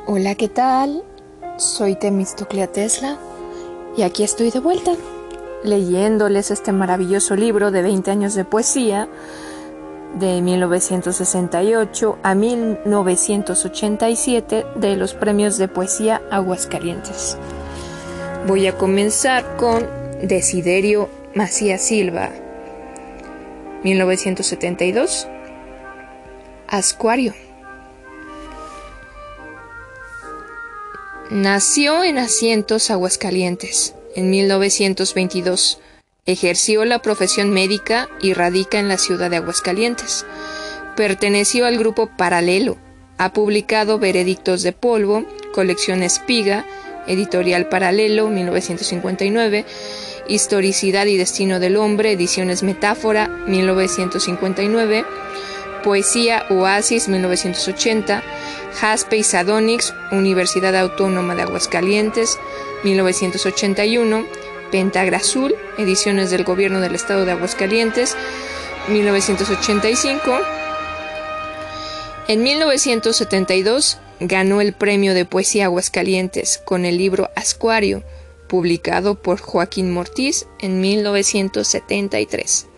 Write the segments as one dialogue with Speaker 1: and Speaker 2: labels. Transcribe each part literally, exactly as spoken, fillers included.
Speaker 1: Hola, ¿qué tal? Soy Temistoclea Tesla y aquí estoy de vuelta, leyéndoles este maravilloso libro de veinte años de poesía de mil novecientos sesenta y ocho a mil novecientos ochenta y siete de los premios de poesía Aguascalientes. Voy a comenzar con Desiderio Macías Silva, mil novecientos setenta y dos, Ascuario. Nació en Asientos, Aguascalientes, en mil novecientos veintidós. Ejerció la profesión médica y radica en la ciudad de Aguascalientes. Perteneció al grupo Paralelo. Ha publicado Veredictos de Polvo, Colección Espiga, Editorial Paralelo, mil novecientos cincuenta y nueve, Historicidad y Destino del Hombre, Ediciones Metáfora, mil novecientos cincuenta y nueve, Poesía Oasis, mil novecientos ochenta, Jaspe y Sadonix, Universidad Autónoma de Aguascalientes, mil novecientos ochenta y uno, Pentagra Azul, Ediciones del Gobierno del Estado de Aguascalientes, mil novecientos ochenta y cinco. En mil novecientos setenta y dos ganó el Premio de Poesía Aguascalientes con el libro Ascuario, publicado por Joaquín Mortiz en mil novecientos setenta y tres.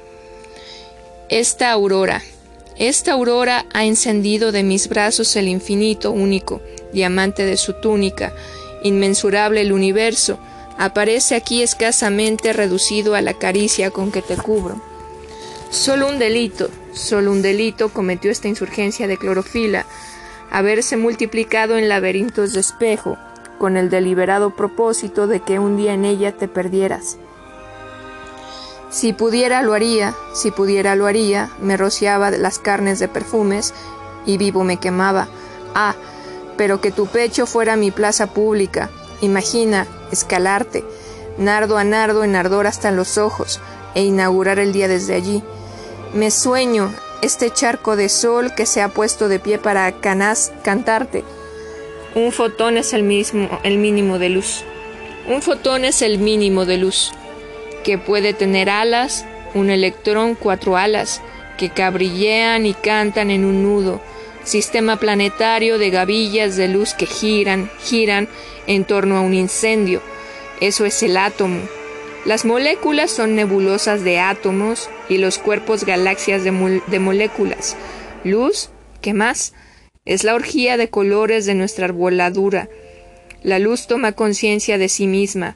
Speaker 1: Esta aurora. Esta aurora ha encendido de mis brazos el infinito único, diamante de su túnica, inmensurable el universo, aparece aquí escasamente reducido a la caricia con que te cubro. Solo un delito, solo un delito cometió esta insurgencia de clorofila, haberse multiplicado en laberintos de espejo, con el deliberado propósito de que un día en ella te perdieras. Si pudiera lo haría, si pudiera lo haría, me rociaba las carnes de perfumes y vivo me quemaba. Ah, pero que tu pecho fuera mi plaza pública. Imagina, escalarte, nardo a nardo en ardor hasta los ojos, e inaugurar el día desde allí. Me sueño este charco de sol que se ha puesto de pie para canas, cantarte. Un fotón es el mismo, el mínimo de luz. Un fotón es el mínimo de luz, que puede tener alas, un electrón cuatro alas, que cabrillean y cantan en un nudo, sistema planetario de gavillas de luz que giran, giran en torno a un incendio. Eso es el átomo. Las moléculas son nebulosas de átomos y los cuerpos galaxias de, mo- de moléculas. Luz, ¿qué más? Es la orgía de colores de nuestra arboladura. La luz toma conciencia de sí misma.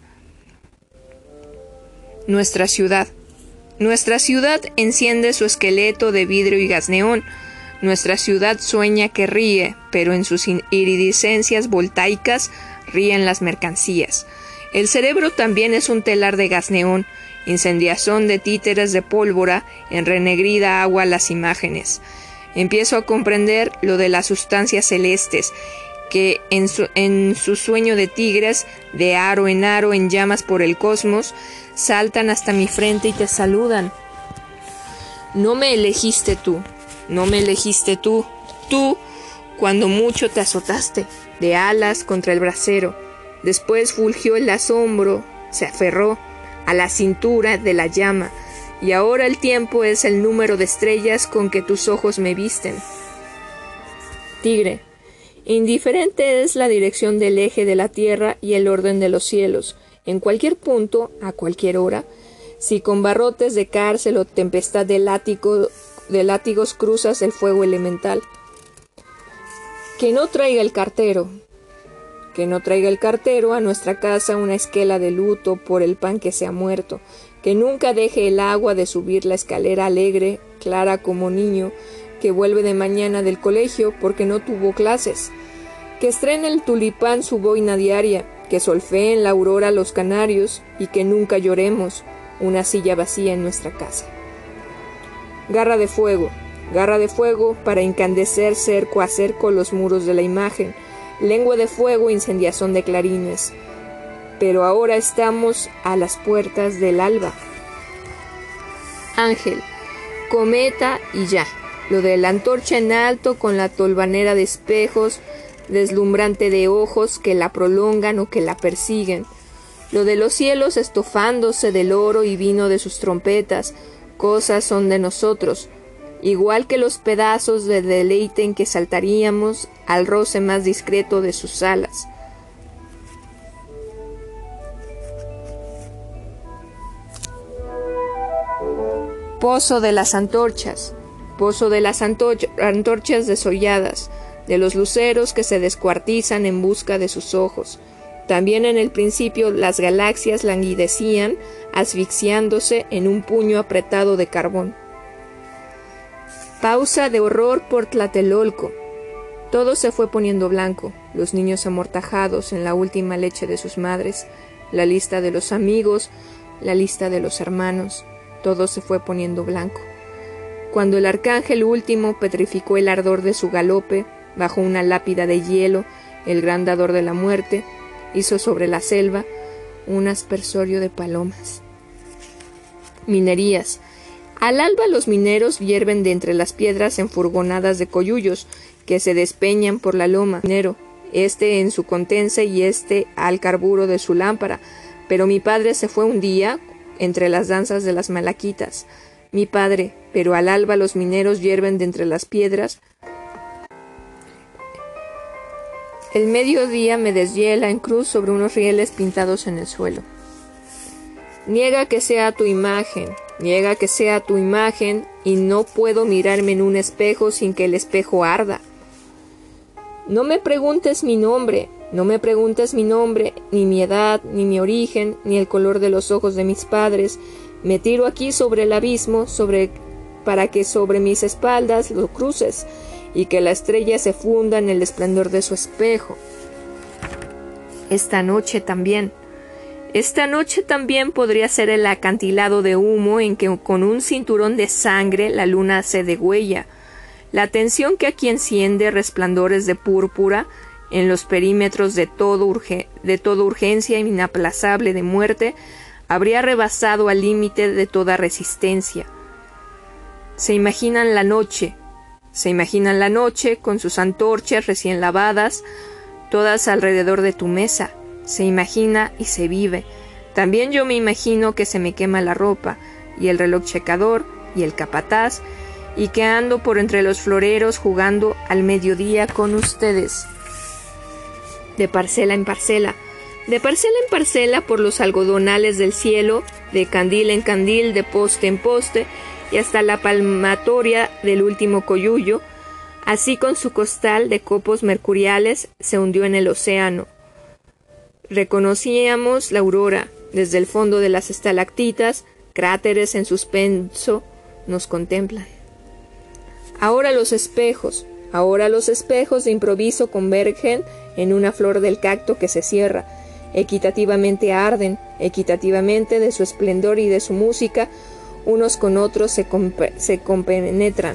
Speaker 1: Nuestra ciudad. Nuestra ciudad enciende su esqueleto de vidrio y gas neón. Nuestra ciudad sueña que ríe, pero en sus iridiscencias voltaicas ríen las mercancías. El cerebro también es un telar de gas neón, incendiazón de títeres de pólvora, en renegrida agua las imágenes. Empiezo a comprender lo de las sustancias celestes, que en su, en su sueño de tigres, de aro en aro en llamas por el cosmos, saltan hasta mi frente y te saludan. No me elegiste tú, no me elegiste tú, tú, cuando mucho te azotaste, de alas contra el brasero. Después fulgió el asombro, se aferró a la cintura de la llama, y ahora el tiempo es el número de estrellas con que tus ojos me visten. Tigre. Indiferente es la dirección del eje de la tierra y el orden de los cielos, en cualquier punto, a cualquier hora, si con barrotes de cárcel o tempestad de, látigo, de látigos cruzas el fuego elemental. Que no traiga el cartero, que no traiga el cartero a nuestra casa una esquela de luto por el pan que se ha muerto, que nunca deje el agua de subir la escalera alegre, clara como niño, que vuelve de mañana del colegio porque no tuvo clases, que estrene el tulipán su boina diaria, que solfee en la aurora los canarios y que nunca lloremos una silla vacía en nuestra casa. Garra de fuego, garra de fuego para incandecer cerco a cerco los muros de la imagen, lengua de fuego, incendiazón de clarines. Pero ahora estamos a las puertas del alba. Ángel, cometa y ya. Lo de la antorcha en alto con la tolvanera de espejos, deslumbrante de ojos que la prolongan o que la persiguen. Lo de los cielos estofándose del oro y vino de sus trompetas, cosas son de nosotros. igual que los pedazos de deleite en que saltaríamos al roce más discreto de sus alas. Pozo de las antorchas, pozo de las antorch- antorchas desolladas, de los luceros que se descuartizan en busca de sus ojos. También en el principio las galaxias languidecían, asfixiándose en un puño apretado de carbón. Pausa de horror por Tlatelolco. Todo se fue poniendo blanco, los niños amortajados en la última leche de sus madres, la lista de los amigos, la lista de los hermanos. Todo se fue poniendo blanco. Cuando el arcángel último petrificó el ardor de su galope, bajo una lápida de hielo, el gran dador de la muerte, hizo sobre la selva un aspersorio de palomas. Minerías. Al alba los mineros hierven de entre las piedras en furgonadas de coyullos, que se despeñan por la loma. Minero, este en su contense y este al carburo de su lámpara. Pero mi padre se fue un día entre las danzas de las malaquitas. Mi padre, pero al alba los mineros hierven de entre las piedras. El mediodía me deshiela en cruz sobre unos rieles pintados en el suelo. Niega que sea tu imagen, niega que sea tu imagen, y no puedo mirarme en un espejo sin que el espejo arda. No me preguntes mi nombre, no me preguntes mi nombre, ni mi edad, ni mi origen, ni el color de los ojos de mis padres. Me tiro aquí sobre el abismo, sobre para que sobre mis espaldas lo cruces, y que la estrella se funda en el esplendor de su espejo. Esta noche también, esta noche también podría ser el acantilado de humo en que con un cinturón de sangre la luna se degüella. La tensión que aquí enciende resplandores de púrpura en los perímetros de todo, urge, de toda urgencia inaplazable de muerte habría rebasado al límite de toda resistencia. Se imaginan la noche, se imaginan la noche con sus antorchas recién lavadas, todas alrededor de tu mesa. Se imagina y se vive. También yo me imagino que se me quema la ropa, y el reloj checador, y el capataz, y que ando por entre los floreros jugando al mediodía con ustedes. De parcela en parcela, de parcela en parcela por los algodonales del cielo, de candil en candil, de poste en poste, y hasta la palmatoria del último coyullo, así con su costal de copos mercuriales, se hundió en el océano. Reconocíamos la aurora, desde el fondo de las estalactitas, cráteres en suspenso nos contemplan. Ahora los espejos, ahora los espejos de improviso convergen en una flor del cacto que se cierra, equitativamente arden, equitativamente de su esplendor y de su música, unos con otros se, comp- se compenetran.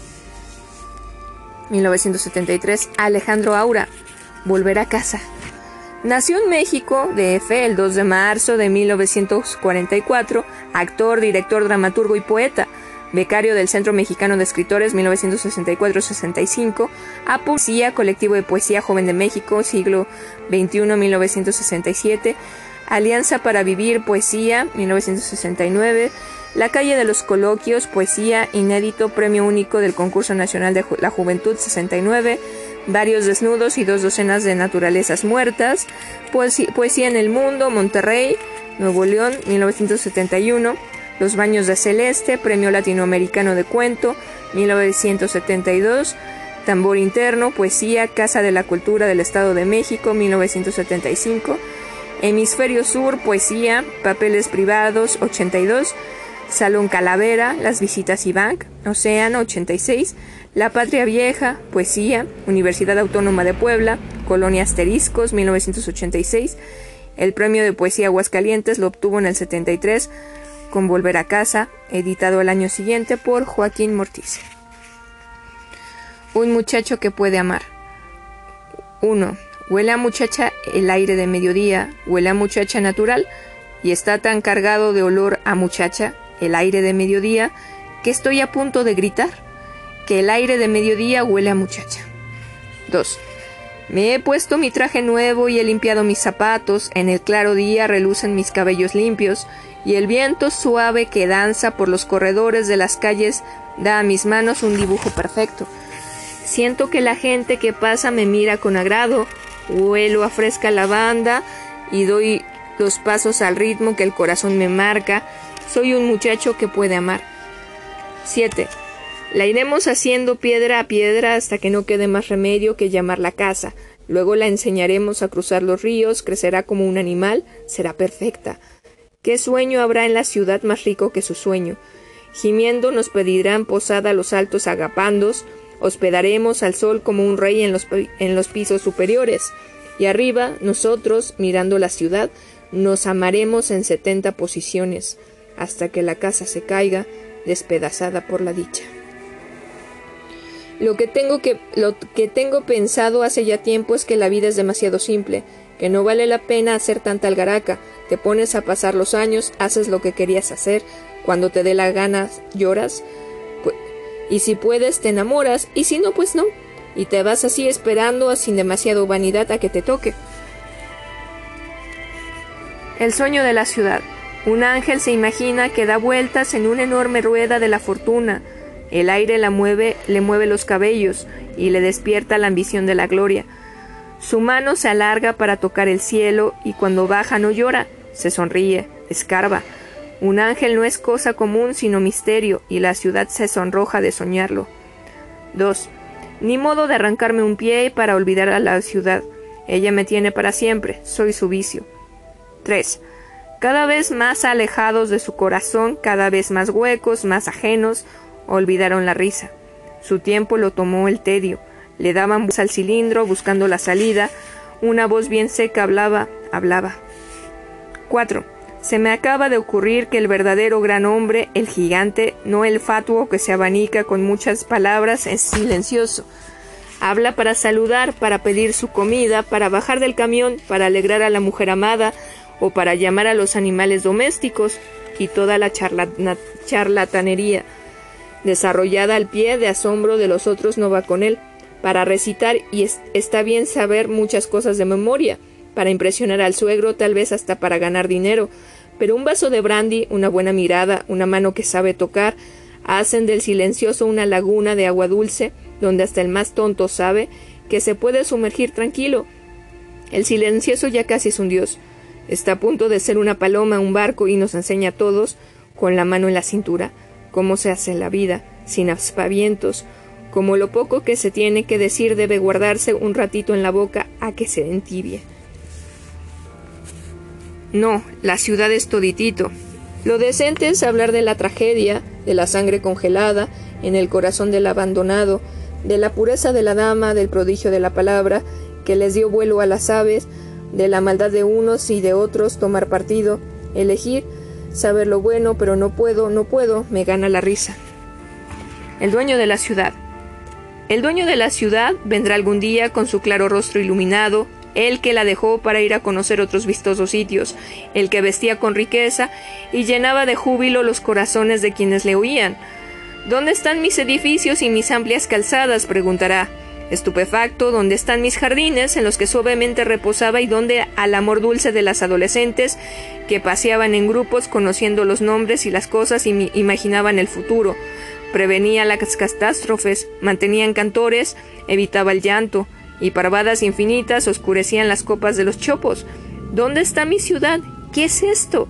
Speaker 1: mil novecientos setenta y tres. Alejandro Aura, Volver a casa. Nació en México, D F, el dos de marzo de mil novecientos cuarenta y cuatro, actor, director, dramaturgo y poeta, becario del Centro Mexicano de Escritores mil novecientos sesenta y cuatro a sesenta y cinco, A Poesía, Colectivo de Poesía Joven de México, siglo veintiuno mil novecientos sesenta y siete, Alianza para Vivir, Poesía, mil novecientos sesenta y nueve, La Calle de los Coloquios, Poesía, inédito, Premio Único del Concurso Nacional de la Juventud, sesenta y nueve, Varios desnudos y dos docenas de naturalezas muertas, Poesía, Poesía en el Mundo, Monterrey, Nuevo León, mil novecientos setenta y uno, Los Baños de Celeste, Premio Latinoamericano de Cuento, mil novecientos setenta y dos, Tambor Interno, Poesía, Casa de la Cultura del Estado de México, mil novecientos setenta y cinco, Hemisferio Sur, Poesía, Papeles Privados, ochenta y dos, Salón Calavera, Las Visitas Iván, Océano, ochenta y seis, La Patria Vieja, Poesía, Universidad Autónoma de Puebla, Colonia Asteriscos, mil novecientos ochenta y seis, el Premio de Poesía Aguascalientes lo obtuvo en el setenta y tres con Volver a Casa, editado al año siguiente por Joaquín Mortiz. Un muchacho que puede amar. uno. Huele a muchacha el aire de mediodía, huele a muchacha natural, y está tan cargado de olor a muchacha el aire de mediodía, que estoy a punto de gritar que el aire de mediodía huele a muchacha. dos. Me he puesto mi traje nuevo y he limpiado mis zapatos, en el claro día relucen mis cabellos limpios, y el viento suave que danza por los corredores de las calles da a mis manos un dibujo perfecto. Siento que la gente que pasa me mira con agrado, huelo a fresca lavanda y doy los pasos al ritmo que el corazón me marca. Soy un muchacho que puede amar. siete. La iremos haciendo piedra a piedra hasta que no quede más remedio que llamarla casa. Luego la enseñaremos a cruzar los ríos, crecerá como un animal, será perfecta. ¿Qué sueño habrá en la ciudad más rico que su sueño? Gimiendo nos pedirán posada los altos agapandos, hospedaremos al sol como un rey en los, en los pisos superiores, y arriba, nosotros, mirando la ciudad, nos amaremos en setenta posiciones, hasta que la casa se caiga, despedazada por la dicha. Lo que tengo que, lo que tengo pensado hace ya tiempo es que la vida es demasiado simple, que no vale la pena hacer tanta algaraca. Te pones a pasar los años, haces lo que querías hacer, cuando te dé la gana lloras, y si puedes te enamoras, y si no, pues no, y te vas así esperando sin demasiado vanidad a que te toque. El sueño de la ciudad. Un ángel se imagina que da vueltas en una enorme rueda de la fortuna. El aire la mueve, le mueve los cabellos y le despierta la ambición de la gloria. Su mano se alarga para tocar el cielo y cuando baja no llora, se sonríe, escarba. Un ángel no es cosa común sino misterio y la ciudad se sonroja de soñarlo. dos. Ni modo de arrancarme un pie para olvidar a la ciudad. Ella me tiene para siempre, soy su vicio. tres. Cada vez más alejados de su corazón, cada vez más huecos, más ajenos, olvidaron la risa. Su tiempo lo tomó el tedio. Le daban voz al cilindro buscando la salida. Una voz bien seca hablaba, hablaba. cuatro. Se me acaba de ocurrir que el verdadero gran hombre, el gigante, no el fatuo que se abanica con muchas palabras, es silencioso. Habla para saludar, para pedir su comida, para bajar del camión, para alegrar a la mujer amada o para llamar a los animales domésticos y toda la charla- charlatanería desarrollada al pie de asombro de los otros no va con él, para recitar y es, está bien saber muchas cosas de memoria, para impresionar al suegro, tal vez hasta para ganar dinero, pero un vaso de brandy, una buena mirada, una mano que sabe tocar, hacen del silencioso una laguna de agua dulce, donde hasta el más tonto sabe que se puede sumergir tranquilo. El silencioso ya casi es un dios, está a punto de ser una paloma, un barco, y nos enseña a todos, con la mano en la cintura, cómo se hace la vida, sin aspavientos, como lo poco que se tiene que decir debe guardarse un ratito en la boca a que se entibie. No, la ciudad es toditito. Lo decente es hablar de la tragedia, de la sangre congelada, en el corazón del abandonado, de la pureza de la dama, del prodigio de la palabra, que les dio vuelo a las aves, de la maldad de unos y de otros, tomar partido, elegir, saber lo bueno, pero no puedo, no puedo, me gana la risa. El dueño de la ciudad. El dueño de la ciudad vendrá algún día con su claro rostro iluminado, él que la dejó para ir a conocer otros vistosos sitios, el que vestía con riqueza y llenaba de júbilo los corazones de quienes le oían. ¿Dónde están mis edificios y mis amplias calzadas?, preguntará. Estupefacto, ¿dónde están mis jardines en los que suavemente reposaba y donde al amor dulce de las adolescentes que paseaban en grupos conociendo los nombres y las cosas y imaginaban el futuro? Prevenía las catástrofes, mantenían cantores, evitaba el llanto, y parvadas infinitas oscurecían las copas de los chopos. ¿Dónde está mi ciudad? ¿Qué es esto?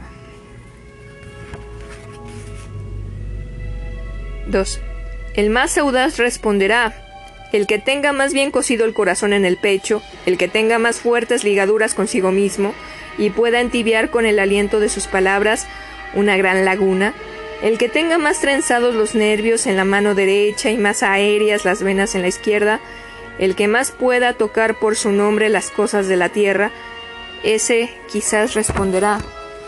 Speaker 1: dos. El más audaz responderá: el que tenga más bien cosido el corazón en el pecho, el que tenga más fuertes ligaduras consigo mismo, y pueda entibiar con el aliento de sus palabras una gran laguna, el que tenga más trenzados los nervios en la mano derecha y más aéreas las venas en la izquierda, el que más pueda tocar por su nombre las cosas de la tierra, ese quizás responderá: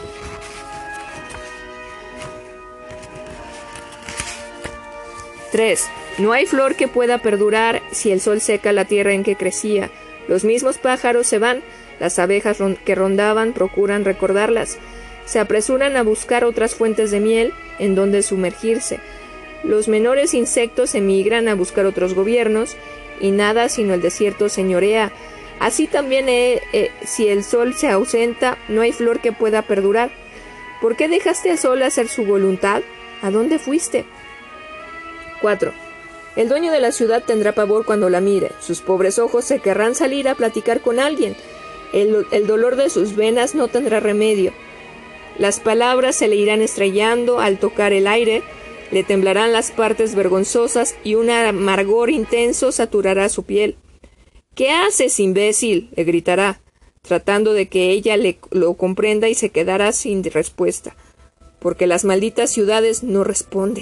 Speaker 1: tres. No hay flor que pueda perdurar si el sol seca la tierra en que crecía. Los mismos pájaros se van, las abejas que rondaban procuran recordarlas. Se apresuran a buscar otras fuentes de miel en donde sumergirse. Los menores insectos emigran a buscar otros gobiernos, y nada sino el desierto señorea. Así también, eh, eh, si el sol se ausenta, no hay flor que pueda perdurar. ¿Por qué dejaste al sol hacer su voluntad? ¿A dónde fuiste? cuatro. El dueño de la ciudad tendrá pavor cuando la mire. Sus pobres ojos se querrán salir a platicar con alguien. El, el dolor de sus venas no tendrá remedio. Las palabras se le irán estrellando al tocar el aire, le temblarán las partes vergonzosas y un amargor intenso saturará su piel. «¿Qué haces, imbécil?», le gritará, tratando de que ella le, lo comprenda, y se quedará sin respuesta, porque las malditas ciudades no responden.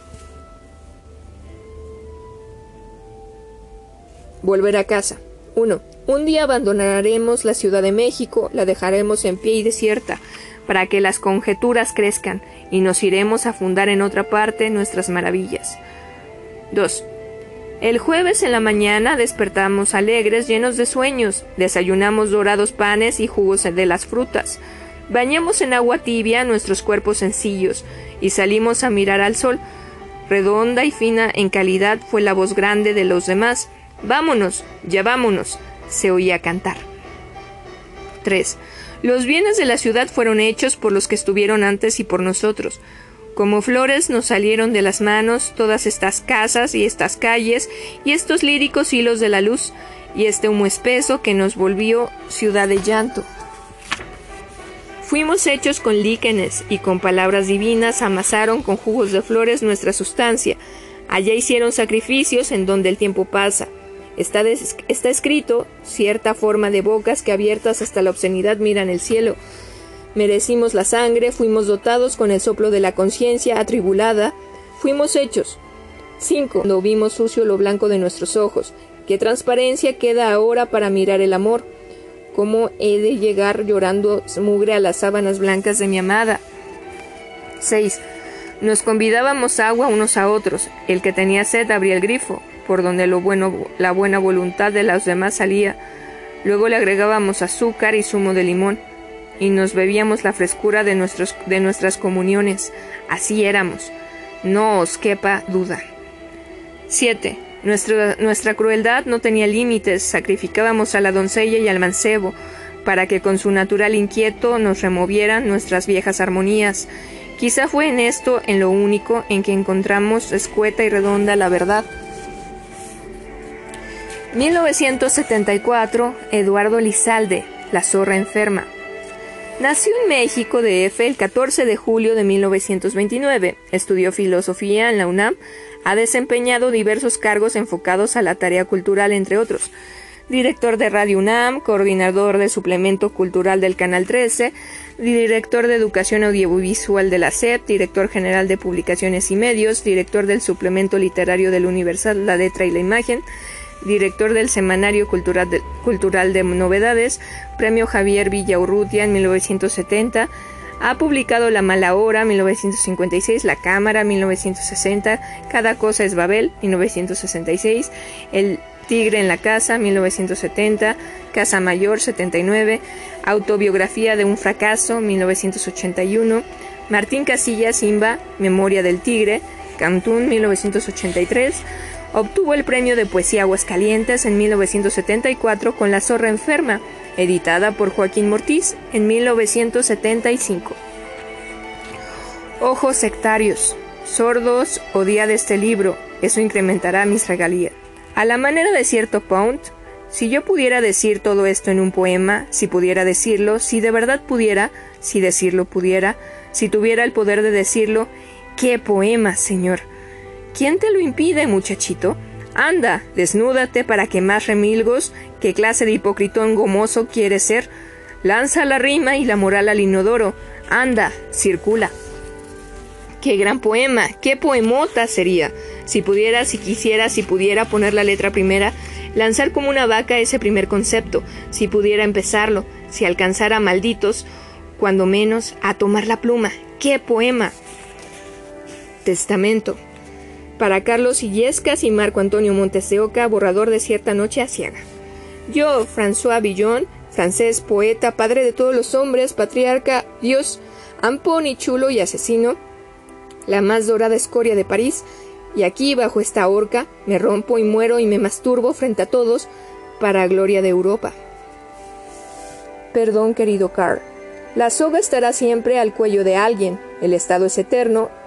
Speaker 1: Volver a casa. uno. Un día abandonaremos la Ciudad de México, la dejaremos en pie y desierta, para que las conjeturas crezcan, y nos iremos a fundar en otra parte nuestras maravillas. dos. El jueves en la mañana despertamos alegres, llenos de sueños, desayunamos dorados panes y jugos de las frutas, bañamos en agua tibia nuestros cuerpos sencillos, y salimos a mirar al sol. Redonda y fina en calidad fue la voz grande de los demás. «Vámonos, ya vámonos», se oía cantar. tres. Los bienes de la ciudad fueron hechos por los que estuvieron antes y por nosotros. Como flores nos salieron de las manos todas estas casas y estas calles y estos líricos hilos de la luz y este humo espeso que nos volvió ciudad de llanto. Fuimos hechos con líquenes y con palabras divinas amasaron con jugos de flores nuestra sustancia. Allá hicieron sacrificios en donde el tiempo pasa. Está, des, está escrito cierta forma de bocas que abiertas hasta la obscenidad miran el cielo. Merecimos la sangre, fuimos dotados con el soplo de la conciencia atribulada, fuimos hechos. cinco. Cuando vimos sucio lo blanco de nuestros ojos, ¿qué transparencia queda ahora para mirar el amor? ¿Cómo he de llegar llorando mugre a las sábanas blancas de mi amada? seis. Nos convidábamos agua unos a otros. El que tenía sed abría el grifo, por donde lo bueno, la buena voluntad de los demás salía. Luego le agregábamos azúcar y zumo de limón, y nos bebíamos la frescura de, nuestros, de nuestras comuniones. Así éramos, no os quepa duda. siete. Nuestra, nuestra crueldad no tenía límites. Sacrificábamos a la doncella y al mancebo, para que con su natural inquieto nos removieran nuestras viejas armonías. Quizá fue en esto en lo único en que encontramos escueta y redonda la verdad. mil novecientos setenta y cuatro. Eduardo Lizalde, La zorra enferma. Nació en México D F el catorce de julio de mil novecientos veintinueve. Estudió filosofía en la UNAM. Ha desempeñado diversos cargos enfocados a la tarea cultural, entre otros: director de Radio UNAM, coordinador de suplemento cultural del Canal trece, director de educación audiovisual de la S E P, director general de publicaciones y medios, director del suplemento literario del Universal La Letra y la Imagen, director del Semanario Cultural de, Cultural de Novedades, Premio Javier Villaurrutia en mil novecientos setenta, ha publicado La Mala Hora mil novecientos cincuenta y seis, La Cámara mil novecientos sesenta, Cada cosa es Babel mil novecientos sesenta y seis, El Tigre en la Casa mil novecientos setenta, Casa Mayor setenta y nueve, Autobiografía de un fracaso mil novecientos ochenta y uno, Martín Casillas Simba, Memoria del Tigre, Cantún mil novecientos ochenta y tres. Obtuvo el premio de poesía Aguascalientes en mil novecientos setenta y cuatro con La zorra enferma, editada por Joaquín Mortiz en mil novecientos setenta y cinco. Ojos sectarios, sordos, odiad este libro, eso incrementará mis regalías. A la manera de cierto Pound, si yo pudiera decir todo esto en un poema, si pudiera decirlo, si de verdad pudiera, si decirlo pudiera, si tuviera el poder de decirlo, ¡qué poema, señor! ¿Quién te lo impide, muchachito? Anda, desnúdate para que más remilgos. ¿Qué clase de hipocritón gomoso quieres ser? Lanza la rima y la moral al inodoro. Anda, circula. ¡Qué gran poema! ¡Qué poemota sería! Si pudiera, si quisiera, si pudiera poner la letra primera, lanzar como una vaca ese primer concepto, si pudiera empezarlo, si alcanzara, malditos, cuando menos, a tomar la pluma. ¡Qué poema! Testamento. Para Carlos Illescas y Marco Antonio Montes de Oca, borrador de Cierta noche aciaga. Yo, François Villon, francés, poeta, padre de todos los hombres, patriarca, Dios, ampón y chulo y asesino, la más dorada escoria de París, y aquí, bajo esta horca, me rompo y muero y me masturbo frente a todos, para gloria de Europa. Perdón, querido Carl. La soga estará siempre al cuello de alguien, el estado es eterno,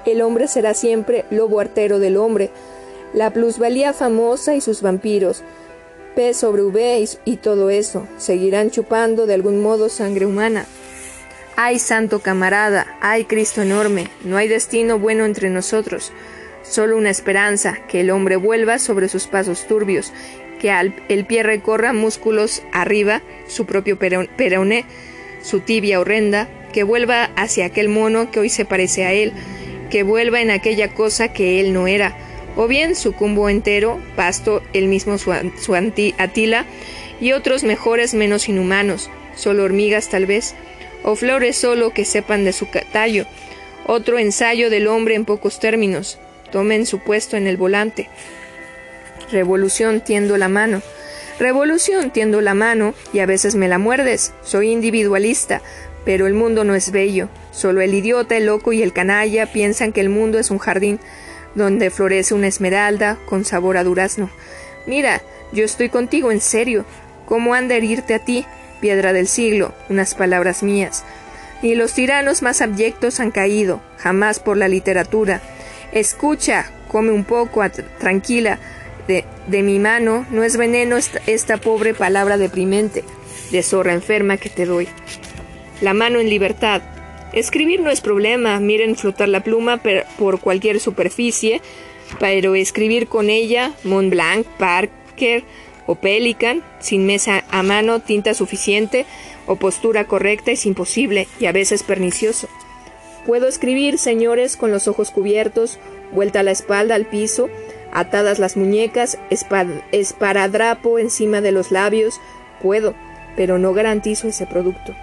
Speaker 1: El hombre será siempre lobo artero del hombre. La plusvalía famosa y sus vampiros, P sobre V y, y todo eso, seguirán chupando de algún modo sangre humana. ¡Ay, santo camarada! ¡Ay, Cristo enorme! No hay destino bueno entre nosotros. Solo una esperanza, que el hombre vuelva sobre sus pasos turbios, que al, el pie recorra músculos arriba, su propio peroné, su tibia horrenda, que vuelva hacia aquel mono que hoy se parece a él, que vuelva en aquella cosa que él no era, o bien sucumbo entero, pasto, el mismo su, su anti, Atila, y otros mejores menos inhumanos, solo hormigas tal vez, o flores solo que sepan de su tallo, otro ensayo del hombre en pocos términos, tomen su puesto en el volante. Revolución, tiendo la mano. Revolución, tiendo la mano, y a veces me la muerdes. Soy individualista, pero el mundo no es bello. Solo el idiota, el loco y el canalla piensan que el mundo es un jardín donde florece una esmeralda con sabor a durazno. Mira, yo estoy contigo en serio. ¿Cómo han de herirte a ti, piedra del siglo, unas palabras mías? Ni los tiranos más abyectos han caído, jamás por la literatura. Escucha, come un poco, tranquila, de, de mi mano, no es veneno esta, esta pobre palabra deprimente, de zorra enferma que te doy. La mano en libertad. Escribir no es problema, miren flotar la pluma per, por cualquier superficie, pero escribir con ella, Mont Blanc, Parker o Pelican, sin mesa a mano, tinta suficiente o postura correcta es imposible y a veces pernicioso. Puedo escribir, señores, con los ojos cubiertos, vuelta la espalda al piso, atadas las muñecas, esparadrapo encima de los labios. Puedo, pero no garantizo ese producto.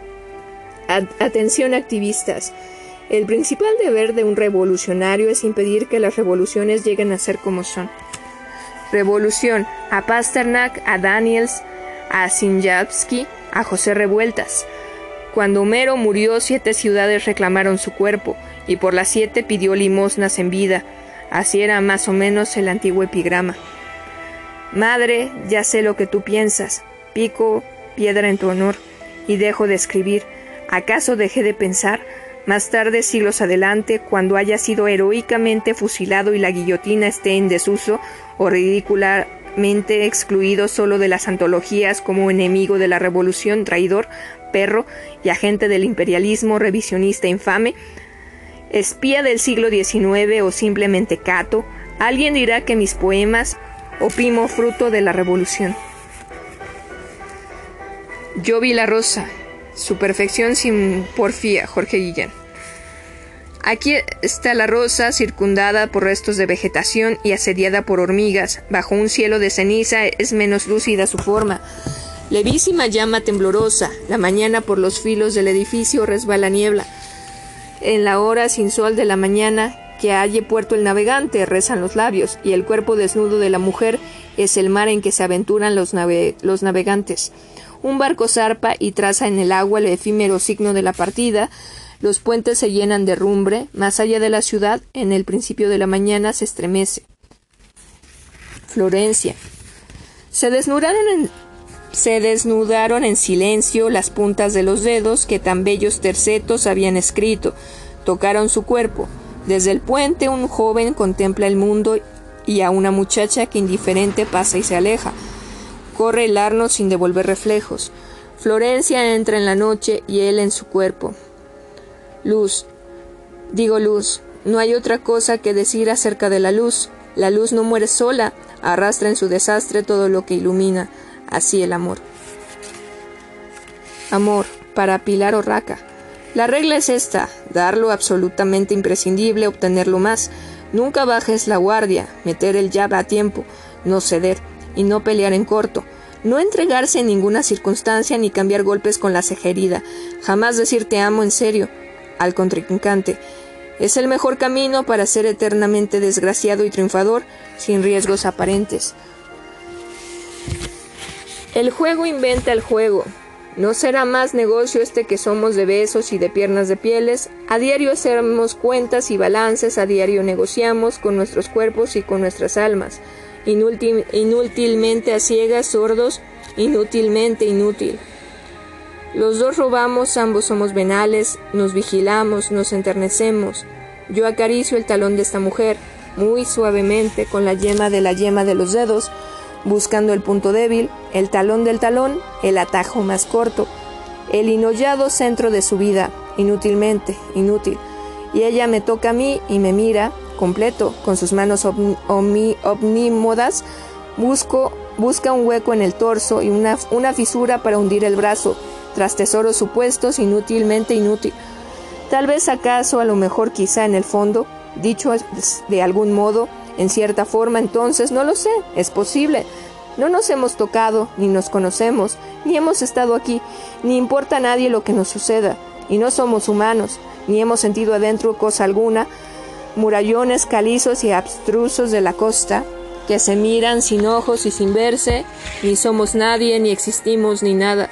Speaker 1: Atención, activistas. El principal deber de un revolucionario es impedir que las revoluciones lleguen a ser como son. Revolución. A Pasternak, a Daniels, a Sinyavsky, a José Revueltas. Cuando Homero murió, siete ciudades reclamaron su cuerpo, y por las siete pidió limosnas en vida. Así era más o menos el antiguo epigrama. Madre, ya sé lo que tú piensas. Pico piedra en tu honor, y dejo de escribir. ¿Acaso dejé de pensar? Más tarde, siglos adelante, cuando haya sido heroicamente fusilado y la guillotina esté en desuso, o ridículamente excluido solo de las antologías como enemigo de la revolución, traidor, perro y agente del imperialismo, revisionista infame, espía del siglo diecinueve o simplemente cato, alguien dirá que mis poemas opimo fruto de la revolución. Yo vi la rosa, su perfección sin porfía, Jorge Guillén. Aquí está la rosa, circundada por restos de vegetación y asediada por hormigas. Bajo un cielo de ceniza es menos lúcida su forma. Levísima llama temblorosa, la mañana por los filos del edificio resbala niebla. En la hora sin sol de la mañana, que halle puerto el navegante, rezan los labios, y el cuerpo desnudo de la mujer es el mar en que se aventuran los, nave los navegantes. Un barco zarpa y traza en el agua el efímero signo de la partida. Los puentes se llenan de rumbre. Más allá de la ciudad, en el principio de la mañana, se estremece. Florencia. Se desnudaron en, se desnudaron en silencio las puntas de los dedos que tan bellos tercetos habían escrito. Tocaron su cuerpo. Desde el puente un joven contempla el mundo y a una muchacha que indiferente pasa y se aleja. Corre el Arno sin devolver reflejos. Florencia entra en la noche y él en su cuerpo. Luz. Digo luz. No hay otra cosa que decir acerca de la luz. La luz no muere sola. Arrastra en su desastre todo lo que ilumina. Así el amor. Amor. Para Pilar Orraca. La regla es esta. Dar lo absolutamente imprescindible, obtenerlo más. Nunca bajes la guardia. Meter el jab a tiempo. No ceder. Y no pelear en corto, no entregarse en ninguna circunstancia ni cambiar golpes con la ceja herida, jamás decir te amo en serio al contrincante. Es el mejor camino para ser eternamente desgraciado y triunfador, sin riesgos aparentes. El juego inventa el juego. No será más negocio este que somos de besos y de piernas de pieles. A diario hacemos cuentas y balances, a diario negociamos con nuestros cuerpos y con nuestras almas. Inútil, inútilmente a ciegas, sordos, inútilmente inútil. Los dos robamos, ambos somos venales, nos vigilamos, nos enternecemos. Yo acaricio el talón de esta mujer, muy suavemente, con la yema de la yema de los dedos, buscando el punto débil, el talón del talón, el atajo más corto, el inollado centro de su vida, inútilmente, inútil. Y ella me toca a mí y me mira, completo, con sus manos omnímodas, busco, busca un hueco en el torso y una, una fisura para hundir el brazo, tras tesoros supuestos, inútilmente inútil. Tal vez acaso, a lo mejor quizá en el fondo, dicho de algún modo, en cierta forma, entonces, no lo sé, es posible. No nos hemos tocado, ni nos conocemos, ni hemos estado aquí, ni importa a nadie lo que nos suceda, y no somos humanos, ni hemos sentido adentro cosa alguna, murallones calizos y abstrusos de la costa, que se miran sin ojos y sin verse, ni somos nadie, ni existimos, ni nada.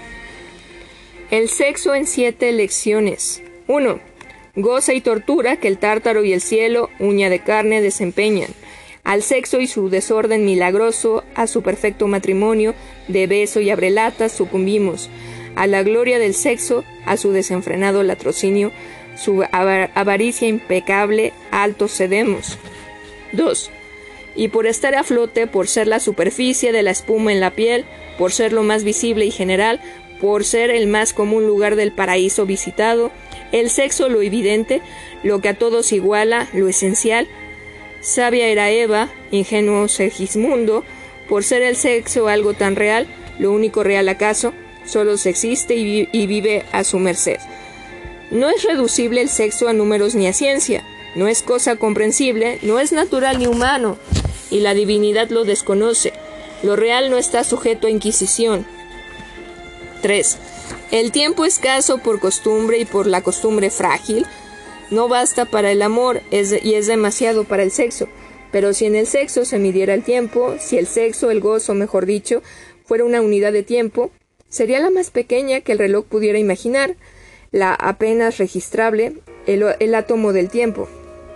Speaker 1: El sexo en siete lecciones. uno. Goza y tortura que el tártaro y el cielo, uña de carne, desempeñan. Al sexo y su desorden milagroso, a su perfecto matrimonio, de beso y abrelatas sucumbimos. A la gloria del sexo, a su desenfrenado latrocinio, su avar- avaricia impecable, alto cedemos. dos. Y por estar a flote, por ser la superficie de la espuma en la piel, por ser lo más visible y general, por ser el más común lugar del paraíso visitado, el sexo lo evidente, lo que a todos iguala, lo esencial. Sabia era Eva, ingenuo Segismundo, por ser el sexo algo tan real, lo único real acaso, solo se existe y, vi- y vive a su merced. No es reducible el sexo a números ni a ciencia, no es cosa comprensible, no es natural ni humano, y la divinidad lo desconoce. Lo real no está sujeto a inquisición. tres. El tiempo escaso por costumbre y por la costumbre frágil no basta para el amor es de, y es demasiado para el sexo. Pero si en el sexo se midiera el tiempo, si el sexo, el gozo, mejor dicho, fuera una unidad de tiempo, sería la más pequeña que el reloj pudiera imaginar, la apenas registrable, el, el átomo del tiempo.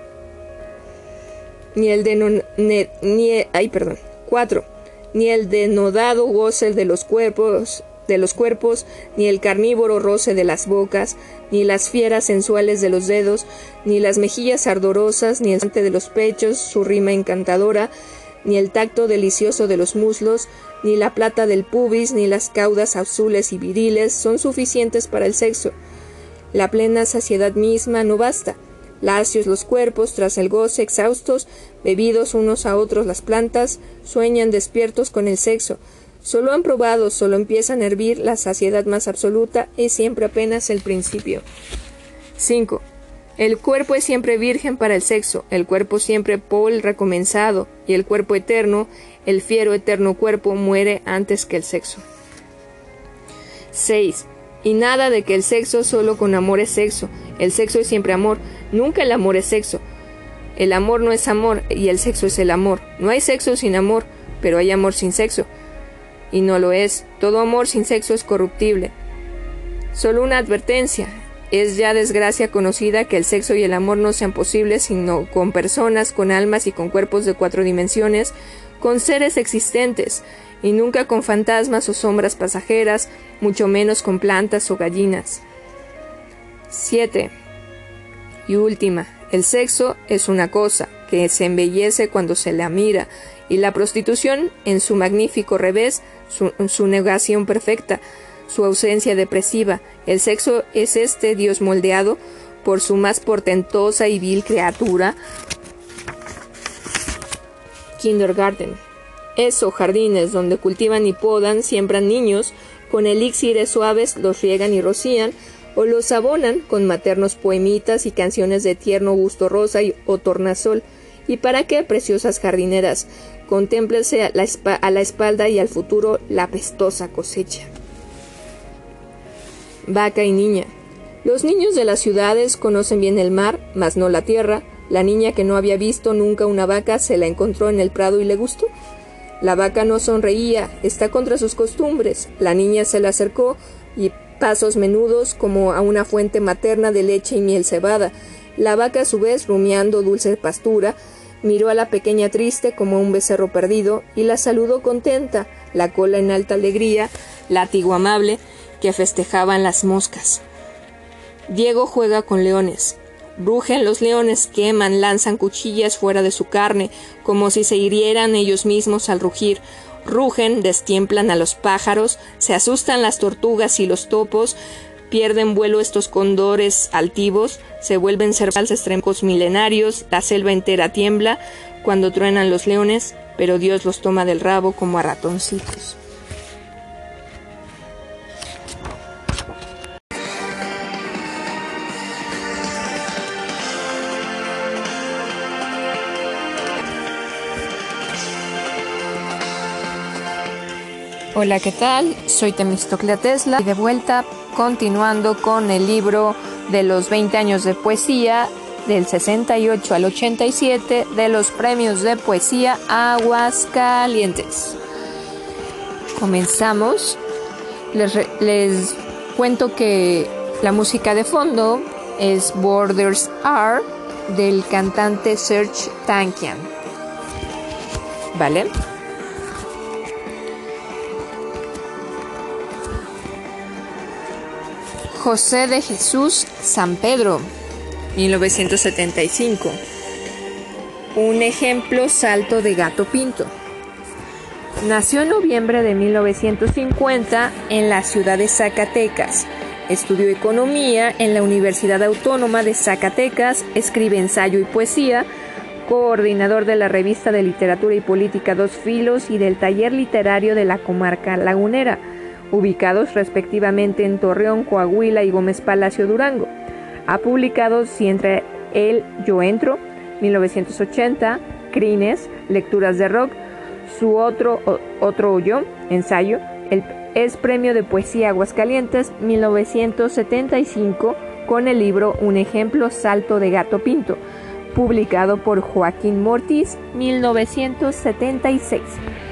Speaker 1: Ni el de no, ne, ni, ay, perdón. cuatro. Ni el denodado goce de los cuerpos de los cuerpos, ni el carnívoro roce de las bocas, ni las fieras sensuales de los dedos, ni las mejillas ardorosas, ni el sante de los pechos, su rima encantadora, ni el tacto delicioso de los muslos, ni la plata del pubis, ni las caudas azules y viriles son suficientes para el sexo. La plena saciedad misma no basta. Lacios los cuerpos, tras el goce, exhaustos, bebidos unos a otros las plantas, sueñan despiertos con el sexo. Solo han probado, solo empiezan a hervir, la saciedad más absoluta es siempre apenas el principio. cinco. El cuerpo es siempre virgen para el sexo, el cuerpo siempre pol recomenzado, y el cuerpo eterno, el fiero eterno cuerpo, muere antes que el sexo. seis. Y nada de que el sexo solo con amor es sexo, el sexo es siempre amor, nunca el amor es sexo. El amor no es amor y el sexo es el amor. No hay sexo sin amor, pero hay amor sin sexo. Y no lo es. Todo amor sin sexo es corruptible. Solo una advertencia. Es ya desgracia conocida que el sexo y el amor no sean posibles sino con personas, con almas y con cuerpos de cuatro dimensiones, con seres existentes, y nunca con fantasmas o sombras pasajeras, mucho menos con plantas o gallinas. siete. Y última. El sexo es una cosa que se embellece cuando se la mira, y la prostitución, en su magnífico revés, su, su negación perfecta, su ausencia depresiva. El sexo es este Dios moldeado por su más portentosa y vil criatura, Kindergarten. Eso, jardines donde cultivan y podan, siembran niños, con elixires suaves los riegan y rocían, o los abonan con maternos poemitas y canciones de tierno gusto rosa y, o tornasol. ¿Y para qué, preciosas jardineras? Contémplese a la, a la espalda y al futuro la pestosa cosecha. Vaca y niña. Los niños de las ciudades conocen bien el mar, mas no la tierra. La niña que no había visto nunca una vaca se la encontró en el prado y le gustó. La vaca no sonreía, está contra sus costumbres. La niña se le acercó y pasos menudos como a una fuente materna de leche y miel cebada. La vaca a su vez, rumiando dulce pastura, miró a la pequeña triste como un becerro perdido y la saludó contenta, la cola en alta alegría, látigo amable que festejaban las moscas. Diego juega con leones. Rugen los leones, queman, lanzan cuchillas fuera de su carne, como si se hirieran ellos mismos al rugir. Rugen, destiemplan a los pájaros, se asustan las tortugas y los topos, pierden vuelo estos cóndores altivos, se vuelven cervales extremos milenarios, la selva entera tiembla cuando truenan los leones, pero Dios los toma del rabo como a ratoncitos. Hola, ¿qué tal? Soy Temistoclea Tesla y de vuelta continuando con el libro de los veinte años de poesía del sesenta y ocho al ochenta y siete de los premios de poesía Aguascalientes. Comenzamos. Les, re- les cuento que la música de fondo es Borders Are del cantante Serj Tankian. ¿Vale? José de Jesús San Pedro, mil novecientos setenta y cinco. Un ejemplo salto de gato pinto. Nació en noviembre de mil novecientos cincuenta en la ciudad de Zacatecas. Estudió economía en la Universidad Autónoma de Zacatecas, escribe ensayo y poesía, coordinador de la revista de literatura y política Dos Filos y del taller literario de la comarca lagunera, ubicados respectivamente en Torreón, Coahuila y Gómez Palacio, Durango. Ha publicado Si entre él yo entro, mil novecientos ochenta, Crines, Lecturas de Rock, Su otro, o, otro yo, ensayo, el, es Premio de Poesía Aguascalientes, mil novecientos setenta y cinco, con el libro Un ejemplo salto de gato pinto, publicado por Joaquín Mortis, mil novecientos setenta y seis.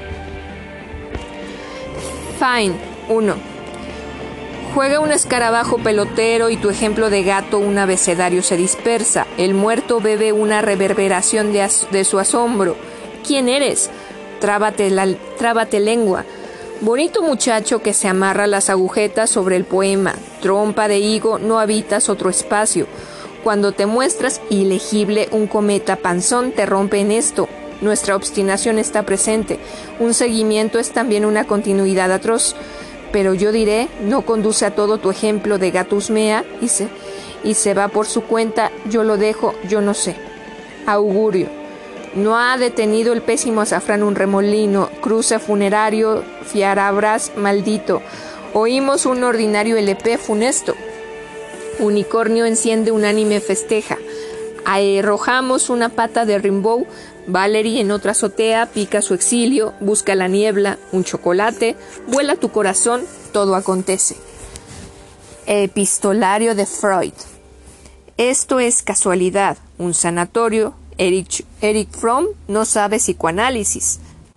Speaker 1: Fine. uno. Juega un escarabajo pelotero y tu ejemplo de gato un abecedario se dispersa. El muerto bebe una reverberación de, as- de su asombro. ¿Quién eres? Trábate, la, trábate lengua. Bonito muchacho que se amarra las agujetas sobre el poema. Trompa de higo, no habitas otro espacio. Cuando te muestras ilegible, un cometa panzón te rompe en esto. Nuestra obstinación está presente. Un seguimiento es también una continuidad atroz. Pero yo diré, no conduce a todo tu ejemplo de gatusmea y se, y se va por su cuenta, yo lo dejo, yo no sé. Augurio. No ha detenido el pésimo azafrán un remolino, cruce funerario, fiarabras, maldito. Oímos un ordinario L P funesto. Unicornio enciende unánime festeja. Arrojamos una pata de Rimbaud. Valerie en otra azotea pica su exilio, busca la niebla, un chocolate, vuela tu corazón, todo acontece. Epistolario de Freud. Esto es casualidad, un sanatorio. Eric, Eric Fromm no sabe psicoanálisis.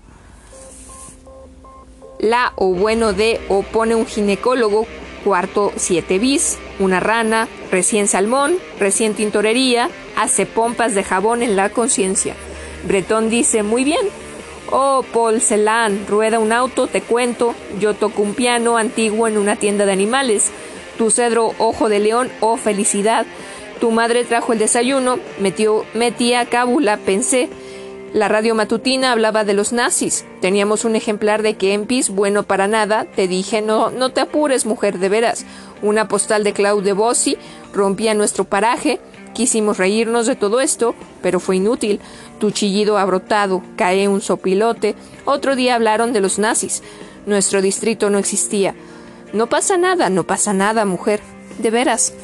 Speaker 1: La o bueno de opone un ginecólogo, cuarto siete bis, una rana, recién salmón, recién tintorería, hace pompas de jabón en la conciencia. Bretón dice, muy bien. Oh, Paul Celan, rueda un auto, te cuento. Yo toco un piano antiguo en una tienda de animales. Tu cedro, ojo de león, oh, felicidad. Tu madre trajo el desayuno, metió, metía cábula, pensé. La radio matutina hablaba de los nazis. Teníamos un ejemplar de Kempis, bueno para nada. Te dije, no, no te apures, mujer, de veras. Una postal de Claude Debussy rompía nuestro paraje. Quisimos reírnos de todo esto, pero fue inútil. Tu chillido ha brotado, cae un sopilote. Otro día hablaron de los nazis. Nuestro distrito no existía. No pasa nada, no pasa nada, mujer. De veras.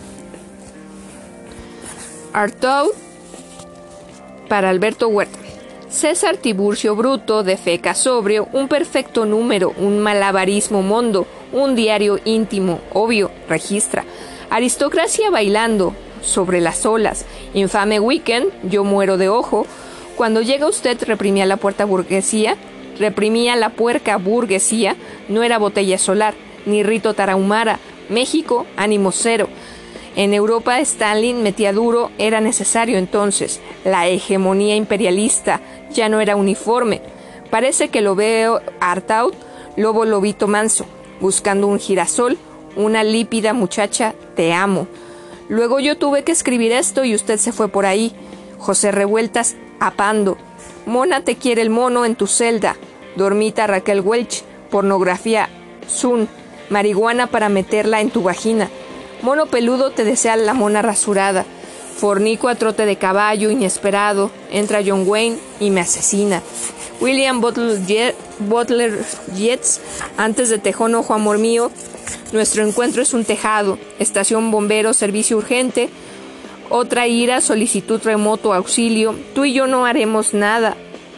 Speaker 1: Artaud para Alberto Huerta. César Tiburcio Bruto, de feca sobrio, un perfecto número, un malabarismo mondo, un diario íntimo, obvio, registra. Aristocracia bailando sobre las olas. Infame weekend, yo muero de ojo. Cuando llega usted reprimía la puerta burguesía, reprimía la puerca burguesía, no era botella solar, ni rito tarahumara. México, ánimo cero. En Europa Stalin metía duro, era necesario entonces. La hegemonía imperialista ya no era uniforme. Parece que lo veo Artaud, lobo lobito manso, buscando un girasol, una lípida muchacha, te amo. Luego yo tuve que escribir esto y usted se fue por ahí. José Revueltas apando. Mona te quiere el mono en tu celda. Dormita Raquel Welch. Pornografía Sun. Marihuana para meterla en tu vagina. Mono peludo te desea la mona rasurada. Fornico a trote de caballo inesperado. Entra John Wayne y me asesina. William Butler, Ye- Butler Yeats. Antes de tejón ojo amor mío. Nuestro encuentro es un tejado. Estación bombero, servicio urgente. Otra ira, solicitud remoto, auxilio. Tú y yo no haremos nada.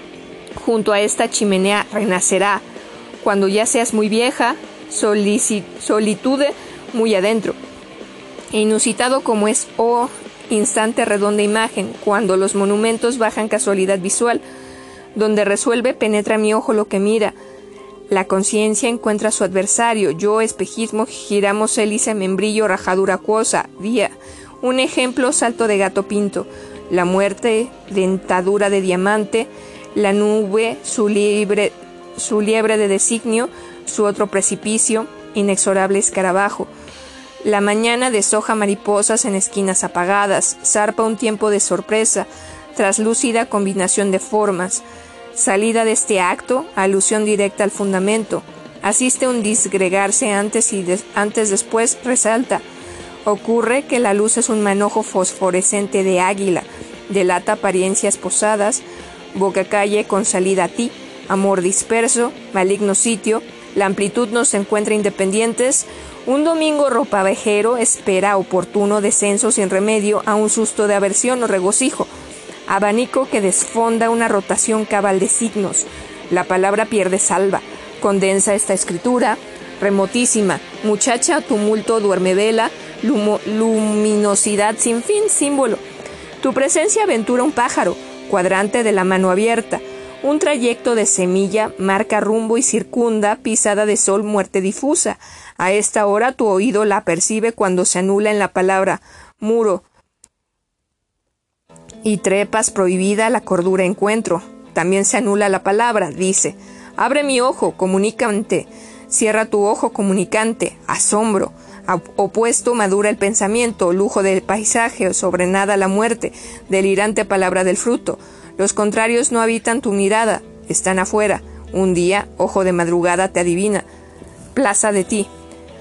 Speaker 1: Junto a esta chimenea renacerá. Cuando ya seas muy vieja, solici- solitude muy adentro. E inusitado como es, oh, instante redonda imagen, cuando los monumentos bajan casualidad visual, donde resuelve penetra mi ojo lo que mira. La conciencia encuentra a su adversario. Yo, espejismo, giramos hélice, membrillo, rajadura acuosa. Día. Un ejemplo, salto de gato pinto. La muerte, dentadura de diamante. La nube, su, libre, su liebre de designio. Su otro precipicio, inexorable escarabajo. La mañana deshoja mariposas en esquinas apagadas. Zarpa un tiempo de sorpresa. Traslúcida combinación de formas. Salida de este acto, alusión directa al fundamento. Asiste un disgregarse antes y des- antes después resalta. Ocurre que la luz es un manojo fosforescente de águila, delata apariencias posadas, boca calle con salida a ti, amor disperso, maligno sitio, la amplitud nos encuentra independientes, un domingo ropavejero espera oportuno descenso sin remedio a un susto de aversión o regocijo, abanico que desfonda una rotación cabal de signos, la palabra pierde salva, condensa esta escritura, remotísima, muchacha, tumulto, duerme vela, lumo, luminosidad sin fin, símbolo. Tu presencia aventura un pájaro, cuadrante de la mano abierta, un trayecto de semilla, marca rumbo y circunda, pisada de sol, muerte difusa. A esta hora tu oído la percibe cuando se anula en la palabra muro y trepas prohibida la cordura encuentro. También se anula la palabra, dice, abre mi ojo, comunicante, cierra tu ojo, comunicante, asombro. Opuesto madura el pensamiento, lujo del paisaje, sobrenada la muerte, delirante palabra del fruto. Los contrarios no habitan tu mirada, están afuera. Un día, ojo de madrugada te adivina. Plaza de ti.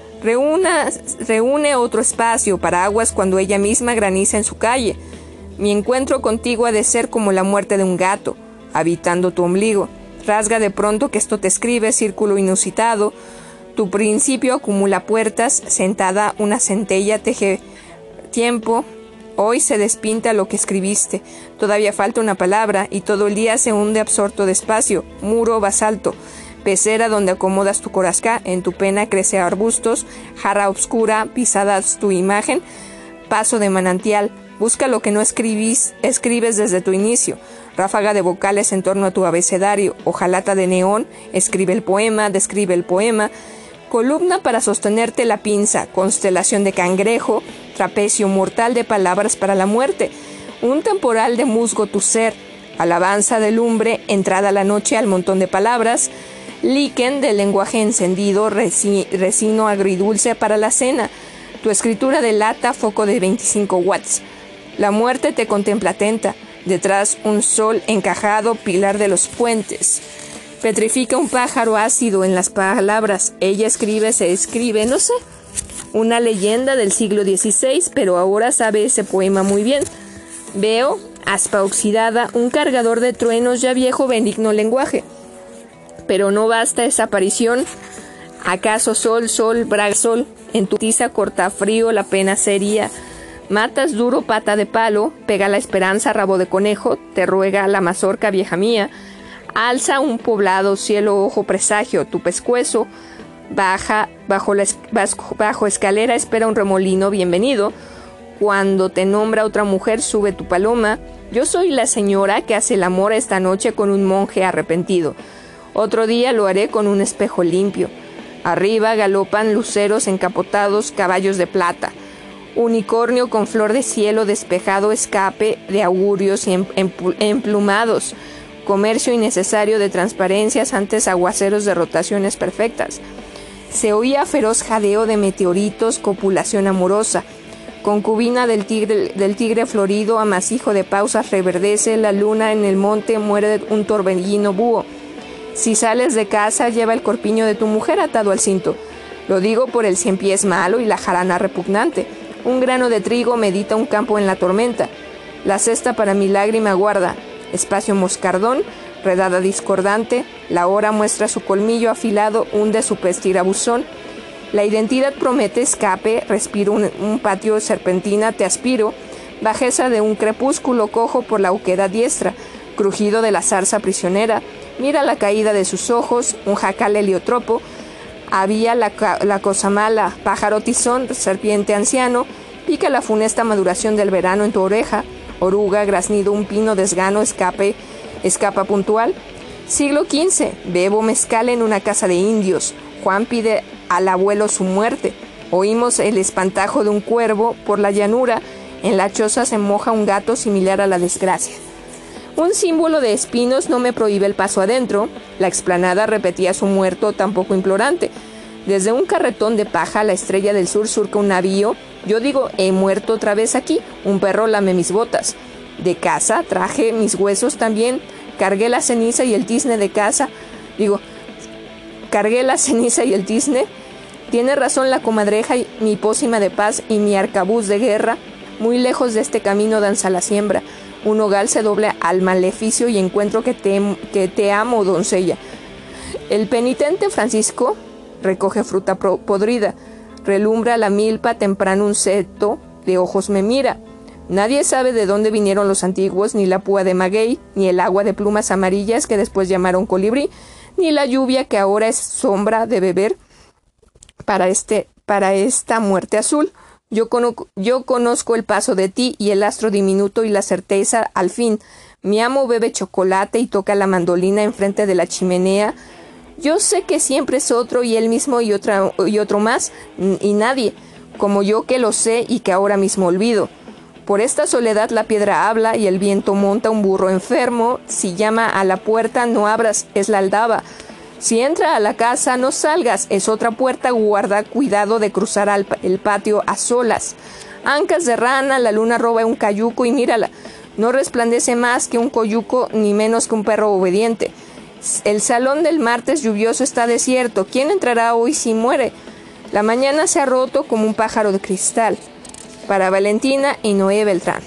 Speaker 1: Reúna, reúne otro espacio para aguas cuando ella misma graniza en su calle. Mi encuentro contigo ha de ser como la muerte de un gato, habitando tu ombligo. Rasga de pronto que esto te escribe, círculo inusitado. Tu principio acumula puertas, sentada una centella teje tiempo. Hoy se despinta lo que escribiste. Todavía falta una palabra y todo el día se hunde absorto de espacio. Muro, basalto. Pecera donde acomodas tu corasca. En tu pena crece arbustos. Jarra obscura, pisadas tu imagen. Paso de manantial. Busca lo que no escribís, escribes desde tu inicio. Ráfaga de vocales en torno a tu abecedario. Hojalata de neón. Escribe el poema, describe el poema. Columna para sostenerte la pinza, constelación de cangrejo, trapecio mortal de palabras para la muerte, un temporal de musgo tu ser, alabanza de lumbre, entrada la noche al montón de palabras, líquen del lenguaje encendido, reci- resino agridulce para la cena, tu escritura de lata, foco de veinticinco watts, la muerte te contempla atenta, detrás un sol encajado, pilar de los puentes. Petrifica un pájaro ácido en las palabras. Ella escribe, se escribe, no sé. Una leyenda del siglo dieciséis, pero ahora sabe ese poema muy bien. Veo, aspa oxidada, un cargador de truenos ya viejo benigno lenguaje. Pero no basta esa aparición. ¿Acaso sol, sol, braga, sol? En tu tiza corta frío la pena sería. Matas duro pata de palo, pega la esperanza rabo de conejo, te ruega la mazorca vieja mía. Alza un poblado, cielo, ojo, presagio, tu pescuezo, baja, bajo, la, bajo escalera espera un remolino, bienvenido. Cuando te nombra otra mujer, sube tu paloma. Yo soy la señora que hace el amor esta noche con un monje arrepentido. Otro día lo haré con un espejo limpio. Arriba galopan luceros encapotados, caballos de plata. Unicornio con flor de cielo despejado, escape de augurios y emplumados. Comercio innecesario de transparencias antes aguaceros de rotaciones perfectas. Se oía feroz jadeo de meteoritos, copulación amorosa. Concubina del tigre, del tigre florido, amasijo de pausas, reverdece la luna en el monte, muere un torbellino búho. Si sales de casa, lleva el corpiño de tu mujer atado al cinto. Lo digo por el cien pies malo y la jarana repugnante. Un grano de trigo medita un campo en la tormenta. La cesta para mi lágrima guarda. Espacio moscardón, redada discordante. La hora muestra su colmillo afilado, hunde su pestirabuzón. La identidad promete escape, respiro un, un patio serpentina, te aspiro. Bajeza de un crepúsculo cojo por la oquedad diestra. Crujido de la zarza prisionera. Mira la caída de sus ojos, un jacal heliotropo. Había la, la cosa mala, pájaro tizón, serpiente anciano, pica la funesta maduración del verano en tu oreja, oruga, graznido, un pino, desgano, escape, escapa puntual. Siglo quince, bebo mezcal en una casa de indios, Juan pide al abuelo su muerte, oímos el espantajo de un cuervo por la llanura, en la choza se moja un gato similar a la desgracia. Un símbolo de espinos no me prohíbe el paso adentro. La explanada repetía su muerto tampoco implorante. Desde un carretón de paja la estrella del sur surca un navío. Yo digo, he muerto otra vez aquí. Un perro lame mis botas. De casa traje mis huesos también. Cargué la ceniza y el tizne de casa. Digo, cargué la ceniza y el tizne. Tiene razón la comadreja, y mi pócima de paz y mi arcabuz de guerra. Muy lejos de este camino danza la siembra. Un nogal se dobla al maleficio y encuentro que te, que te amo, doncella. El penitente Francisco recoge fruta podrida, relumbra la milpa, temprano un seto de ojos me mira. Nadie sabe de dónde vinieron los antiguos, ni la púa de maguey, ni el agua de plumas amarillas que después llamaron colibrí, ni la lluvia que ahora es sombra de beber para, este, para esta muerte azul. Yo, cono yo conozco el paso de ti y el astro diminuto y la certeza al fin. Mi amo bebe chocolate y toca la mandolina enfrente de la chimenea. Yo sé que siempre es otro y él mismo y, otra, y otro más, y nadie, como yo que lo sé y que ahora mismo olvido. Por esta soledad la piedra habla y el viento monta un burro enfermo. Si llama a la puerta, no abras, es la aldaba. Si entra a la casa, no salgas, es otra puerta, guarda cuidado de cruzar al, el patio a solas. Ancas de rana, la luna roba un cayuco y mírala, no resplandece más que un coyuco ni menos que un perro obediente. El salón del martes lluvioso está desierto, ¿quién entrará hoy si muere? La mañana se ha roto como un pájaro de cristal. Para Valentina y Noé Beltrán.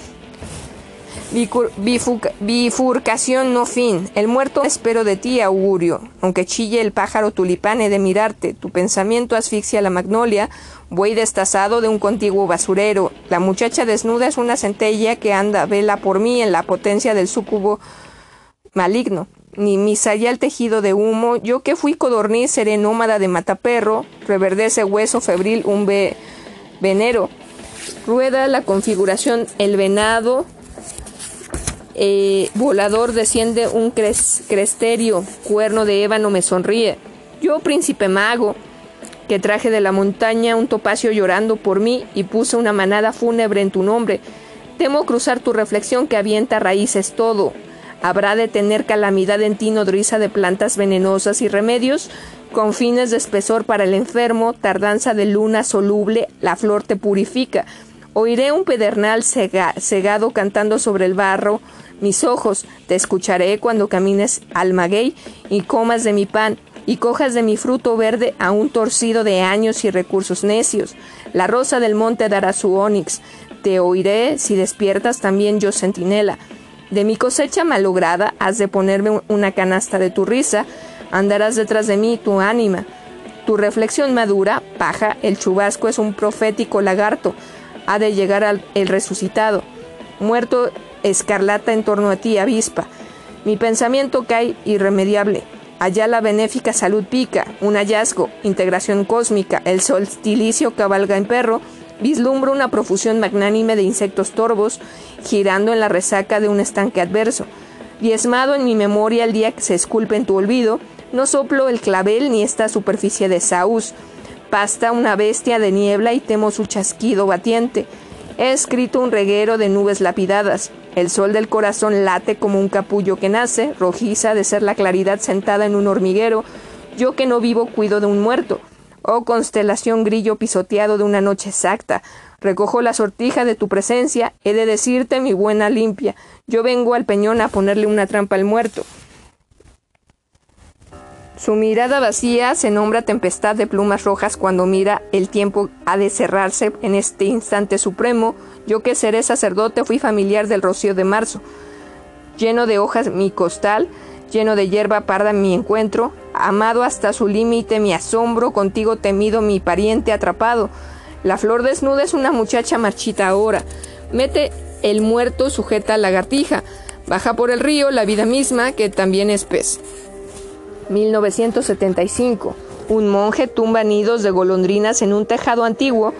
Speaker 1: Bifurcación no fin. El muerto espero de ti, augurio. Aunque chille el pájaro tulipán, he de mirarte. Tu pensamiento asfixia la magnolia. Buey destazado de un contiguo basurero. La muchacha desnuda es una centella que anda, vela por mí en la potencia del súcubo maligno. Ni mi sayal tejido de humo. Yo que fui codorniz seré nómada de mataperro. Reverdece hueso febril un ve venero. Rueda la configuración el venado. Eh, volador desciende un cres cresterio, cuerno de ébano me sonríe. Yo, príncipe mago, que traje de la montaña un topacio llorando por mí y puse una manada fúnebre en tu nombre. Temo cruzar tu reflexión que avienta raíces todo. Habrá de tener calamidad en ti nodriza de plantas venenosas y remedios, con fines de espesor para el enfermo, tardanza de luna soluble, la flor te purifica. Oiré un pedernal cega cegado cantando sobre el barro. Mis ojos, te escucharé cuando camines al maguey y comas de mi pan y cojas de mi fruto verde aún torcido de años y recursos necios. La rosa del monte dará su onix. Te oiré si despiertas también yo centinela. De mi cosecha malograda has de ponerme una canasta de tu risa. Andarás detrás de mí tu ánima. Tu reflexión madura, paja, el chubasco es un profético lagarto. Ha de llegar al el resucitado. Muerto escarlata en torno a ti, avispa. Mi pensamiento cae irremediable. Allá la benéfica salud pica, un hallazgo, integración cósmica, el solstilicio cabalga en perro, vislumbro una profusión magnánime de insectos torvos, girando en la resaca de un estanque adverso. Diezmado en mi memoria el día que se esculpe en tu olvido, no soplo el clavel ni esta superficie de saúz. Pasta una bestia de niebla y temo su chasquido batiente. He escrito un reguero de nubes lapidadas. El sol del corazón late como un capullo que nace, rojiza de ser la claridad sentada en un hormiguero. Yo que no vivo cuido de un muerto. Oh constelación grillo pisoteado de una noche exacta, recojo la sortija de tu presencia, he de decirte, mi buena limpia, yo vengo al peñón a ponerle una trampa al muerto. Su mirada vacía se nombra tempestad de plumas rojas cuando mira el tiempo ha de cerrarse en este instante supremo. Yo que seré sacerdote fui familiar del rocío de marzo. Lleno de hojas mi costal, lleno de hierba parda mi encuentro, amado hasta su límite mi asombro, contigo temido mi pariente atrapado. La flor desnuda es una muchacha marchita ahora. Mete el muerto, sujeta la lagartija. Baja por el río la vida misma, que también es pez. mil novecientos setenta y cinco. Un monje tumba nidos de golondrinas en un tejado antiguo.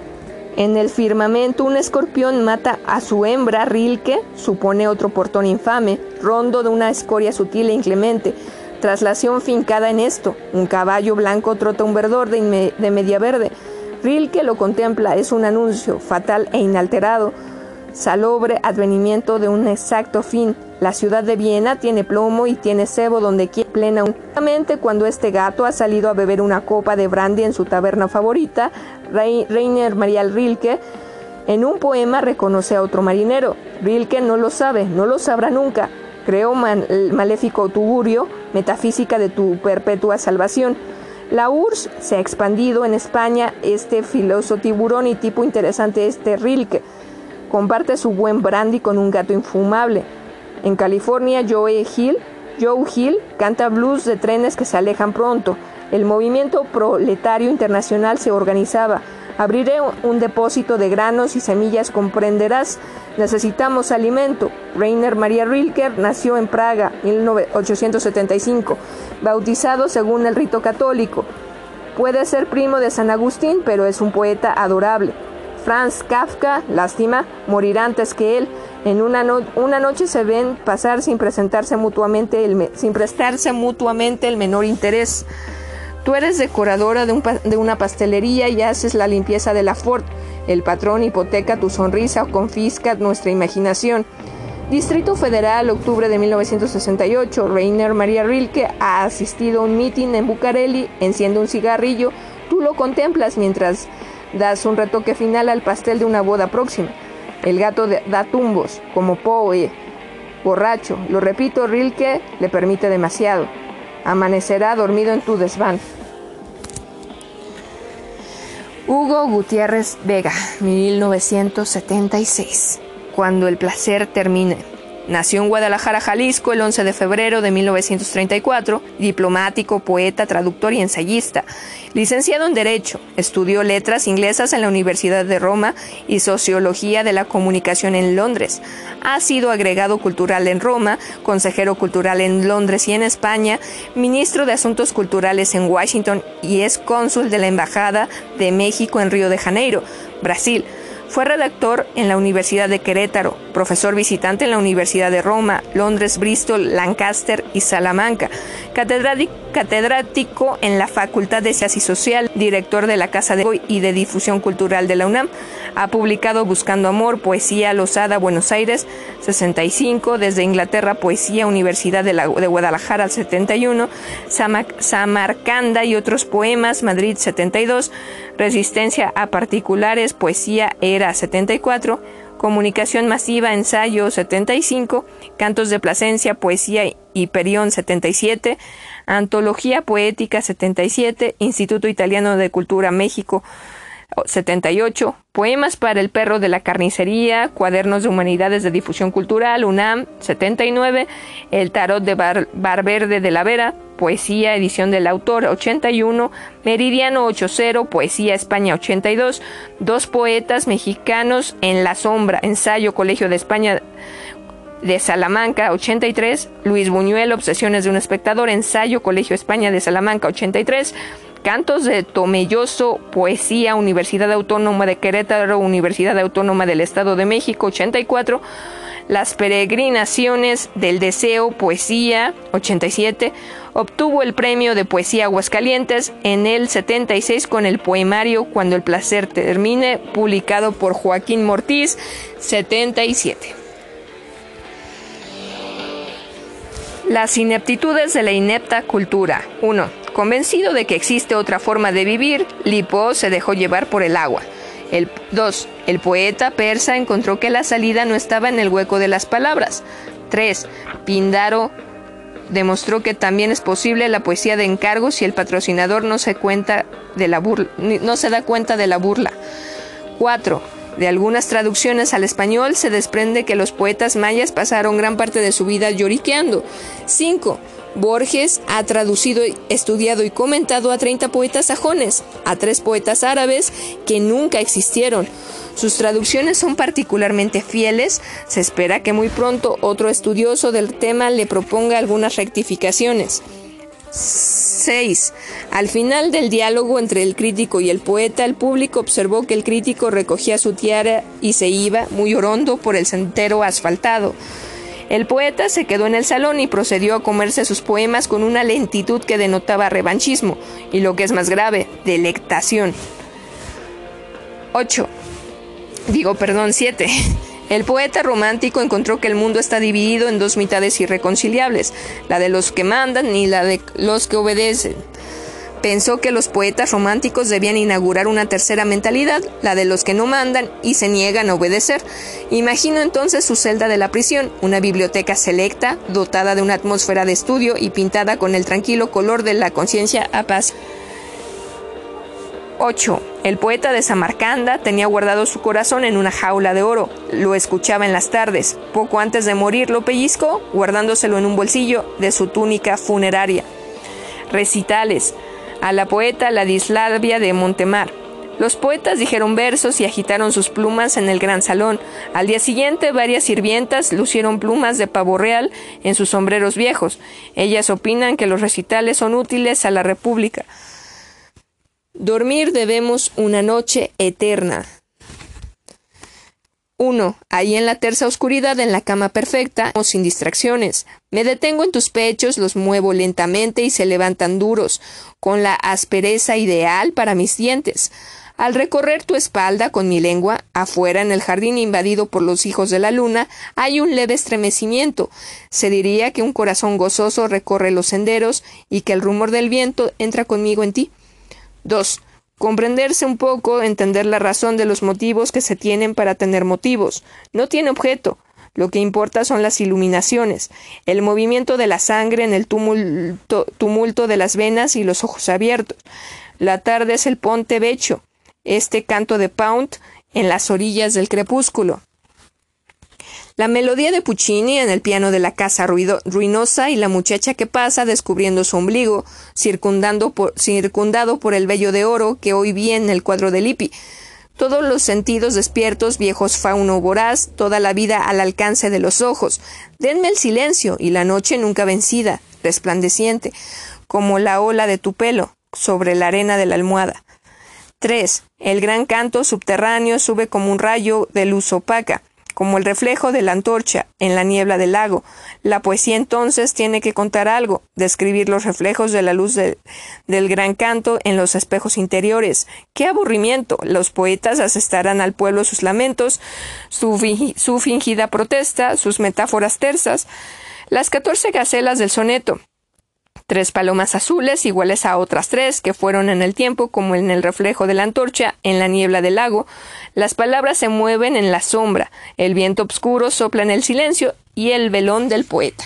Speaker 1: En el firmamento un escorpión mata a su hembra. Rilke supone otro portón infame, rondo de una escoria sutil e inclemente. Traslación fincada en esto. Un caballo blanco trota un verdor de, inme- de media verde. Rilke lo contempla, es un anuncio fatal e inalterado, salobre advenimiento de un exacto fin. La ciudad de Viena tiene plomo y tiene cebo donde quiera plena. Únicamente cuando este gato ha salido a beber una copa de brandy en su taberna favorita, Rei- Rainer Maria Rilke en un poema reconoce a otro marinero. Rilke no lo sabe, no lo sabrá nunca. Creó man- el maléfico tugurio, metafísica de tu perpetua salvación. La U R S S se ha expandido en España, este filoso tiburón y tipo interesante este Rilke. Comparte su buen brandy con un gato infumable. En California, Joe Hill, Joe Hill canta blues de trenes que se alejan pronto. El movimiento proletario internacional se organizaba. Abriré un depósito de granos y semillas, comprenderás. Necesitamos alimento. Rainer Maria Rilke nació en Praga, mil ochocientos setenta y cinco, bautizado según el rito católico. Puede ser primo de San Agustín, pero es un poeta adorable. Franz Kafka, lástima, morirá antes que él. En una, no- una noche se ven pasar sin presentarse mutuamente el me- sin prestarse mutuamente el menor interés. Tú eres decoradora de, un pa- de una pastelería y haces la limpieza de la Ford. El patrón hipoteca tu sonrisa o confisca nuestra imaginación. Distrito Federal, octubre de mil novecientos sesenta y ocho. Rainer Maria Rilke ha asistido a un mitin en Bucareli, enciende un cigarrillo. Tú lo contemplas mientras das un retoque final al pastel de una boda próxima. El gato de- da tumbos, como Poe, borracho. Lo repito, Rilke le permite demasiado. Amanecerá dormido en tu desván. Hugo Gutiérrez Vega, mil novecientos setenta y seis. Cuando el placer termine. Nació en Guadalajara, Jalisco, el once de febrero de mil novecientos treinta y cuatro, diplomático, poeta, traductor y ensayista. Licenciado en Derecho, estudió letras inglesas en la Universidad de Roma y Sociología de la Comunicación en Londres. Ha sido agregado cultural en Roma, consejero cultural en Londres y en España, ministro de Asuntos Culturales en Washington y es cónsul de la Embajada de México en Río de Janeiro, Brasil. Fue redactor en la Universidad de Querétaro, profesor visitante en la Universidad de Roma, Londres, Bristol, Lancaster y Salamanca, catedrático en la Facultad de Ciencias y Social, director de la Casa de y de Difusión Cultural de la UNAM. Ha publicado Buscando Amor, Poesía, Losada, Buenos Aires, sesenta y cinco, desde Inglaterra, Poesía, Universidad de, la, de Guadalajara, setenta y uno, Samac, Samarcanda y otros poemas, Madrid, setenta y dos, Resistencia a Particulares, Poesía, Era, setenta y cuatro, Comunicación Masiva, Ensayo, setenta y cinco, Cantos de Plasencia, Poesía Hiperión, setenta y siete, Antología Poética, setenta y siete, Instituto Italiano de Cultura, México, setenta y ocho, Poemas para el Perro de la Carnicería, Cuadernos de Humanidades de Difusión Cultural, UNAM, setenta y nueve, El Tarot de Bar, Bar Verde de la Vera, Poesía, edición del autor, ochenta y uno, Meridiano ochenta, Poesía España, ochenta y dos, Dos poetas mexicanos en la sombra, ensayo, Colegio de España de Salamanca, ochenta y tres, Luis Buñuel, Obsesiones de un espectador, ensayo, Colegio España de Salamanca, ochenta y tres, Cantos de Tomelloso, Poesía, Universidad Autónoma de Querétaro, Universidad Autónoma del Estado de México, ochenta y cuatro, Las Peregrinaciones del Deseo, Poesía, ochenta y siete, obtuvo el premio de Poesía Aguascalientes en el setenta y seis con el poemario Cuando el placer termine, publicado por Joaquín Mortiz, setenta y siete. Las ineptitudes de la inepta cultura. uno. Convencido de que existe otra forma de vivir, Lipo se dejó llevar por el agua. El, dos. El poeta persa encontró que la salida no estaba en el hueco de las palabras. tres. Píndaro demostró que también es posible la poesía de encargo si el patrocinador no se, cuenta de la burla, no se da cuenta de la burla. cuatro. De algunas traducciones al español se desprende que los poetas mayas pasaron gran parte de su vida lloriqueando. cinco. Borges ha traducido, estudiado y comentado a treinta poetas sajones, a tres poetas árabes que nunca existieron. Sus traducciones son particularmente fieles. Se espera que muy pronto otro estudioso del tema le proponga algunas rectificaciones. seis. Al final del diálogo entre el crítico y el poeta, el público observó que el crítico recogía su tiara y se iba, muy orondo, por el sendero asfaltado. El poeta se quedó en el salón y procedió a comerse sus poemas con una lentitud que denotaba revanchismo y, lo que es más grave, delectación. ocho. Digo, perdón, siete. El poeta romántico encontró que el mundo está dividido en dos mitades irreconciliables, la de los que mandan y la de los que obedecen. Pensó que los poetas románticos debían inaugurar una tercera mentalidad, la de los que no mandan y se niegan a obedecer. Imaginó entonces su celda de la prisión, una biblioteca selecta, dotada de una atmósfera de estudio y pintada con el tranquilo color de la conciencia apacible. ocho. El poeta de Samarcanda tenía guardado su corazón en una jaula de oro. Lo escuchaba en las tardes. Poco antes de morir lo pellizcó, guardándoselo en un bolsillo de su túnica funeraria. Recitales. A la poeta Ladislavia de Montemar. Los poetas dijeron versos y agitaron sus plumas en el gran salón. Al día siguiente, varias sirvientas lucieron plumas de pavo real en sus sombreros viejos. Ellas opinan que los recitales son útiles a la República. Dormir debemos una noche eterna. uno. Ahí en la tersa oscuridad, en la cama perfecta, sin distracciones. Me detengo en tus pechos, los muevo lentamente y se levantan duros, con la aspereza ideal para mis dientes. Al recorrer tu espalda con mi lengua, afuera en el jardín invadido por los hijos de la luna, hay un leve estremecimiento. Se diría que un corazón gozoso recorre los senderos y que el rumor del viento entra conmigo en ti. dos. Comprenderse un poco, entender la razón de los motivos que se tienen para tener motivos. No tiene objeto. Lo que importa son las iluminaciones, el movimiento de la sangre en el tumulto, tumulto de las venas y los ojos abiertos. La tarde es el ponte vecchio, este canto de Pound en las orillas del crepúsculo. La melodía de Puccini en el piano de la casa ruido, ruinosa y la muchacha que pasa descubriendo su ombligo, circundando por, circundado por el vello de oro que hoy vi en el cuadro de Lippi. Todos los sentidos despiertos, viejos fauno voraz, toda la vida al alcance de los ojos. Denme el silencio y la noche nunca vencida, resplandeciente, como la ola de tu pelo, sobre la arena de la almohada. tres. El gran canto subterráneo sube como un rayo de luz opaca, como el reflejo de la antorcha en la niebla del lago. La poesía entonces tiene que contar algo, describir los reflejos de la luz de, del gran canto en los espejos interiores. ¡Qué aburrimiento! Los poetas asestarán al pueblo sus lamentos, su, fingi, su fingida protesta, sus metáforas tersas. Las catorce gacelas del soneto. Tres palomas azules, iguales a otras tres, que fueron en el tiempo como en el reflejo de la antorcha, en la niebla del lago. Las palabras se mueven en la sombra, el viento oscuro sopla en el silencio y el velón del poeta.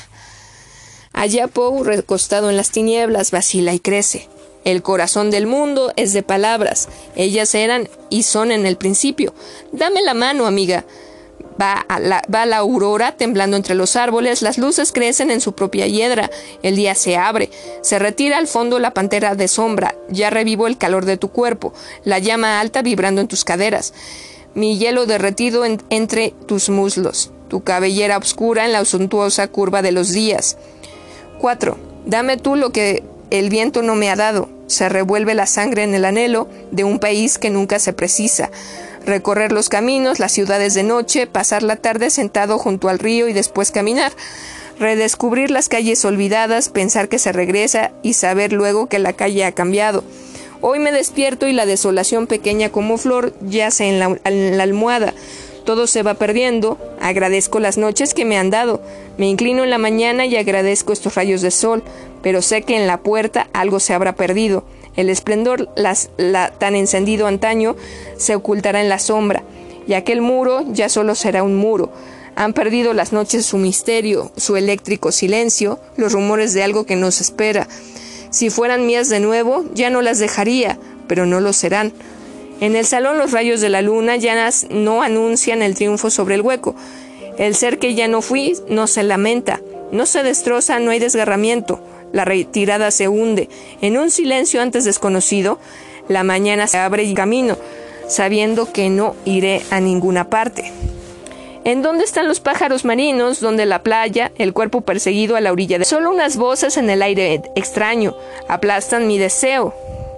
Speaker 1: Allá Poe, recostado en las tinieblas, vacila y crece. El corazón del mundo es de palabras. Ellas eran y son en el principio. Dame la mano, amiga. Va a, la, va la aurora temblando entre los árboles, las luces crecen en su propia hiedra, el día se abre, se retira al fondo la pantera de sombra, ya revivo el calor de tu cuerpo, la llama alta vibrando en tus caderas, mi hielo derretido en, entre tus muslos, tu cabellera oscura en la suntuosa curva de los días. cuatro. Dame tú lo que el viento no me ha dado, se revuelve la sangre en el anhelo de un país que nunca se precisa. Recorrer los caminos, las ciudades de noche, pasar la tarde sentado junto al río y después caminar. Redescubrir las calles olvidadas, pensar que se regresa y saber luego que la calle ha cambiado. Hoy me despierto y la desolación pequeña como flor yace en la, en la almohada. Todo se va perdiendo. Agradezco las noches que me han dado. Me inclino en la mañana y agradezco estos rayos de sol, pero sé que en la puerta algo se habrá perdido. El esplendor las, la, tan encendido antaño se ocultará en la sombra, y aquel muro ya solo será un muro. Han perdido las noches su misterio, su eléctrico silencio, los rumores de algo que nos espera. Si fueran mías de nuevo, ya no las dejaría, pero no lo serán. En el salón los rayos de la luna ya no anuncian el triunfo sobre el hueco. El ser que ya no fui no se lamenta, no se destroza, no hay desgarramiento. La retirada se hunde. En un silencio antes desconocido, la mañana se abre y camino, sabiendo que no iré a ninguna parte. ¿En dónde están los pájaros marinos? ¿Dónde la playa? El cuerpo perseguido a la orilla de... Solo unas voces en el aire extraño aplastan mi deseo.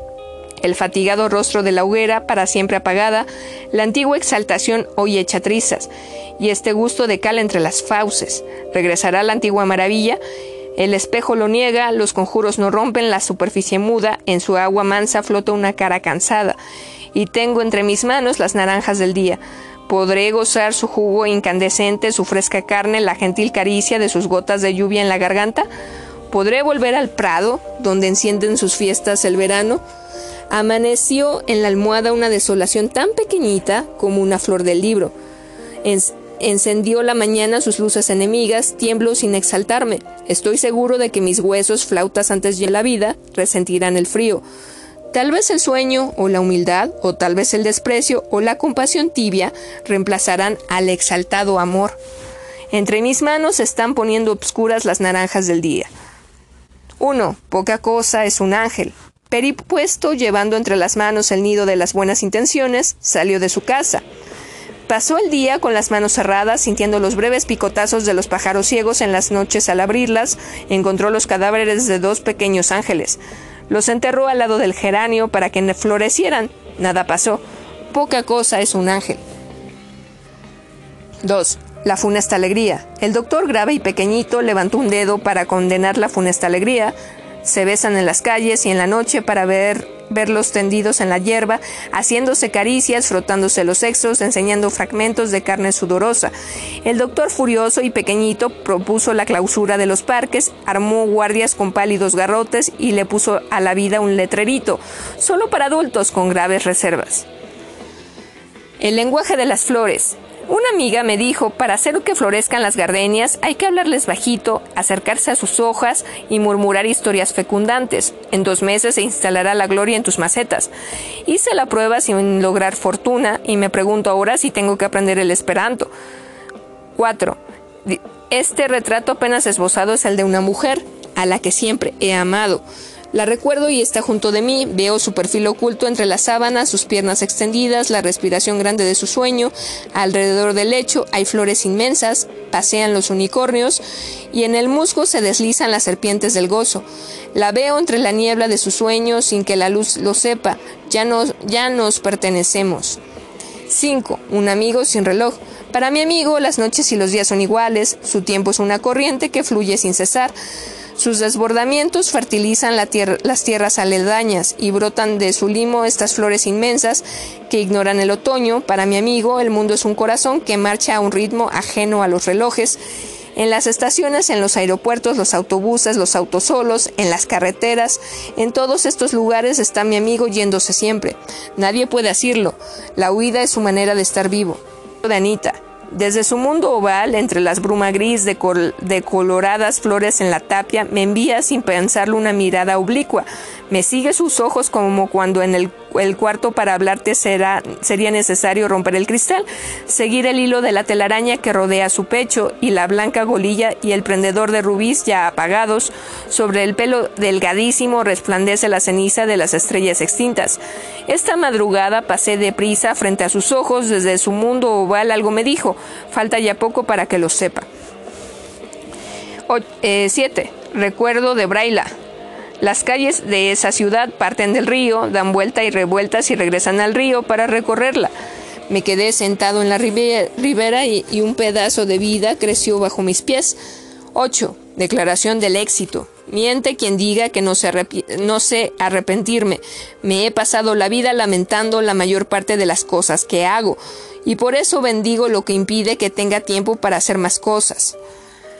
Speaker 1: El fatigado rostro de la hoguera, para siempre apagada, la antigua exaltación hoy hecha trizas, y este gusto de cal entre las fauces. Regresará la antigua maravilla. El espejo lo niega, los conjuros no rompen la superficie muda, en su agua mansa flota una cara cansada, y tengo entre mis manos las naranjas del día. ¿Podré gozar su jugo incandescente, su fresca carne, la gentil caricia de sus gotas de lluvia en la garganta? ¿Podré volver al prado, donde encienden sus fiestas el verano? Amaneció en la almohada una desolación tan pequeñita como una flor del libro. En Encendió la mañana sus luces enemigas, tiemblo sin exaltarme. Estoy seguro de que mis huesos, flautas antes de la vida, resentirán el frío. Tal vez el sueño, o la humildad, o tal vez el desprecio, o la compasión tibia, reemplazarán al exaltado amor. Entre mis manos se están poniendo obscuras las naranjas del día. uno. Poca cosa es un ángel. Peripuesto, llevando entre las manos el nido de las buenas intenciones, salió de su casa. Pasó el día con las manos cerradas, sintiendo los breves picotazos de los pájaros ciegos en las noches. Al abrirlas, encontró los cadáveres de dos pequeños ángeles. Los enterró al lado del geranio para que florecieran. Nada pasó. Poca cosa es un ángel. dos. La funesta alegría. El doctor, grave y pequeñito, levantó un dedo para condenar la funesta alegría. Se besan en las calles y en la noche para ver, verlos tendidos en la hierba, haciéndose caricias, frotándose los sexos, enseñando fragmentos de carne sudorosa. El doctor, furioso y pequeñito, propuso la clausura de los parques, armó guardias con pálidos garrotes y le puso a la vida un letrerito, solo para adultos, con graves reservas. El lenguaje de las flores. Una amiga me dijo, para hacer que florezcan las gardenias hay que hablarles bajito, acercarse a sus hojas y murmurar historias fecundantes. En dos meses se instalará la gloria en tus macetas. Hice la prueba sin lograr fortuna y me pregunto ahora si tengo que aprender el esperanto. cuatro. Este retrato apenas esbozado es el de una mujer, a la que siempre he amado. La recuerdo y está junto de mí, veo su perfil oculto entre las sábanas, sus piernas extendidas, la respiración grande de su sueño. Alrededor del lecho hay flores inmensas, pasean los unicornios y en el musgo se deslizan las serpientes del gozo. La veo entre la niebla de su sueño sin que la luz lo sepa, ya nos, ya nos pertenecemos. cinco. Un amigo sin reloj. Para mi amigo las noches y los días son iguales, su tiempo es una corriente que fluye sin cesar. Sus desbordamientos fertilizan la tier- las tierras aledañas y brotan de su limo estas flores inmensas que ignoran el otoño. Para mi amigo, el mundo es un corazón que marcha a un ritmo ajeno a los relojes. En las estaciones, en los aeropuertos, los autobuses, los autos solos, en las carreteras, en todos estos lugares está mi amigo yéndose siempre. Nadie puede asirlo. La huida es su manera de estar vivo. De Anita. Desde su mundo oval, entre las bruma gris de, col de coloradas flores en la tapia, me envía sin pensarlo una mirada oblicua. Me sigue sus ojos como cuando en el, el cuarto para hablarte será, sería necesario romper el cristal, seguir el hilo de la telaraña que rodea su pecho y la blanca golilla y el prendedor de rubíes ya apagados. Sobre el pelo delgadísimo resplandece la ceniza de las estrellas extintas. Esta madrugada pasé deprisa frente a sus ojos, desde su mundo oval algo me dijo. Falta ya poco para que lo sepa. siete. Eh, Recuerdo de Braila. Las calles de esa ciudad parten del río, dan vuelta y revueltas y regresan al río para recorrerla. Me quedé sentado en la ribera y, y un pedazo de vida creció bajo mis pies. ocho. Declaración del éxito. Miente quien diga que no sé, no sé arrepentirme. Me he pasado la vida lamentando la mayor parte de las cosas que hago, y por eso bendigo lo que impide que tenga tiempo para hacer más cosas.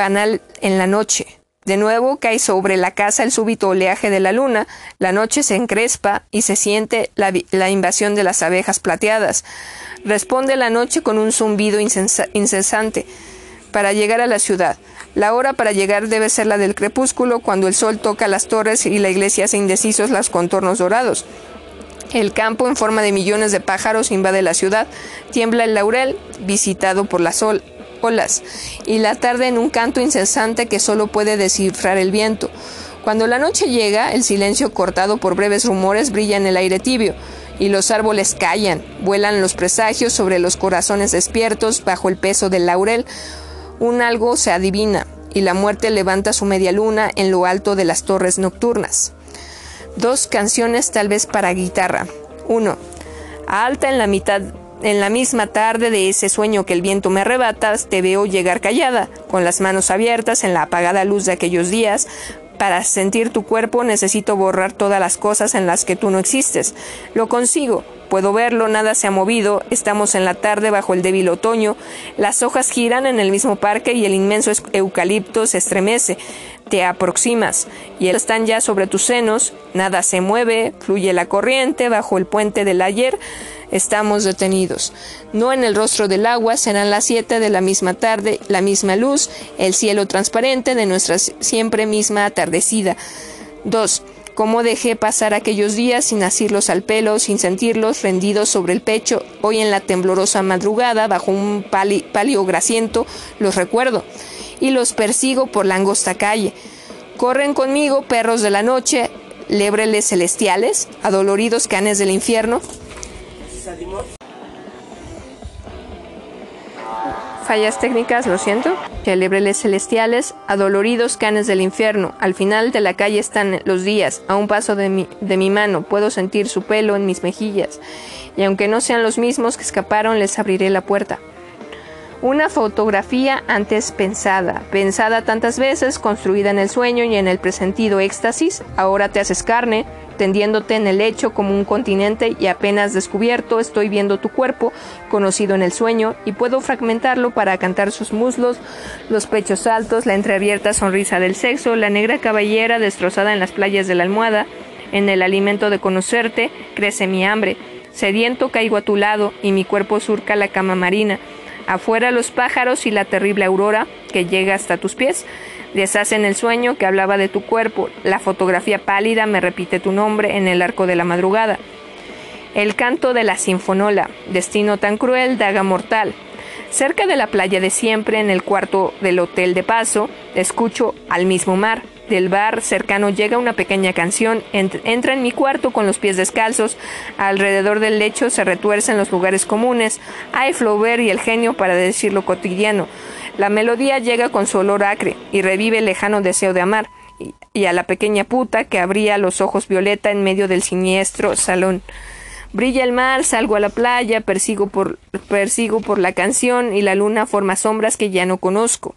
Speaker 1: panal en la noche. De nuevo cae sobre la casa el súbito oleaje de la luna, la noche se encrespa y se siente la, la invasión de las abejas plateadas. Responde la noche con un zumbido incesante para llegar a la ciudad. La hora para llegar debe ser la del crepúsculo, cuando el sol toca las torres y la iglesia hace indecisos los contornos dorados. El campo en forma de millones de pájaros invade la ciudad, tiembla el laurel, visitado por las olas. olas, y la tarde en un canto incesante que solo puede descifrar el viento. Cuando la noche llega, el silencio cortado por breves rumores brilla en el aire tibio, y los árboles callan, vuelan los presagios sobre los corazones despiertos bajo el peso del laurel. Un algo se adivina, y la muerte levanta su media luna en lo alto de las torres nocturnas. Dos canciones tal vez para guitarra. Uno. Alta en la mitad En la misma tarde de ese sueño que el viento me arrebata, te veo llegar callada, con las manos abiertas en la apagada luz de aquellos días. Para sentir tu cuerpo necesito borrar todas las cosas en las que tú no existes. Lo consigo, puedo verlo, nada se ha movido, estamos en la tarde bajo el débil otoño, las hojas giran en el mismo parque y el inmenso eucalipto se estremece. Te aproximas, y están ya sobre tus senos, nada se mueve, fluye la corriente bajo el puente del ayer. Estamos detenidos. No en el rostro del agua, serán las siete de la misma tarde, la misma luz, el cielo transparente de nuestra siempre misma atardecida. Dos. Cómo dejé pasar aquellos días sin asirlos al pelo, sin sentirlos rendidos sobre el pecho. Hoy en la temblorosa madrugada, bajo un pali, palio grasiento, los recuerdo y los persigo por la angosta calle. Corren conmigo perros de la noche, lebreles celestiales, adoloridos canes del infierno. Fallas técnicas, lo siento. Lebreles celestiales, adoloridos canes del infierno. Al final de la calle están los días, a un paso de mi, de mi mano. Puedo sentir su pelo en mis mejillas. Y aunque no sean los mismos que escaparon, les abriré la puerta. Una fotografía antes pensada, pensada tantas veces, construida en el sueño y en el presentido éxtasis. Ahora te haces carne, tendiéndote en el lecho como un continente, y apenas descubierto estoy viendo tu cuerpo, conocido en el sueño, y puedo fragmentarlo para cantar sus muslos, los pechos altos, la entreabierta sonrisa del sexo, la negra cabellera destrozada en las playas de la almohada. En el alimento de conocerte crece mi hambre. Sediento caigo a tu lado y mi cuerpo surca la cama marina. Afuera los pájaros y la terrible aurora que llega hasta tus pies deshacen el sueño que hablaba de tu cuerpo. La fotografía pálida me repite tu nombre en el arco de la madrugada. El canto de la sinfonola, destino tan cruel, daga mortal. Cerca de la playa de siempre, en el cuarto del hotel de paso, escucho al mismo mar. Del bar cercano llega una pequeña canción. Entra en mi cuarto con los pies descalzos. Alrededor del lecho se retuercen los lugares comunes. Hay Flaubert y el genio para decir lo cotidiano. La melodía llega con su olor acre y revive el lejano deseo de amar. Y a la pequeña puta que abría los ojos violeta en medio del siniestro salón. Brilla el mar, salgo a la playa, persigo por, persigo por la canción y la luna forma sombras que ya no conozco.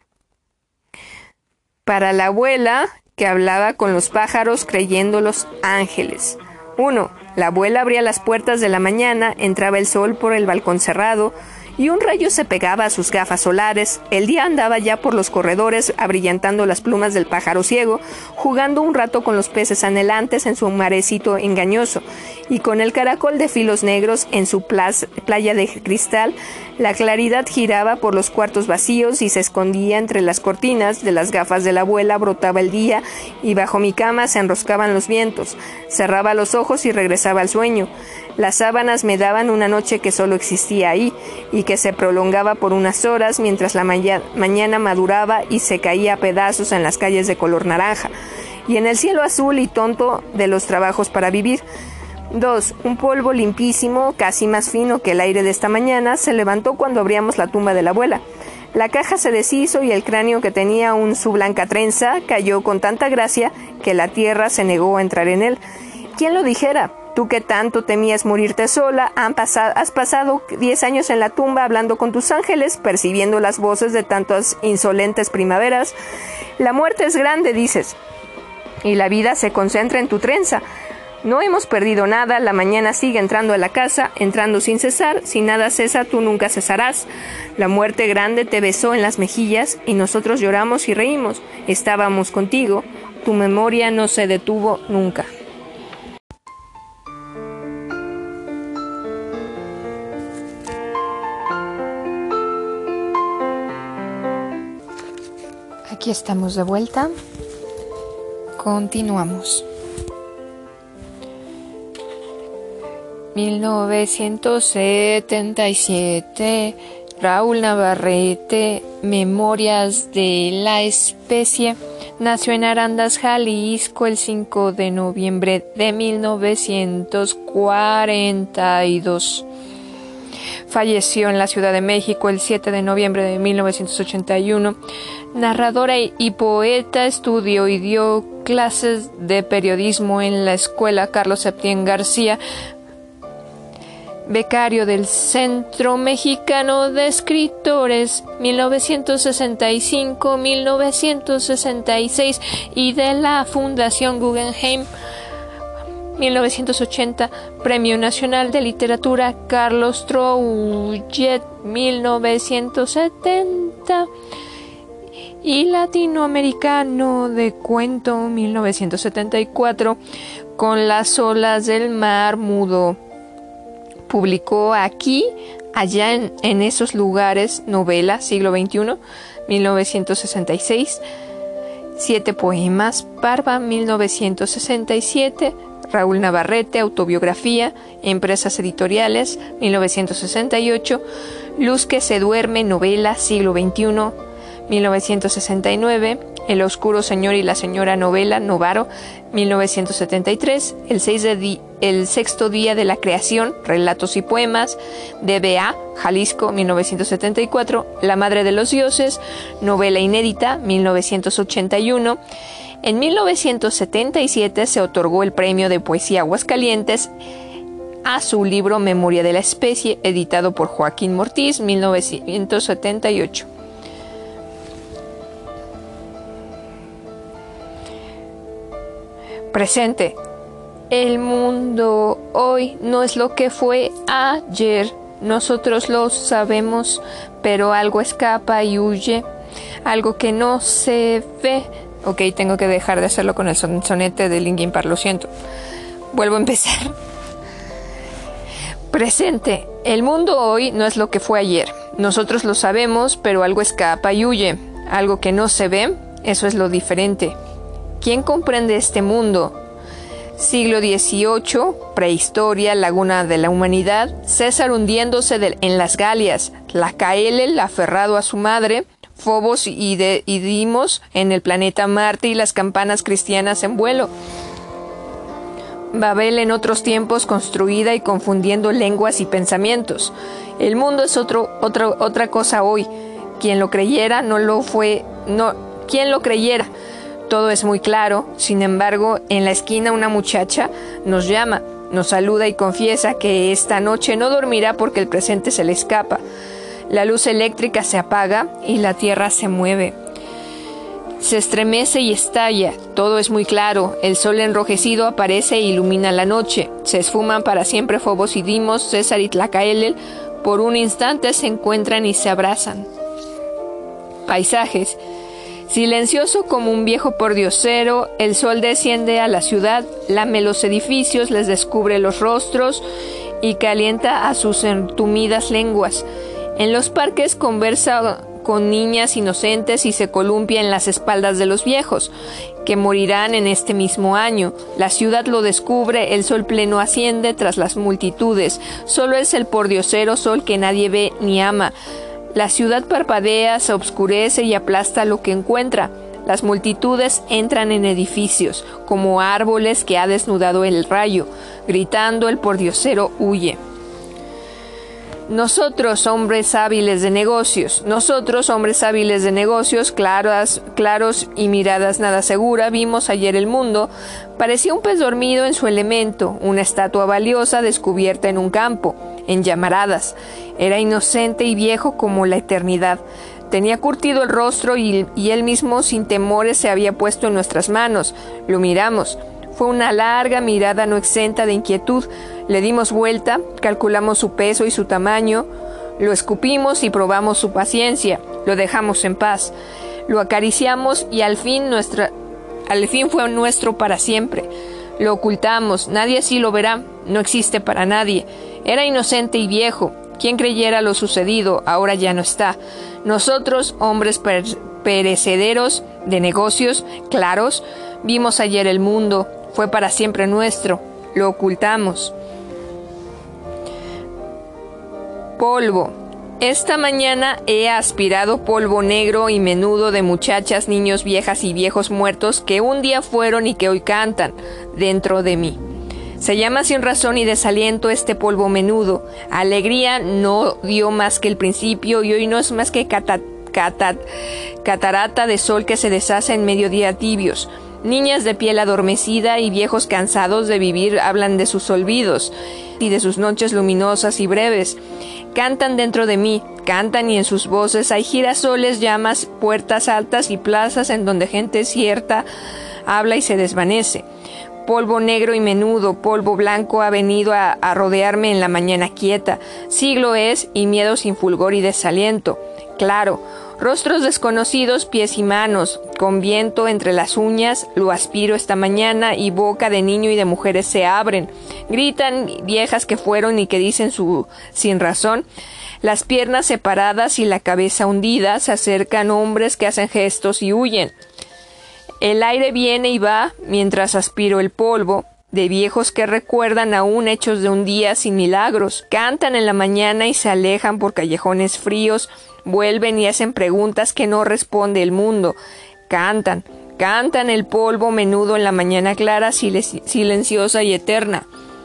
Speaker 1: Para la abuela que hablaba con los pájaros creyéndolos ángeles. Uno. La abuela abría las puertas de la mañana, entraba el sol por el balcón cerrado y un rayo se pegaba a sus gafas solares. El día andaba ya por los corredores, abrillantando las plumas del pájaro ciego, jugando un rato con los peces anhelantes en su marecito engañoso, y con el caracol de filos negros en su playa de cristal. La claridad giraba por los cuartos vacíos y se escondía entre las cortinas. De las gafas de la abuela brotaba el día, y bajo mi cama se enroscaban los vientos. Cerraba los ojos y regresaba al sueño. Las sábanas me daban una noche que solo existía ahí, y que se prolongaba por unas horas mientras la ma- mañana maduraba y se caía a pedazos en las calles de color naranja, y en el cielo azul y tonto de los trabajos para vivir. Dos. Un polvo limpísimo, casi más fino que el aire de esta mañana, se levantó cuando abríamos la tumba de la abuela. La caja se deshizo y el cráneo, que tenía aún su blanca trenza, cayó con tanta gracia que la tierra se negó a entrar en él. ¿Quién lo dijera? Tú que tanto temías morirte sola, han pasado, has pasado diez años en la tumba hablando con tus ángeles, percibiendo las voces de tantas insolentes primaveras. La muerte es grande, dices, y la vida se concentra en tu trenza. No hemos perdido nada, la mañana sigue entrando a la casa, entrando sin cesar, si nada cesa tú nunca cesarás. La muerte grande te besó en las mejillas y nosotros lloramos y reímos. Estábamos contigo, tu memoria no se detuvo nunca. Aquí estamos de vuelta. Continuamos. mil novecientos setenta y siete, Raúl Navarrete, Memorias de la Especie, nació en Arandas, Jalisco, el cinco de noviembre de mil novecientos cuarenta y dos. Falleció en la Ciudad de México el siete de noviembre de mil novecientos ochenta y uno. Narradora y poeta, estudió y dio clases de periodismo en la Escuela Carlos Septién García, becario del Centro Mexicano de Escritores mil novecientos sesenta y cinco a mil novecientos sesenta y seis y de la Fundación Guggenheim mil novecientos ochenta, Premio Nacional de Literatura Carlos Trouillet mil novecientos setenta y Latinoamericano de Cuento mil novecientos setenta y cuatro, Con las olas del mar mudo. Publicó Aquí, allá en, en esos lugares, novela, siglo veintiuno, mil novecientos sesenta y seis, Siete poemas, Parva, mil novecientos sesenta y siete, Raúl Navarrete, autobiografía, Empresas Editoriales, mil novecientos sesenta y ocho, Luz que se duerme, novela, siglo veintiuno, mil novecientos sesenta y nueve, El oscuro señor y la señora, novela, Novaro, mil novecientos setenta y tres, El, seis de di- el sexto día de la creación, relatos y poemas, D B A, Jalisco, mil novecientos setenta y cuatro, La madre de los dioses, novela inédita, mil novecientos ochenta y uno. En mil novecientos setenta y siete se otorgó el Premio de Poesía Aguascalientes a su libro Memoria de la Especie, editado por Joaquín Mortiz, mil novecientos setenta y ocho. Presente. El mundo hoy no es lo que fue ayer. Nosotros lo sabemos, pero algo escapa y huye. Algo que no se ve. Ok, tengo que dejar de hacerlo con el son- sonete de Linkin Park, lo siento. Vuelvo a empezar. Presente. El mundo hoy no es lo que fue ayer. Nosotros lo sabemos, pero algo escapa y huye. Algo que no se ve, eso es lo diferente. ¿Quién comprende este mundo? Siglo dieciocho, prehistoria, laguna de la humanidad, César hundiéndose de, en las Galias, Tlacaelel aferrado a su madre, Fobos y, de, y Dimos en el planeta Marte y las campanas cristianas en vuelo. Babel en otros tiempos construida y confundiendo lenguas y pensamientos. El mundo es otro, otro, otra cosa hoy. Quien lo creyera no lo fue, no, quien lo creyera. Todo es muy claro, sin embargo, en la esquina una muchacha nos llama, nos saluda y confiesa que esta noche no dormirá porque el presente se le escapa. La luz eléctrica se apaga y la tierra se mueve. Se estremece y estalla, todo es muy claro, el sol enrojecido aparece e ilumina la noche. Se esfuman para siempre Fobos y Dimos, César y Tlacaelel, por un instante se encuentran y se abrazan. Paisajes. Silencioso como un viejo pordiosero, el sol desciende a la ciudad, lame los edificios, les descubre los rostros y calienta a sus entumidas lenguas. En los parques conversa con niñas inocentes y se columpia en las espaldas de los viejos, que morirán en este mismo año. La ciudad lo descubre, el sol pleno asciende tras las multitudes. Solo es el pordiosero sol que nadie ve ni ama. La ciudad parpadea, se obscurece y aplasta lo que encuentra. Las multitudes entran en edificios, como árboles que ha desnudado el rayo. Gritando, el pordiosero huye. Nosotros, hombres hábiles de negocios, nosotros, hombres hábiles de negocios, claras, claros y miradas nada segura, vimos ayer el mundo. Parecía un pez dormido en su elemento, una estatua valiosa descubierta en un campo, en llamaradas. Era inocente y viejo como la eternidad. Tenía curtido el rostro y, y él mismo sin temores se había puesto en nuestras manos. Lo miramos. Fue una larga mirada no exenta de inquietud. Le dimos vuelta, calculamos su peso y su tamaño, lo escupimos y probamos su paciencia, lo dejamos en paz, lo acariciamos y al fin nuestra, al fin fue nuestro para siempre. Lo ocultamos, nadie así lo verá, no existe para nadie. Era inocente y viejo. Quien creyera lo sucedido, ahora ya no está. Nosotros, hombres per perecederos de negocios claros, vimos ayer el mundo, fue para siempre nuestro, lo ocultamos. Polvo. Esta mañana he aspirado polvo negro y menudo de muchachas, niños, viejas y viejos muertos que un día fueron y que hoy cantan dentro de mí. Se llama sin razón y desaliento este polvo menudo. Alegría no dio más que el principio y hoy no es más que cata, cata, catarata de sol que se deshace en mediodía tibios. Niñas de piel adormecida y viejos cansados de vivir hablan de sus olvidos y de sus noches luminosas y breves. Cantan dentro de mí, cantan y en sus voces hay girasoles, llamas, puertas altas y plazas en donde gente cierta habla y se desvanece. Polvo negro y menudo, polvo blanco ha venido a, a rodearme en la mañana quieta. Siglo es y miedo sin fulgor y desaliento. Claro, rostros desconocidos, pies y manos, con viento entre las uñas, lo aspiro esta mañana y boca de niño y de mujeres se abren. Gritan viejas que fueron y que dicen su sin razón. Las piernas separadas y la cabeza hundida, se acercan hombres que hacen gestos y huyen. El aire viene y va mientras aspiro el polvo, de viejos que recuerdan aún hechos de un día sin milagros. Cantan en la mañana y se alejan por callejones fríos, vuelven y hacen preguntas que no responde el mundo. Cantan, cantan el polvo menudo en la mañana clara, silenciosa y eterna.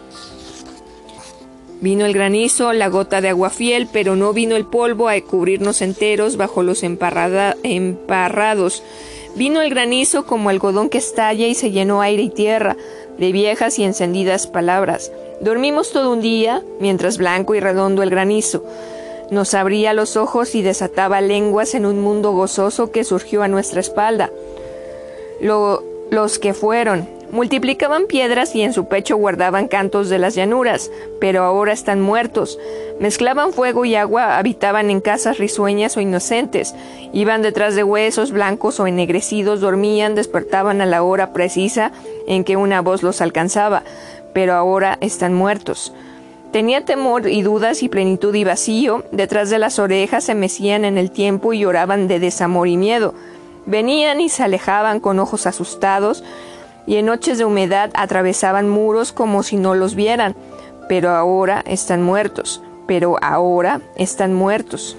Speaker 1: Vino el granizo, la gota de aguafiel, pero no vino el polvo a cubrirnos enteros bajo los emparrada, emparrados. Vino el granizo como algodón que estalla y se llenó aire y tierra de viejas y encendidas palabras. Dormimos todo un día, mientras blanco y redondo el granizo nos abría los ojos y desataba lenguas en un mundo gozoso que surgió a nuestra espalda. Lo, los que fueron multiplicaban piedras y en su pecho guardaban cantos de las llanuras, pero ahora están muertos. Mezclaban fuego y agua, habitaban en casas risueñas o inocentes, iban detrás de huesos blancos o ennegrecidos, dormían, despertaban a la hora precisa en que una voz los alcanzaba, pero ahora están muertos. Tenía temor y dudas y plenitud y vacío, detrás de las orejas se mecían en el tiempo y lloraban de desamor y miedo. Venían y se alejaban con ojos asustados, y en noches de humedad atravesaban muros como si no los vieran, pero ahora están muertos, pero ahora están muertos.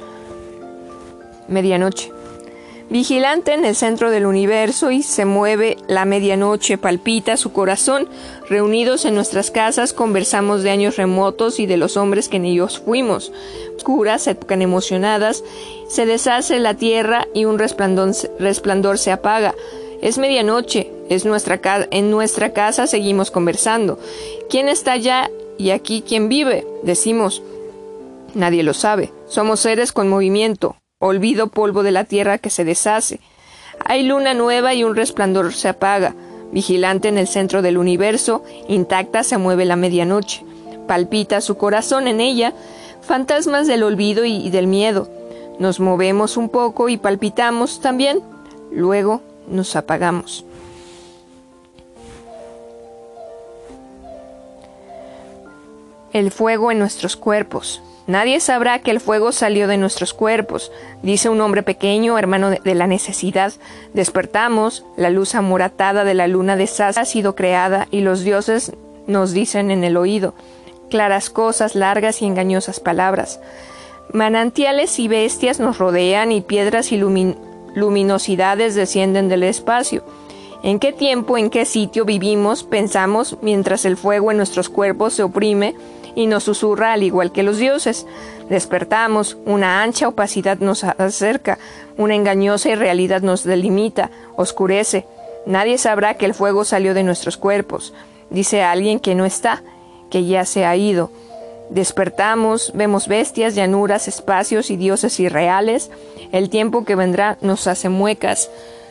Speaker 1: Medianoche. Vigilante en el centro del universo y se mueve la medianoche, palpita su corazón. Reunidos en nuestras casas conversamos de años remotos y de los hombres que en ellos fuimos. Oscuras, se tocan emocionadas, se deshace la tierra y un resplandor, resplandor se apaga. Es medianoche, es nuestra ca- en nuestra casa seguimos conversando. ¿Quién está allá y aquí quién vive? Decimos. Nadie lo sabe. Somos seres con movimiento. Olvido polvo de la tierra que se deshace. Hay luna nueva y un resplandor se apaga. Vigilante en el centro del universo, intacta se mueve la medianoche. Palpita su corazón en ella, fantasmas del olvido y, y del miedo. Nos movemos un poco y palpitamos también. Luego nos apagamos. El fuego en nuestros cuerpos. Nadie sabrá que el fuego salió de nuestros cuerpos, dice un hombre pequeño, hermano de, de la necesidad. Despertamos, la luz amoratada de la luna de Sas ha sido creada y los dioses nos dicen en el oído claras cosas, largas y engañosas palabras. Manantiales y bestias nos rodean y piedras y lumin luminosidades descienden del espacio. ¿En qué tiempo, en qué sitio vivimos? Pensamos mientras el fuego en nuestros cuerpos se oprime y nos susurra al igual que los dioses. Despertamos, una ancha opacidad nos acerca, una engañosa irrealidad nos delimita, oscurece. Nadie sabrá que el fuego salió de nuestros cuerpos, dice alguien que no está, que ya se ha ido. Despertamos, vemos bestias, llanuras, espacios y dioses irreales. El tiempo que vendrá nos hace muecas.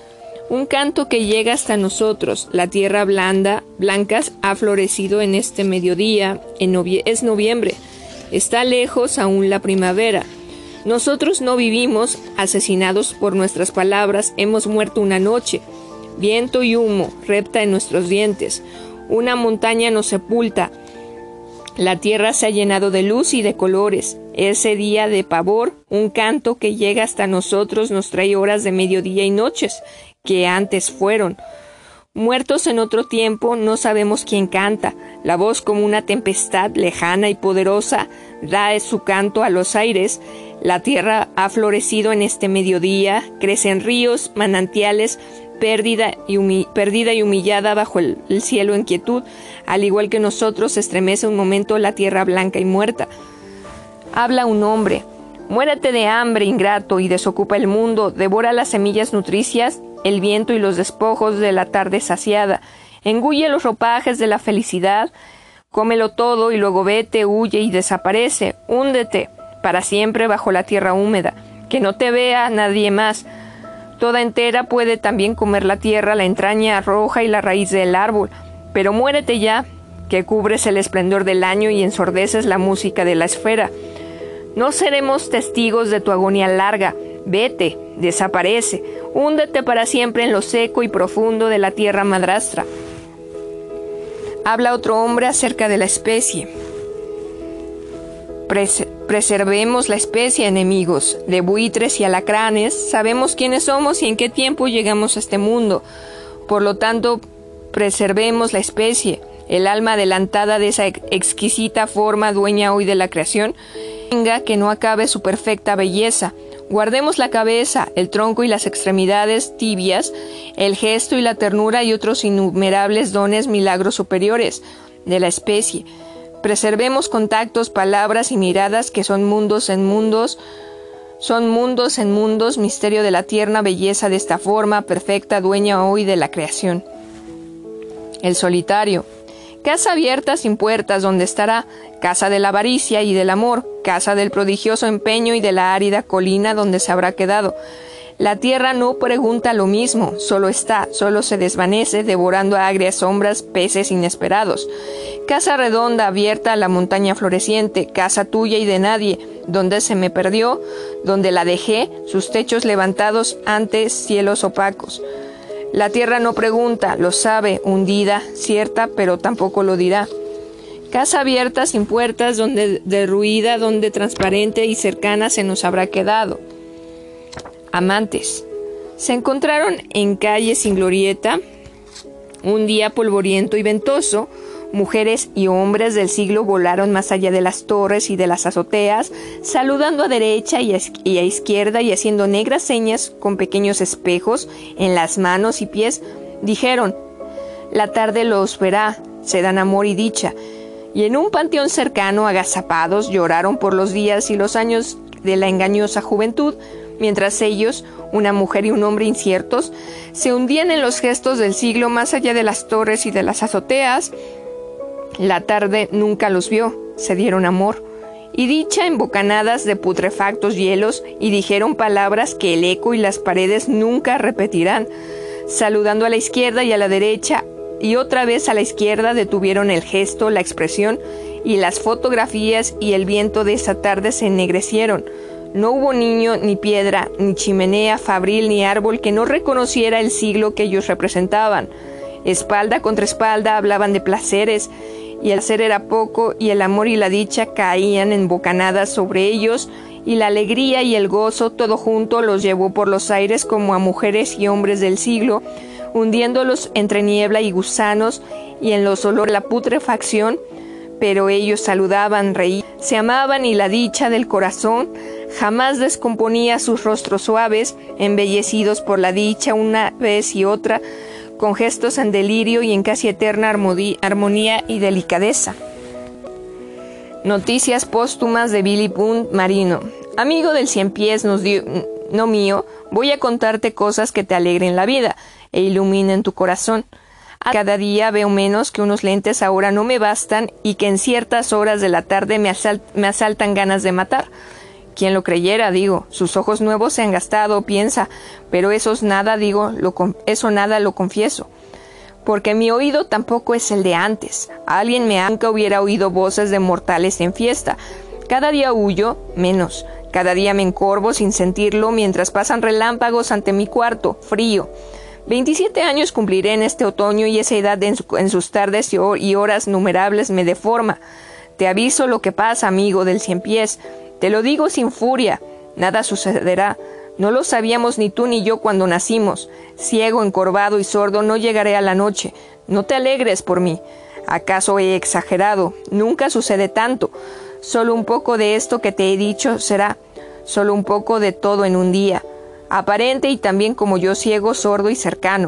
Speaker 1: Un canto que llega hasta nosotros. La tierra blanda, blancas ha florecido en este mediodía. En novie- es noviembre. Está lejos aún la primavera. Nosotros no vivimos, asesinados por nuestras palabras, hemos muerto una noche. Viento y humo repta en nuestros dientes. Una montaña nos sepulta. La tierra se ha llenado de luz y de colores. Ese día de pavor, un canto que llega hasta nosotros nos trae horas de mediodía y noches que antes fueron. Muertos en otro tiempo, no sabemos quién canta. La voz como una tempestad lejana y poderosa da su canto a los aires. La tierra ha florecido en este mediodía, crecen ríos, manantiales, perdida y, humi- perdida y humillada bajo el, el cielo en quietud, al igual que nosotros estremece un momento la tierra blanca y muerta. Habla un hombre. Muérete de hambre, ingrato, y desocupa el mundo, devora las semillas nutricias, el viento y los despojos de la tarde saciada, engulle los ropajes de la felicidad, cómelo todo y luego vete, huye y desaparece, húndete para siempre bajo la tierra húmeda, que no te vea nadie más. Toda entera puede también comer la tierra, la entraña roja y la raíz del árbol, pero muérete ya, que cubres el esplendor del año y ensordeces la música de la esfera. No seremos testigos de tu agonía larga. Vete, desaparece, húndete para siempre en lo seco y profundo de la tierra madrastra. Habla otro hombre acerca de la especie. Pres- preservemos la especie, enemigos, de buitres y alacranes. Sabemos quiénes somos y en qué tiempo llegamos a este mundo. Por lo tanto, preservemos la especie, el alma adelantada de esa ex- exquisita forma dueña hoy de la creación, venga que no acabe su perfecta belleza. Guardemos la cabeza, el tronco y las extremidades tibias, el gesto y la ternura y otros innumerables dones milagros superiores de la especie. Preservemos contactos, palabras y miradas que son mundos en mundos, son mundos en mundos, misterio de la tierna belleza de esta forma perfecta dueña hoy de la creación. El solitario. Casa abierta sin puertas donde estará, casa de la avaricia y del amor, casa del prodigioso empeño y de la árida colina donde se habrá quedado. La tierra no pregunta lo mismo, solo está, solo se desvanece, devorando a agrias sombras peces inesperados. Casa redonda, abierta a la montaña floreciente, casa tuya y de nadie, donde se me perdió, donde la dejé, sus techos levantados ante cielos opacos. La tierra no pregunta, lo sabe, hundida, cierta, pero tampoco lo dirá. Casa abierta sin puertas, donde derruida, donde transparente y cercana se nos habrá quedado. Amantes. Se encontraron en calle sin glorieta, un día polvoriento y ventoso. Mujeres y hombres del siglo volaron más allá de las torres y de las azoteas, saludando a derecha y a, y a izquierda y haciendo negras señas con pequeños espejos en las manos y pies. Dijeron, la tarde los verá, se dan amor y dicha. Y en un panteón cercano, agazapados, lloraron por los días y los años de la engañosa juventud, mientras ellos, una mujer y un hombre inciertos, se hundían en los gestos del siglo más allá de las torres y de las azoteas. La tarde nunca los vio, se dieron amor y dicha en bocanadas de putrefactos hielos y dijeron palabras que el eco y las paredes nunca repetirán. Saludando a la izquierda y a la derecha y otra vez a la izquierda detuvieron el gesto, la expresión y las fotografías y el viento de esa tarde se ennegrecieron. No hubo niño, ni piedra, ni chimenea, fabril, ni árbol que no reconociera el siglo que ellos representaban. Espalda contra espalda hablaban de placeres, y el hacer era poco, y el amor y la dicha caían en bocanadas sobre ellos, y la alegría y el gozo todo junto los llevó por los aires como a mujeres y hombres del siglo, hundiéndolos entre niebla y gusanos, y en los olores la putrefacción, pero ellos saludaban, reían, se amaban, y la dicha del corazón jamás descomponía sus rostros suaves, embellecidos por la dicha una vez y otra, con gestos en delirio y en casi eterna armonía y delicadeza. Noticias póstumas de Billy Bunt Marino. Amigo del cien pies, nos dio, no mío, voy a contarte cosas que te alegren la vida e iluminen tu corazón. Cada día veo menos que unos lentes ahora no me bastan y que en ciertas horas de la tarde me, asalt, me asaltan ganas de matar. Quien lo creyera, digo, sus ojos nuevos se han gastado, piensa, pero eso es nada, digo, lo, eso nada lo confieso. Porque mi oído tampoco es el de antes. Alguien me nunca hubiera oído voces de mortales en fiesta. Cada día huyo, menos. Cada día me encorvo sin sentirlo mientras pasan relámpagos ante mi cuarto, frío. Veintisiete años cumpliré en este otoño y esa edad en, su, en sus tardes y, hor y horas numerables me deforma. Te aviso lo que pasa, amigo del cien pies. Te lo digo sin furia. Nada sucederá. No lo sabíamos ni tú ni yo cuando nacimos. Ciego, encorvado y sordo no llegaré a la noche. No te alegres por mí. ¿Acaso he exagerado? Nunca sucede tanto. Solo un poco de esto que te he dicho será. Solo un poco de todo en un día. Aparente y también como yo ciego, sordo y cercano.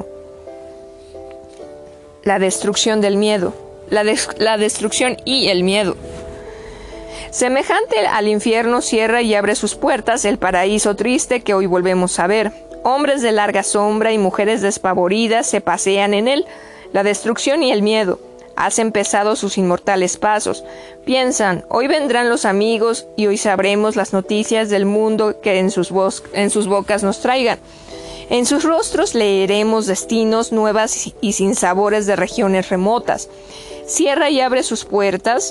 Speaker 1: La destrucción del miedo. La, des la destrucción y el miedo. Semejante al infierno cierra y abre sus puertas el paraíso triste que hoy volvemos a ver. Hombres de larga sombra y mujeres despavoridas se pasean en él. La destrucción y el miedo. Hacen pesados sus inmortales pasos. Piensan, hoy vendrán los amigos y hoy sabremos las noticias del mundo que en sus, en sus bocas nos traigan. En sus rostros leeremos destinos nuevas y sin sabores de regiones remotas. Cierra y abre sus puertas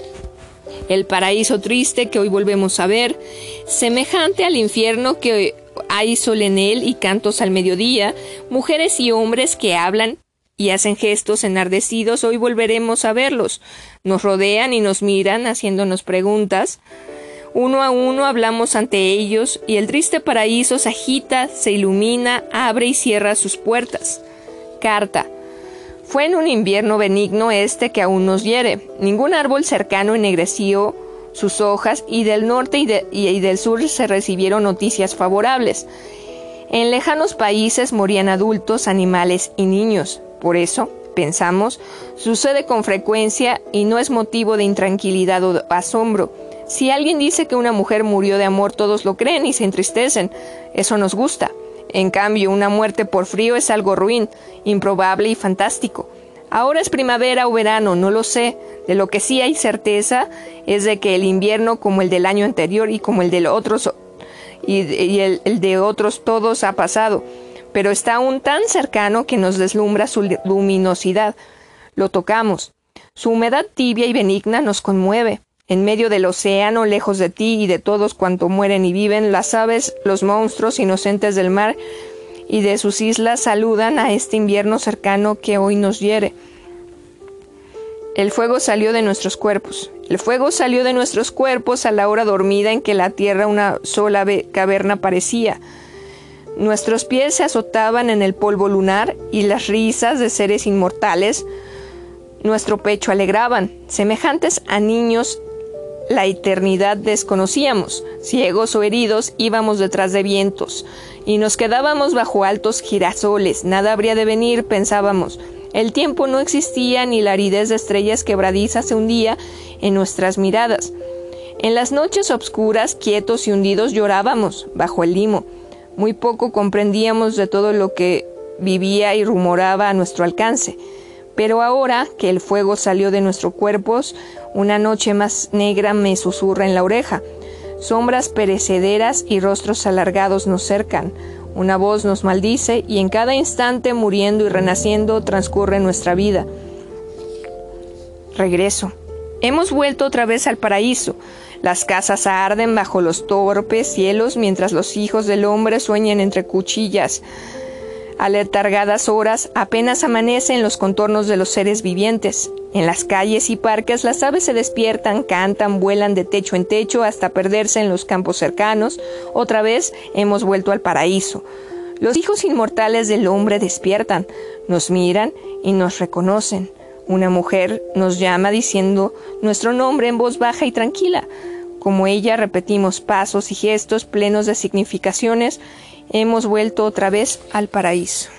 Speaker 1: el paraíso triste que hoy volvemos a ver, semejante al infierno que hay sol en él y cantos al mediodía, mujeres y hombres que hablan y hacen gestos enardecidos, hoy volveremos a verlos. Nos rodean y nos miran, haciéndonos preguntas. Uno a uno hablamos ante ellos, y el triste paraíso se agita, se ilumina, abre y cierra sus puertas. Carta. Fue en un invierno benigno este que aún nos hiere. Ningún árbol cercano ennegreció sus hojas, y del norte y, de, y del sur se recibieron noticias favorables. En lejanos países morían adultos, animales y niños. Por eso, pensamos, sucede con frecuencia y no es motivo de intranquilidad o asombro. Si alguien dice que una mujer murió de amor, todos lo creen y se entristecen. Eso nos gusta. En cambio, una muerte por frío es algo ruin, improbable y fantástico. Ahora es primavera o verano, no lo sé. De lo que sí hay certeza es de que el invierno, como el del año anterior y como el de otros, y, y el, el de otros todos ha pasado. Pero está aún tan cercano que nos deslumbra su luminosidad. Lo tocamos. Su humedad tibia y benigna nos conmueve. En medio del océano, lejos de ti y de todos cuanto mueren y viven, las aves, los monstruos inocentes del mar y de sus islas saludan a este invierno cercano que hoy nos hiere. El fuego salió de nuestros cuerpos. El fuego salió de nuestros cuerpos a la hora dormida en que la tierra una sola caverna parecía. Nuestros pies se azotaban en el polvo lunar y las risas de seres inmortales nuestro pecho alegraban. Semejantes a niños, la eternidad desconocíamos. Ciegos o heridos íbamos detrás de vientos y nos quedábamos bajo altos girasoles. Nada habría de venir, pensábamos. El tiempo no existía ni la aridez de estrellas quebradizas se hundía en nuestras miradas. En las noches obscuras, quietos y hundidos llorábamos bajo el limo. Muy poco comprendíamos de todo lo que vivía y rumoraba a nuestro alcance. Pero ahora que el fuego salió de nuestros cuerpos, una noche más negra me susurra en la oreja. Sombras perecederas y rostros alargados nos cercan. Una voz nos maldice y en cada instante, muriendo y renaciendo, transcurre nuestra vida. Regreso. Hemos vuelto otra vez al paraíso. Las casas arden bajo los torpes cielos mientras los hijos del hombre sueñan entre cuchillas. A letargadas horas apenas amanecen los contornos de los seres vivientes. En las calles y parques las aves se despiertan, cantan, vuelan de techo en techo hasta perderse en los campos cercanos. Otra vez hemos vuelto al paraíso. Los hijos inmortales del hombre despiertan, nos miran y nos reconocen. Una mujer nos llama diciendo nuestro nombre en voz baja y tranquila. Como ella repetimos pasos y gestos plenos de significaciones. Hemos vuelto otra vez al paraíso.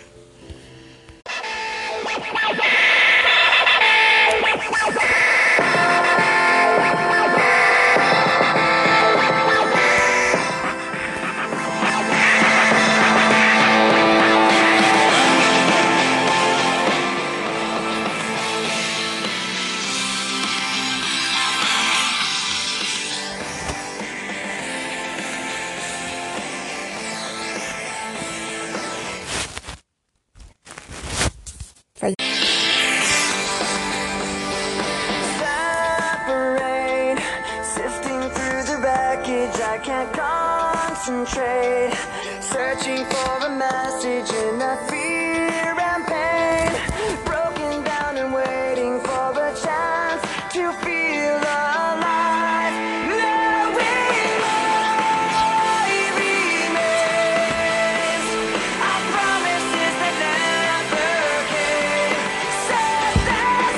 Speaker 2: I can't concentrate, searching for a message in the fear and pain, broken down and waiting for a chance to feel alive. Knowing life remains, our promises that never came, set that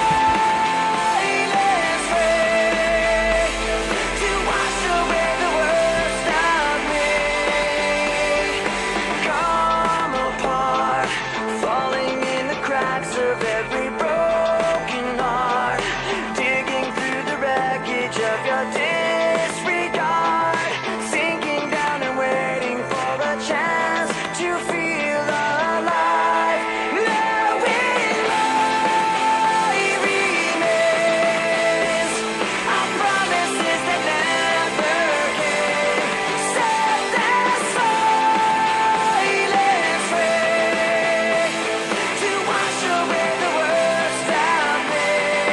Speaker 2: silence way to wash away the worst of me. Come apart, falling in the cracks of every broken heart, digging through the wreckage of your disregard, sinking down and waiting for a chance to feel alive. Knowing life remains, our promises that never came, set that silence way to wash away the worst of me.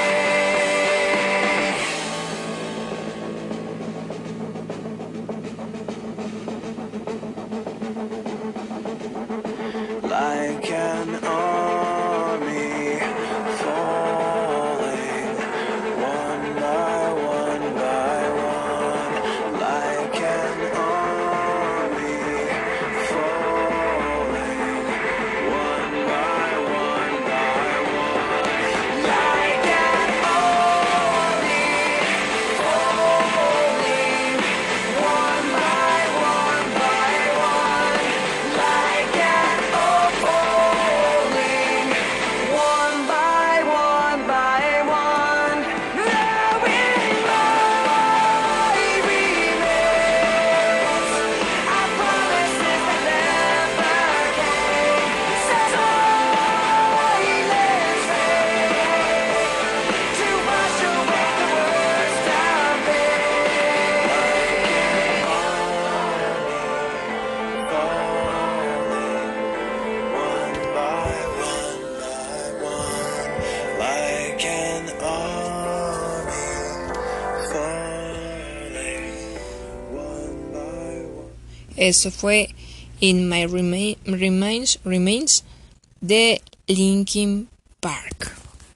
Speaker 2: Like an army falling, one by one by one. Like an army falling, one by one by one. Like an army falling, one by one by one. Like an falling, one by one by one. Knowing life remains, our promises that never came, set silence to wash away the worst of me. Like an army falling, one by one.
Speaker 1: Eso fue In My Remain- Remains, Remains de Linkin Park.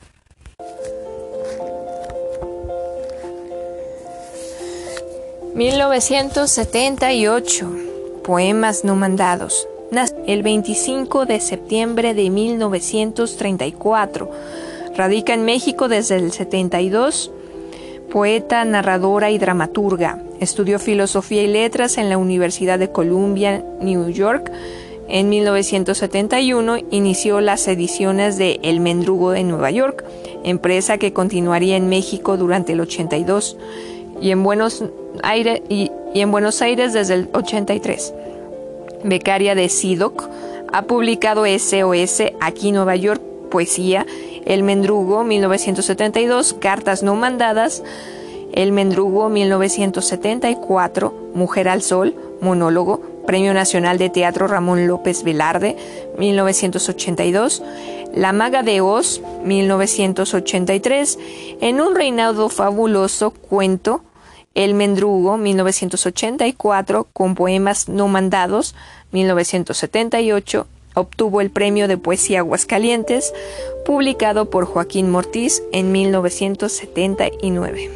Speaker 1: mil novecientos setenta y ocho. Poemas no mandados. Nació el veinticinco de septiembre de mil novecientos treinta y cuatro. Radica en México desde el setenta y dos. Poeta, narradora y dramaturga. Estudió filosofía y letras en la Universidad de Columbia, New York. En mil novecientos setenta y uno inició las ediciones de El Mendrugo de Nueva York, empresa que continuaría en México durante el ochenta y dos y en Buenos Aires, y, y en Buenos Aires desde el ochenta y tres. Becaria de C I D O C, ha publicado S O S, Aquí Nueva York, Poesía, El Mendrugo, mil novecientos setenta y dos, Cartas no mandadas, El Mendrugo, mil novecientos setenta y cuatro, Mujer al Sol, monólogo, Premio Nacional de Teatro Ramón López Velarde, mil novecientos ochenta y dos, La Maga de Oz, mil novecientos ochenta y tres, En un reinado fabuloso, cuento, El Mendrugo, mil novecientos ochenta y cuatro, con poemas no mandados, mil novecientos setenta y ocho, obtuvo el Premio de Poesía Aguascalientes, publicado por Joaquín Mortiz en mil novecientos setenta y nueve.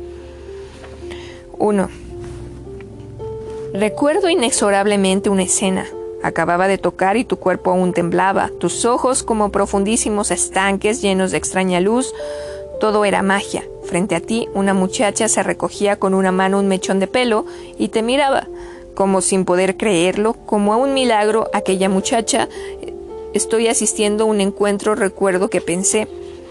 Speaker 1: uno. Recuerdo inexorablemente una escena. Acababa de tocar y tu cuerpo aún temblaba, tus ojos como profundísimos estanques llenos de extraña luz. Todo era magia. Frente a ti, una muchacha se recogía con una mano un mechón de pelo y te miraba, como sin poder creerlo, como a un milagro. Aquella muchacha, estoy asistiendo a un encuentro, recuerdo que pensé.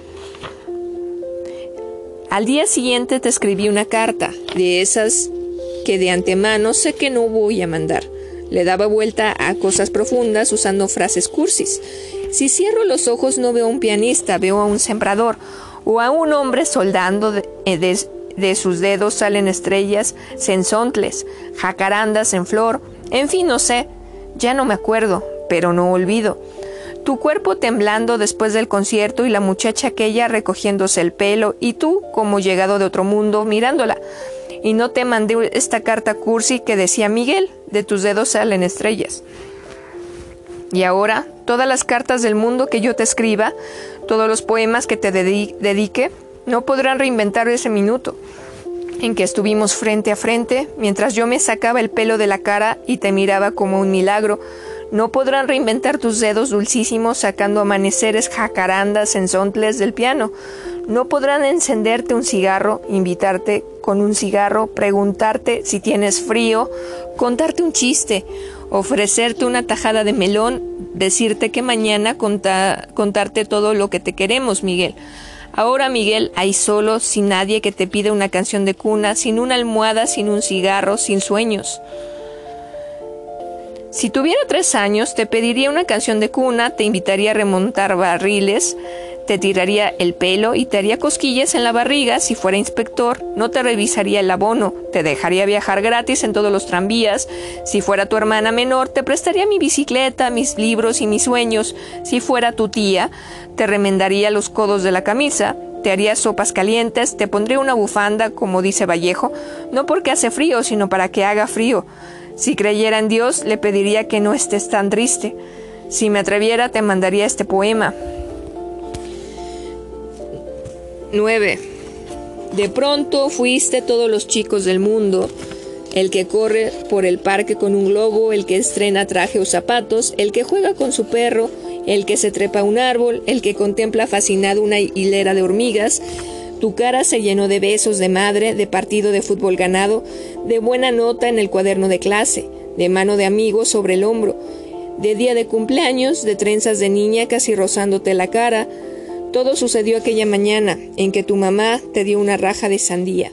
Speaker 1: Al día siguiente te escribí una carta, de esas que de antemano sé que no voy a mandar. Le daba vuelta a cosas profundas usando frases cursis. Si cierro los ojos no veo a un pianista, veo a un sembrador, o a un hombre soldando. De, de, de sus dedos salen estrellas, sensontles, jacarandas en flor, en fin, no sé, ya no me acuerdo, pero no olvido. Tu cuerpo temblando después del concierto y la muchacha aquella recogiéndose el pelo y tú, como llegado de otro mundo, mirándola. y no te mandé esta carta cursi que decía: Miguel, de tus dedos salen estrellas. Y ahora, todas las cartas del mundo que yo te escriba, todos los poemas que te dedi- dedique, no podrán reinventar ese minuto en que estuvimos frente a frente, mientras yo me sacaba el pelo de la cara y te miraba como un milagro. No podrán reinventar tus dedos dulcísimos sacando amaneceres, jacarandas, ensontles del piano. No podrán encenderte un cigarro, invitarte con un cigarro, preguntarte si tienes frío, contarte un chiste, ofrecerte una tajada de melón, decirte que mañana conta- contarte todo lo que te queremos, Miguel. Ahora, Miguel, hay solo, sin nadie que te pida una canción de cuna, sin una almohada, sin un cigarro, sin sueños. Si tuviera tres años, te pediría una canción de cuna, te invitaría a remontar barriles, te tiraría el pelo y te haría cosquillas en la barriga. Si fuera inspector, no te revisaría el abono, te dejaría viajar gratis en todos los tranvías. Si fuera tu hermana menor, te prestaría mi bicicleta, mis libros y mis sueños. Si fuera tu tía, te remendaría los codos de la camisa, te haría sopas calientes, te pondría una bufanda, como dice Vallejo, no porque hace frío, sino para que haga frío. Si creyera en Dios, le pediría que no estés tan triste. Si me atreviera, te mandaría este poema. nueve. De pronto fuiste todos los chicos del mundo, el que corre por el parque con un globo, el que estrena traje o zapatos, el que juega con su perro, el que se trepa a un árbol, el que contempla fascinado una hilera de hormigas. Tu cara se llenó de besos de madre, de partido de fútbol ganado, de buena nota en el cuaderno de clase, de mano de amigo sobre el hombro, de día de cumpleaños, de trenzas de niña casi rozándote la cara. Todo sucedió aquella mañana en que tu mamá te dio una raja de sandía.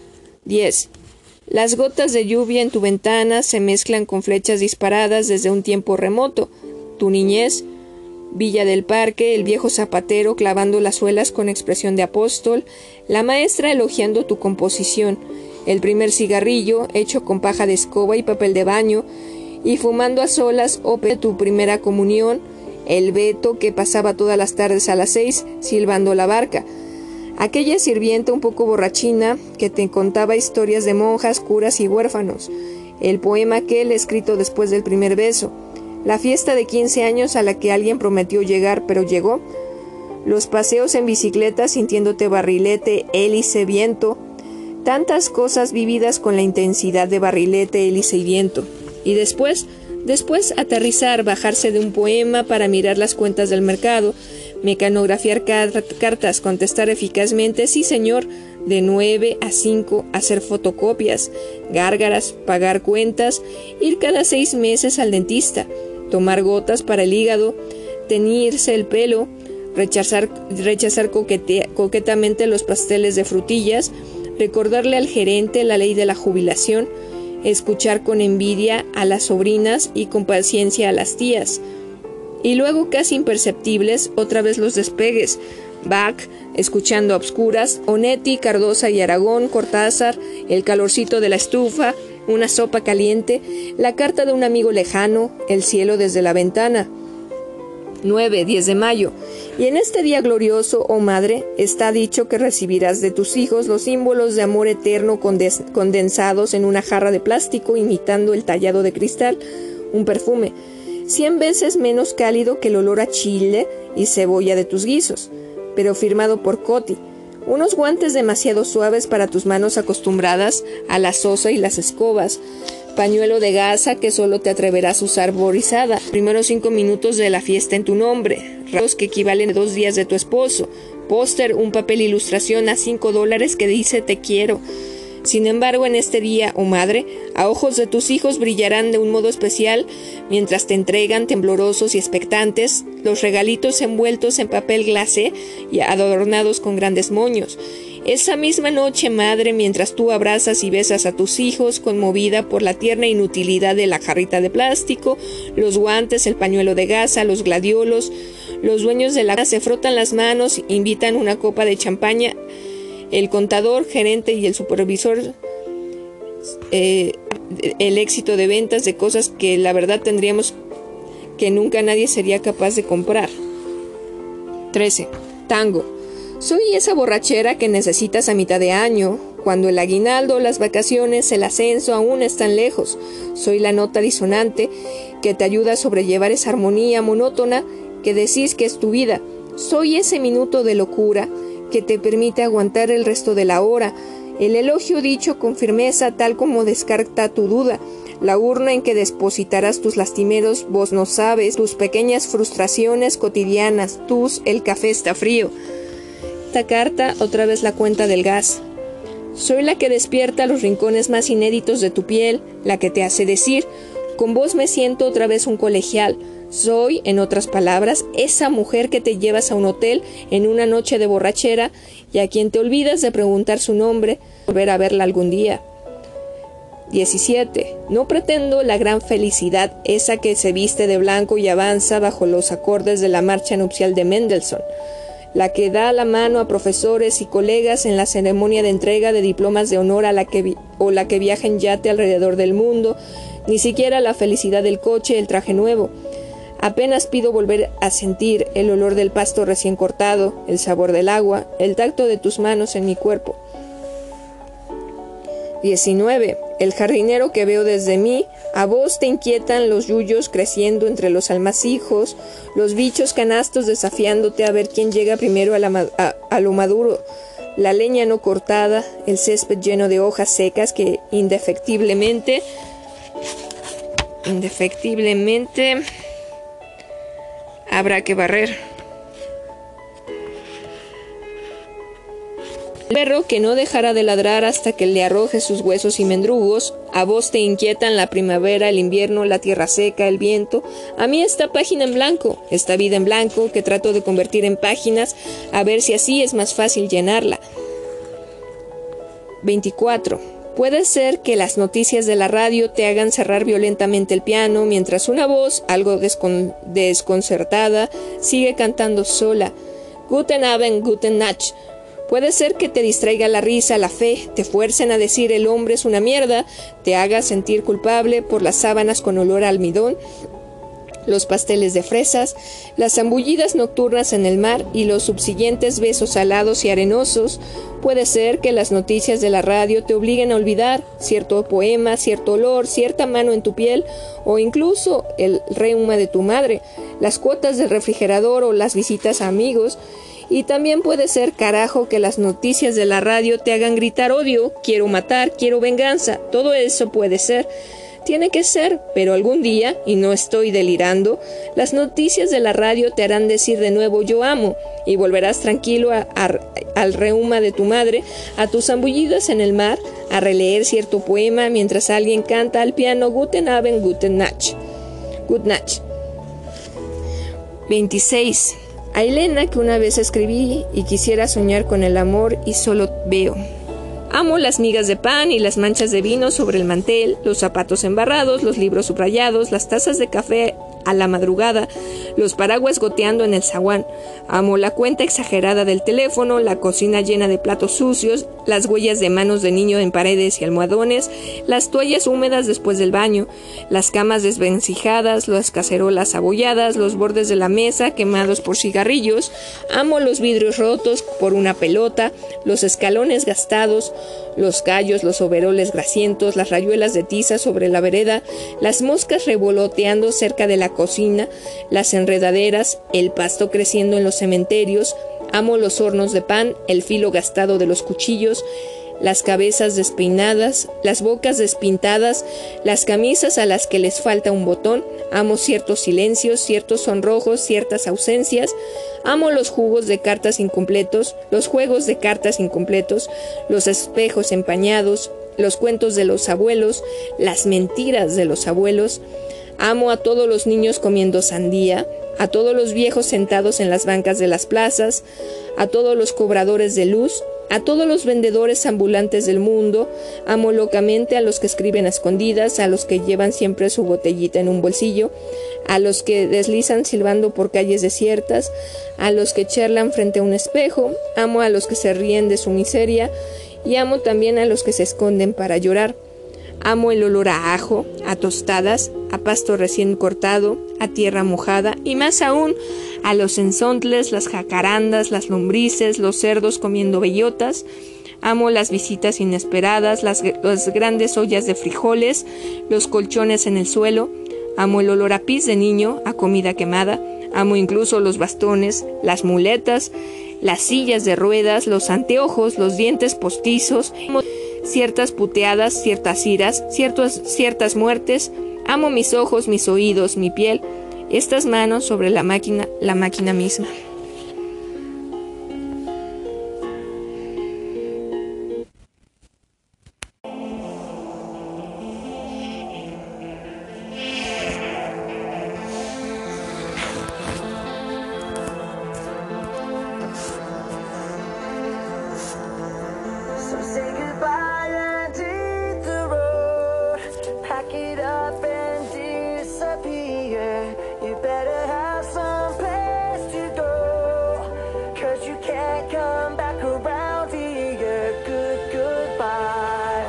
Speaker 1: diez. Las gotas de lluvia en tu ventana se mezclan con flechas disparadas desde un tiempo remoto. Tu niñez, Villa del Parque, el viejo zapatero clavando las suelas con expresión de apóstol, la maestra elogiando tu composición, el primer cigarrillo hecho con paja de escoba y papel de baño, y fumando a solas o tu primera comunión, el Beto que pasaba todas las tardes a las seis silbando la barca, aquella sirvienta un poco borrachina que te contaba historias de monjas, curas y huérfanos, el poema aquel escrito después del primer beso, la fiesta de quince años a la que alguien prometió llegar pero llegó, los paseos en bicicleta sintiéndote barrilete, hélice, viento, tantas cosas vividas con la intensidad de barrilete, hélice y viento. Y después, después aterrizar, bajarse de un poema para mirar las cuentas del mercado, mecanografiar car- cartas, contestar eficazmente, sí señor, de nueve a cinco, hacer fotocopias, gárgaras, pagar cuentas, ir cada seis meses al dentista, tomar gotas para el hígado, teñirse el pelo, rechazar, rechazar coquete, coquetamente los pasteles de frutillas, recordarle al gerente la ley de la jubilación, escuchar con envidia a las sobrinas y con paciencia a las tías. Y luego, casi imperceptibles, otra vez los despegues. Bach, escuchando a obscuras, Onetti, Cardosa y Aragón, Cortázar, el calorcito de la estufa, una sopa caliente, la carta de un amigo lejano, el cielo desde la ventana. nueve, diez de mayo. Y en este día glorioso, oh madre, está dicho que recibirás de tus hijos los símbolos de amor eterno condes- condensados en una jarra de plástico imitando el tallado de cristal, un perfume, cien veces menos cálido que el olor a chile y cebolla de tus guisos, pero firmado por Coti, unos guantes demasiado suaves para tus manos acostumbradas a la sosa y las escobas, pañuelo de gasa que solo te atreverás a usar borizada, primeros cinco minutos de la fiesta en tu nombre, rasgos que equivalen a dos días de tu esposo, póster, un papel ilustración a cinco dólares que dice te quiero. Sin embargo, en este día, oh madre, a ojos de tus hijos brillarán de un modo especial mientras te entregan, temblorosos y expectantes, los regalitos envueltos en papel glacé y adornados con grandes moños. Esa misma noche, madre, mientras tú abrazas y besas a tus hijos, conmovida por la tierna inutilidad de la jarrita de plástico, los guantes, el pañuelo de gasa, los gladiolos, los dueños de la casa se frotan las manos, invitan una copa de champaña. El contador, gerente y el supervisor, eh, el éxito de ventas de cosas que la verdad tendríamos que nunca nadie sería capaz de comprar. trece. Tango. Soy esa borrachera que necesitas a mitad de año, cuando el aguinaldo, las vacaciones, el ascenso aún están lejos. Soy la nota disonante que te ayuda a sobrellevar esa armonía monótona que decís que es tu vida. Soy ese minuto de locura que te permite aguantar el resto de la hora, el elogio dicho con firmeza tal como descarta tu duda, la urna en que depositarás tus lastimeros, vos no sabes, tus pequeñas frustraciones cotidianas, tus, el café está frío. Esta carta, otra vez la cuenta del gas. Soy la que despierta los rincones más inéditos de tu piel, la que te hace decir, con vos me siento otra vez un colegial. Soy, en otras palabras, esa mujer que te llevas a un hotel en una noche de borrachera y a quien te olvidas de preguntar su nombre, volver a verla algún día. diecisiete. No pretendo la gran felicidad, esa que se viste de blanco y avanza bajo los acordes de la marcha nupcial de Mendelssohn, la que da la mano a profesores y colegas en la ceremonia de entrega de diplomas de honor a la que o la que viaja en yate alrededor del mundo, ni siquiera la felicidad del coche, el traje nuevo. Apenas pido volver a sentir el olor del pasto recién cortado, el sabor del agua, el tacto de tus manos en mi cuerpo. diecinueve. El jardinero que veo desde mí, a vos te inquietan los yuyos creciendo entre los almacijos, los bichos canastos desafiándote a ver quién llega primero a, la, a, a lo maduro, la leña no cortada, el césped lleno de hojas secas que indefectiblemente, indefectiblemente habrá que barrer. El perro que no dejará de ladrar hasta que le arroje sus huesos y mendrugos, a vos te inquietan la primavera, el invierno, la tierra seca, el viento, a mí esta página en blanco, esta vida en blanco que trato de convertir en páginas, a ver si así es más fácil llenarla. veinticuatro. Puede ser que las noticias de la radio te hagan cerrar violentamente el piano, mientras una voz, algo descon- desconcertada, sigue cantando sola. Guten Abend, guten Nacht. Puede ser que te distraiga la risa, la fe, te fuercen a decir el hombre es una mierda, te haga sentir culpable por las sábanas con olor a almidón, los pasteles de fresas, las zambullidas nocturnas en el mar y los subsiguientes besos salados y arenosos. Puede ser que las noticias de la radio te obliguen a olvidar cierto poema, cierto olor, cierta mano en tu piel o incluso el reuma de tu madre, las cuotas del refrigerador o las visitas a amigos. Y también puede ser, carajo, que las noticias de la radio te hagan gritar odio, quiero matar, quiero venganza. Todo eso puede ser. Tiene que ser, pero algún día, y no estoy delirando, las noticias de la radio te harán decir de nuevo yo amo, y volverás tranquilo a, a, al reuma de tu madre, a tus zambullidas en el mar, a releer cierto poema mientras alguien canta al piano Guten Abend, guten Nacht. Good Nacht. veintiséis. A Elena que una vez escribí y quisiera soñar con el amor y solo veo. Amo las migas de pan y las manchas de vino sobre el mantel, los zapatos embarrados, los libros subrayados, las tazas de café a la madrugada, los paraguas goteando en el zaguán. Amo la cuenta exagerada del teléfono, la cocina llena de platos sucios, las huellas de manos de niño en paredes y almohadones, las toallas húmedas después del baño, las camas desvencijadas, las cacerolas abolladas, los bordes de la mesa quemados por cigarrillos. Amo los vidrios rotos por una pelota, los escalones gastados, los callos, los overoles grasientos, las rayuelas de tiza sobre la vereda, las moscas revoloteando cerca de la cocina, las enredaderas, el pasto creciendo en los cementerios. Amo los hornos de pan, el filo gastado de los cuchillos, las cabezas despeinadas, las bocas despintadas, las camisas a las que les falta un botón. Amo ciertos silencios, ciertos sonrojos, ciertas ausencias. Amo los jugos de cartas incompletos, los juegos de cartas incompletos, los espejos empañados, los cuentos de los abuelos, las mentiras de los abuelos. Amo a todos los niños comiendo sandía, a todos los viejos sentados en las bancas de las plazas, a todos los cobradores de luz, a todos los vendedores ambulantes del mundo. Amo locamente a los que escriben a escondidas, a los que llevan siempre su botellita en un bolsillo, a los que deslizan silbando por calles desiertas, a los que charlan frente a un espejo. Amo a los que se ríen de su miseria y amo también a los que se esconden para llorar. Amo el olor a ajo, a tostadas, a pasto recién cortado, a tierra mojada y más aún a los enzontles, las jacarandas, las lombrices, los cerdos comiendo bellotas. Amo las visitas inesperadas, las, las grandes ollas de frijoles, los colchones en el suelo. Amo el olor a pis de niño, a comida quemada. Amo incluso los bastones, las muletas, las sillas de ruedas, los anteojos, los dientes postizos. Amo ciertas puteadas, ciertas iras, ciertos, ciertas muertes. Amo mis ojos, mis oídos, mi piel, estas manos sobre la máquina, la máquina misma.
Speaker 2: So say goodbye and hit the road. Pack it up and disappear. You better have some place to go, 'cause you can't come back around here. Good, goodbye.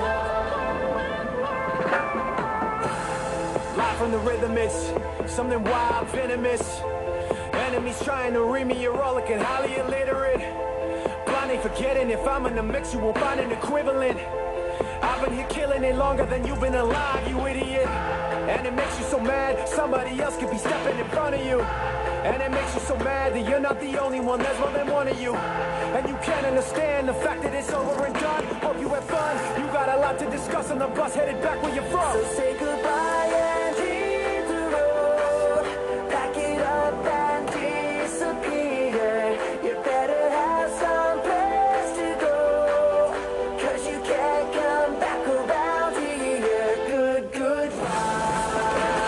Speaker 3: Live from the rhythm, it's something wild, venomous. Enemies trying to read me, you're all looking highly illiterate. Blind ain't forgetting, if I'm in the mix, you won't find an equivalent. I've been here killing it longer than you've been alive, you idiot. And it makes you so mad, somebody else could be stepping in front of you. And it makes you so mad that you're not the only one, there's more than one of you. And you can't understand the fact that it's over and done. Hope you had fun, you got a lot to discuss on the bus headed back where you're from.
Speaker 2: So say goodbye and hit the road. Pack it up and disappear. You better have some place to go, 'cause you can't come back around here. Good, goodbye.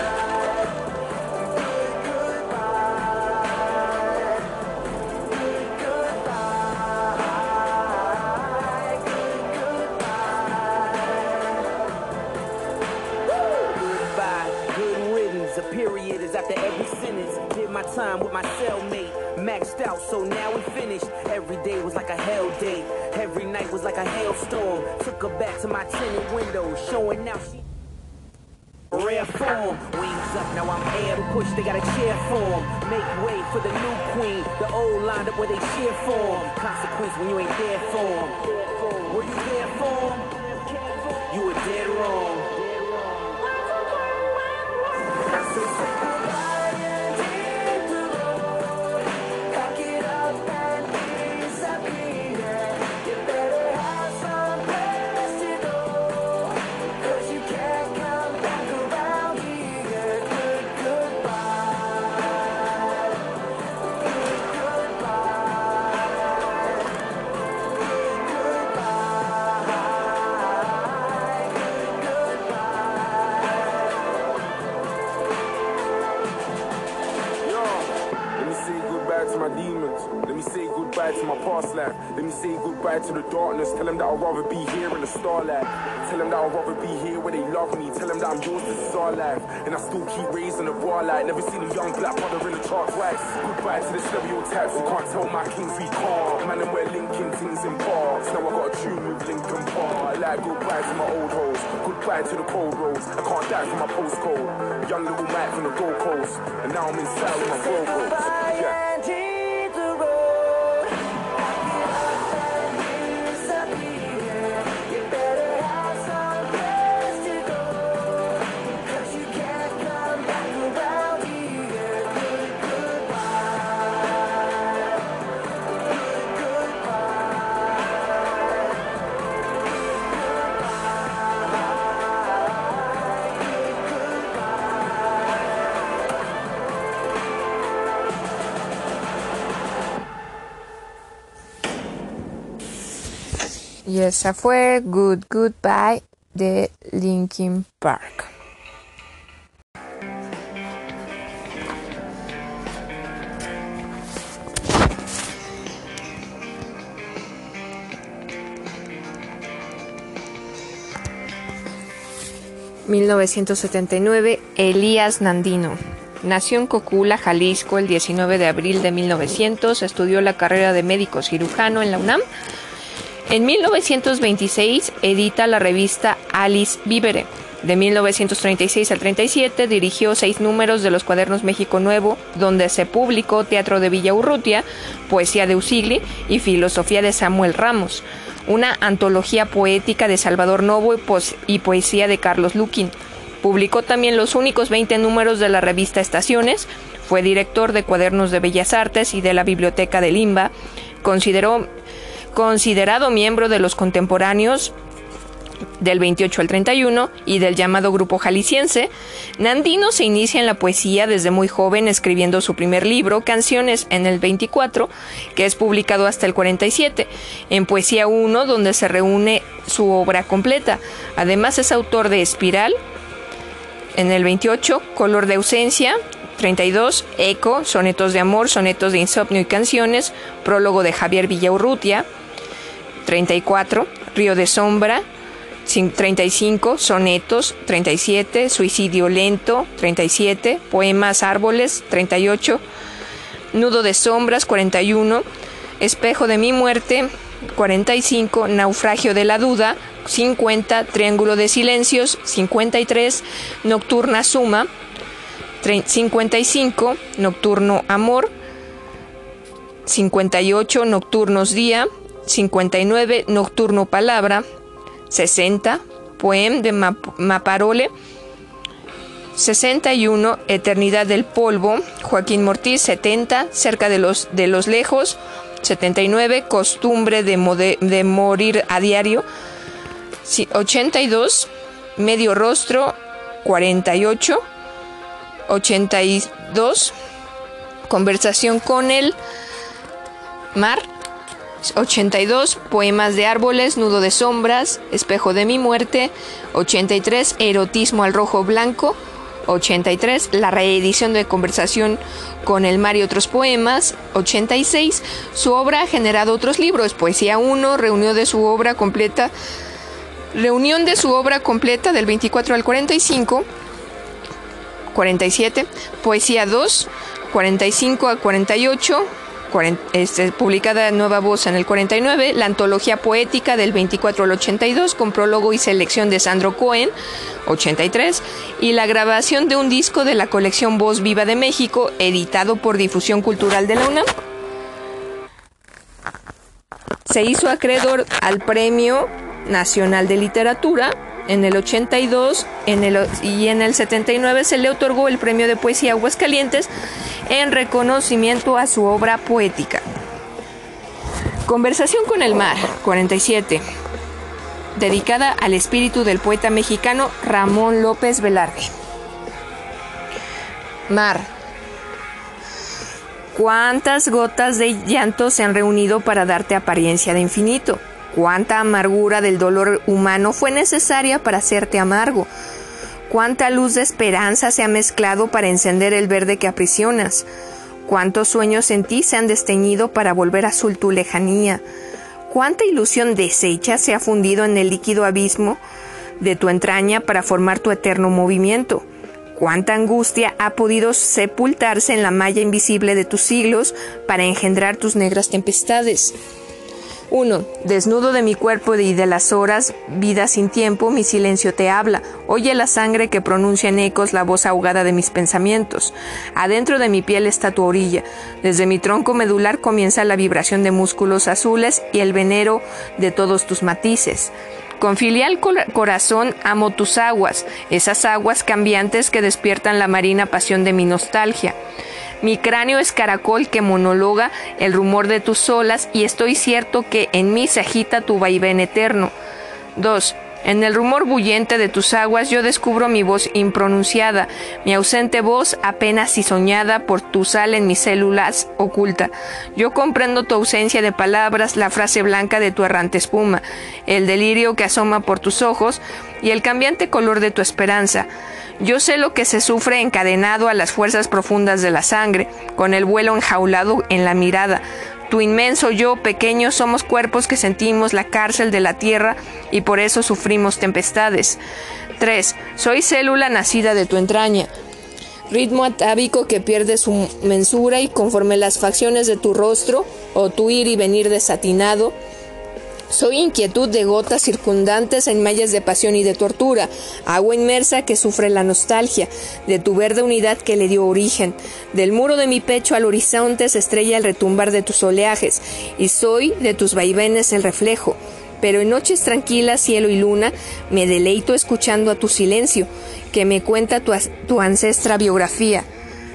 Speaker 2: Good, goodbye. Good, goodbye. Good, goodbye.
Speaker 4: Goodbye, good riddance. A period is after every sentence. Did my time with my cellmate, maxed out, so now we finished. Every day was like a hell day. Every night was like a hailstorm. Took her back to my tinted window, showing now she rare form. Wings up, now I'm air push. They got a chair form. Make way for the new queen. The old lined up where they cheer for 'em. Consequence when you ain't there for 'em. Were you there for 'em? You were dead wrong.
Speaker 2: So say goodbye and hit the road. Pack it up and disappear. You better have some place to go, 'cause you can't come back around here. Good, goodbye. Good, goodbye. Good, goodbye. Good, goodbye.
Speaker 5: Yo, let me say goodbye to my demons. Let me say goodbye to my past life. Let me say goodbye to the darkness. Tell them that I'd rather be here in the starlight. Tell them that I'd rather be here where they love me. Tell them that I'm yours, this is our life. And I still keep raising the bar like never seen a young black brother in the chart twice. Goodbye to the stereotypes. You can't tell my kings we can't. Man, and we're linking things in parts. Now I got a tune with Linkin Park. Like goodbye to my old hoes. Goodbye to the cold roads. I can't die from my postcode. Young little Mike from the Gold Coast. And now I'm inside with my
Speaker 2: Say
Speaker 5: bro bros.
Speaker 2: goodbye
Speaker 5: Yeah.
Speaker 2: and hit the road. Pack it up and disappear. You better have some place to go, 'cause you can't come back around here. Good, goodbye. Good, goodbye.
Speaker 1: Y esa fue Good Goodbye de Linkin Park. mil novecientos setenta y nueve, Elías Nandino. Nació en Cocula, Jalisco, el diecinueve de abril de mil novecientos. Estudió la carrera de médico cirujano en la UNAM. En mil novecientos veintiséis edita la revista Alice Vivere. De mil novecientos treinta y seis al treinta y siete dirigió seis números de los Cuadernos México Nuevo, donde se publicó Teatro de Villaurrutia, Poesía de Usigli y Filosofía de Samuel Ramos, una antología poética de Salvador Novo y, pos- y poesía de Carlos Luquín. Publicó también los únicos veinte números de la revista Estaciones, fue director de Cuadernos de Bellas Artes y de la Biblioteca de Limba, consideró, considerado miembro de los contemporáneos del veintiocho al treinta y uno y del llamado Grupo Jalisciense. Nandino se inicia en la poesía desde muy joven, escribiendo su primer libro, Canciones, en el veinticuatro, que es publicado hasta el cuarenta y siete, en Poesía uno, donde se reúne su obra completa. Además es autor de Espiral, en el veintiocho, Color de Ausencia, treinta y dos, Eco, Sonetos de Amor, Sonetos de Insomnio y Canciones, prólogo de Javier Villaurrutia, treinta y cuatro, Río de Sombra, treinta y cinco, Sonetos, treinta y siete, Suicidio Lento, treinta y siete, Poemas Árboles, treinta y ocho, Nudo de Sombras, cuarenta y uno, Espejo de mi Muerte, cuarenta y cinco, Naufragio de la Duda, cincuenta, Triángulo de Silencios, cincuenta y tres, Nocturna Suma, cincuenta y cinco, Nocturno Amor, cincuenta y ocho, Nocturnos Día, cincuenta y nueve, Nocturno Palabra, sesenta, Poem de Map- Maparole, sesenta y uno, Eternidad del Polvo, Joaquín Mortiz, setenta, Cerca de los, de los Lejos, setenta y nueve, Costumbre de, mode- de Morir a Diario, ochenta y dos, Medio Rostro, cuarenta y ocho, ochenta y dos, Conversación con el Mar, ochenta y dos, Poemas de Árboles, Nudo de Sombras, Espejo de mi Muerte, ochenta y tres, Erotismo al Rojo Blanco, ochenta y tres, la reedición de Conversación con el Mar y otros poemas, ochenta y seis, su obra ha generado otros libros, Poesía uno, reunió de su obra completa, reunión de su obra completa del veinticuatro al cuarenta y cinco, cuarenta y siete, Poesía dos, cuarenta y cinco a cuarenta y ocho, Este, publicada Nueva Voz en el cuarenta y nueve, la antología poética del veinticuatro al ochenta y dos con prólogo y selección de Sandro Cohen, ochenta y tres, y la grabación de un disco de la colección Voz Viva de México, editado por Difusión Cultural de la UNAM. Se hizo acreedor al Premio Nacional de Literatura en el ochenta y dos en el, y en el setenta y nueve se le otorgó el Premio de Poesía Aguascalientes en reconocimiento a su obra poética. Conversación con el Mar, cuarenta y siete, dedicada al espíritu del poeta mexicano Ramón López Velarde. Mar, ¿cuántas gotas de llanto se han reunido para darte apariencia de infinito? ¿Cuánta amargura del dolor humano fue necesaria para hacerte amargo? ¿Cuánta luz de esperanza se ha mezclado para encender el verde que aprisionas? ¿Cuántos sueños en ti se han desteñido para volver azul tu lejanía? ¿Cuánta ilusión deshecha se ha fundido en el líquido abismo de tu entraña para formar tu eterno movimiento? ¿Cuánta angustia ha podido sepultarse en la malla invisible de tus siglos para engendrar tus negras tempestades? uno. Desnudo de mi cuerpo y de las horas, vida sin tiempo, mi silencio te habla. Oye la sangre que pronuncia en ecos la voz ahogada de mis pensamientos. Adentro de mi piel está tu orilla. Desde mi tronco medular comienza la vibración de músculos azules y el venero de todos tus matices. Con filial corazón amo tus aguas, esas aguas cambiantes que despiertan la marina pasión de mi nostalgia. Mi cráneo es caracol que monologa el rumor de tus olas y estoy cierto que en mí se agita tu vaivén eterno. dos. En el rumor bullente de tus aguas yo descubro mi voz impronunciada, mi ausente voz apenas y soñada por tu sal en mis células oculta. Yo comprendo tu ausencia de palabras, la frase blanca de tu errante espuma, el delirio que asoma por tus ojos y el cambiante color de tu esperanza. Yo sé lo que se sufre encadenado a las fuerzas profundas de la sangre, con el vuelo enjaulado en la mirada. Tu inmenso yo pequeño somos cuerpos que sentimos la cárcel de la tierra y por eso sufrimos tempestades. tres. Soy célula nacida de tu entraña, ritmo atávico que pierde su mensura y conforme las facciones de tu rostro o tu ir y venir desatinado, Soy inquietud de gotas circundantes en mallas de pasión y de tortura, agua inmersa que sufre la nostalgia, de tu verde unidad que le dio origen. Del muro de mi pecho al horizonte se estrella el retumbar de tus oleajes, y soy de tus vaivenes el reflejo. Pero en noches tranquilas, cielo y luna, me deleito escuchando a tu silencio, que me cuenta tu, tu ancestra biografía.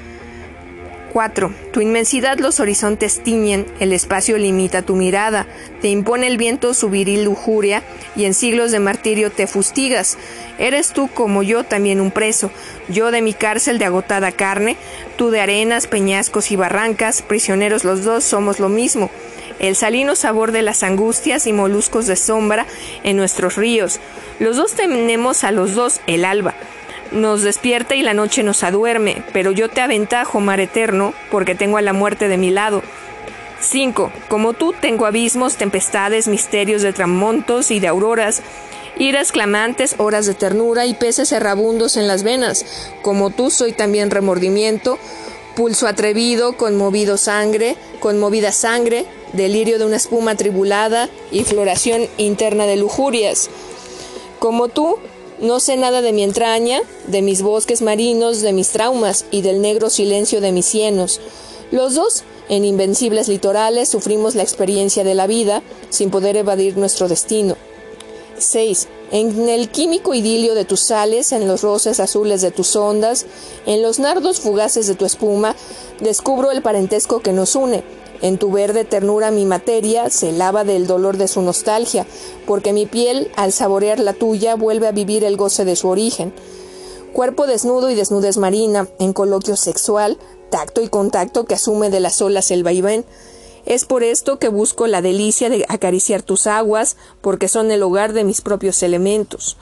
Speaker 1: cuatro. Tu inmensidad los horizontes tiñen, el espacio limita tu mirada, te impone el viento su viril lujuria, y en siglos de martirio te fustigas. Eres tú como yo también un preso, yo de mi cárcel de agotada carne, tú de arenas, peñascos y barrancas, prisioneros los dos somos lo mismo. El salino sabor de las angustias y moluscos de sombra en nuestros ríos. Los dos tenemos a los dos el alba. Nos despierta y la noche nos aduerme, pero yo te aventajo, mar eterno, porque tengo a la muerte de mi lado. cinco. Como tú tengo abismos, tempestades, misterios de tramontos y de auroras, iras clamantes, horas de ternura y peces errabundos en las venas. Como tú soy también remordimiento, pulso atrevido, conmovido sangre, conmovida sangre, delirio de una espuma tribulada y floración interna de lujurias. Como tú, no sé nada de mi entraña, de mis bosques marinos, de mis traumas y del negro silencio de mis cienos. Los dos, en invencibles litorales, sufrimos la experiencia de la vida, sin poder evadir nuestro destino. seis. En el químico idilio de tus sales, en los roces azules de tus ondas, en los nardos fugaces de tu espuma, descubro el parentesco que nos une. En tu verde ternura mi materia se lava del dolor de su nostalgia, porque mi piel, al saborear la tuya, vuelve a vivir el goce de su origen. Cuerpo desnudo y desnudez marina, en coloquio sexual, tacto y contacto que asume de las olas el vaivén. Es por esto que busco la delicia de acariciar tus aguas, porque son el hogar de mis propios elementos.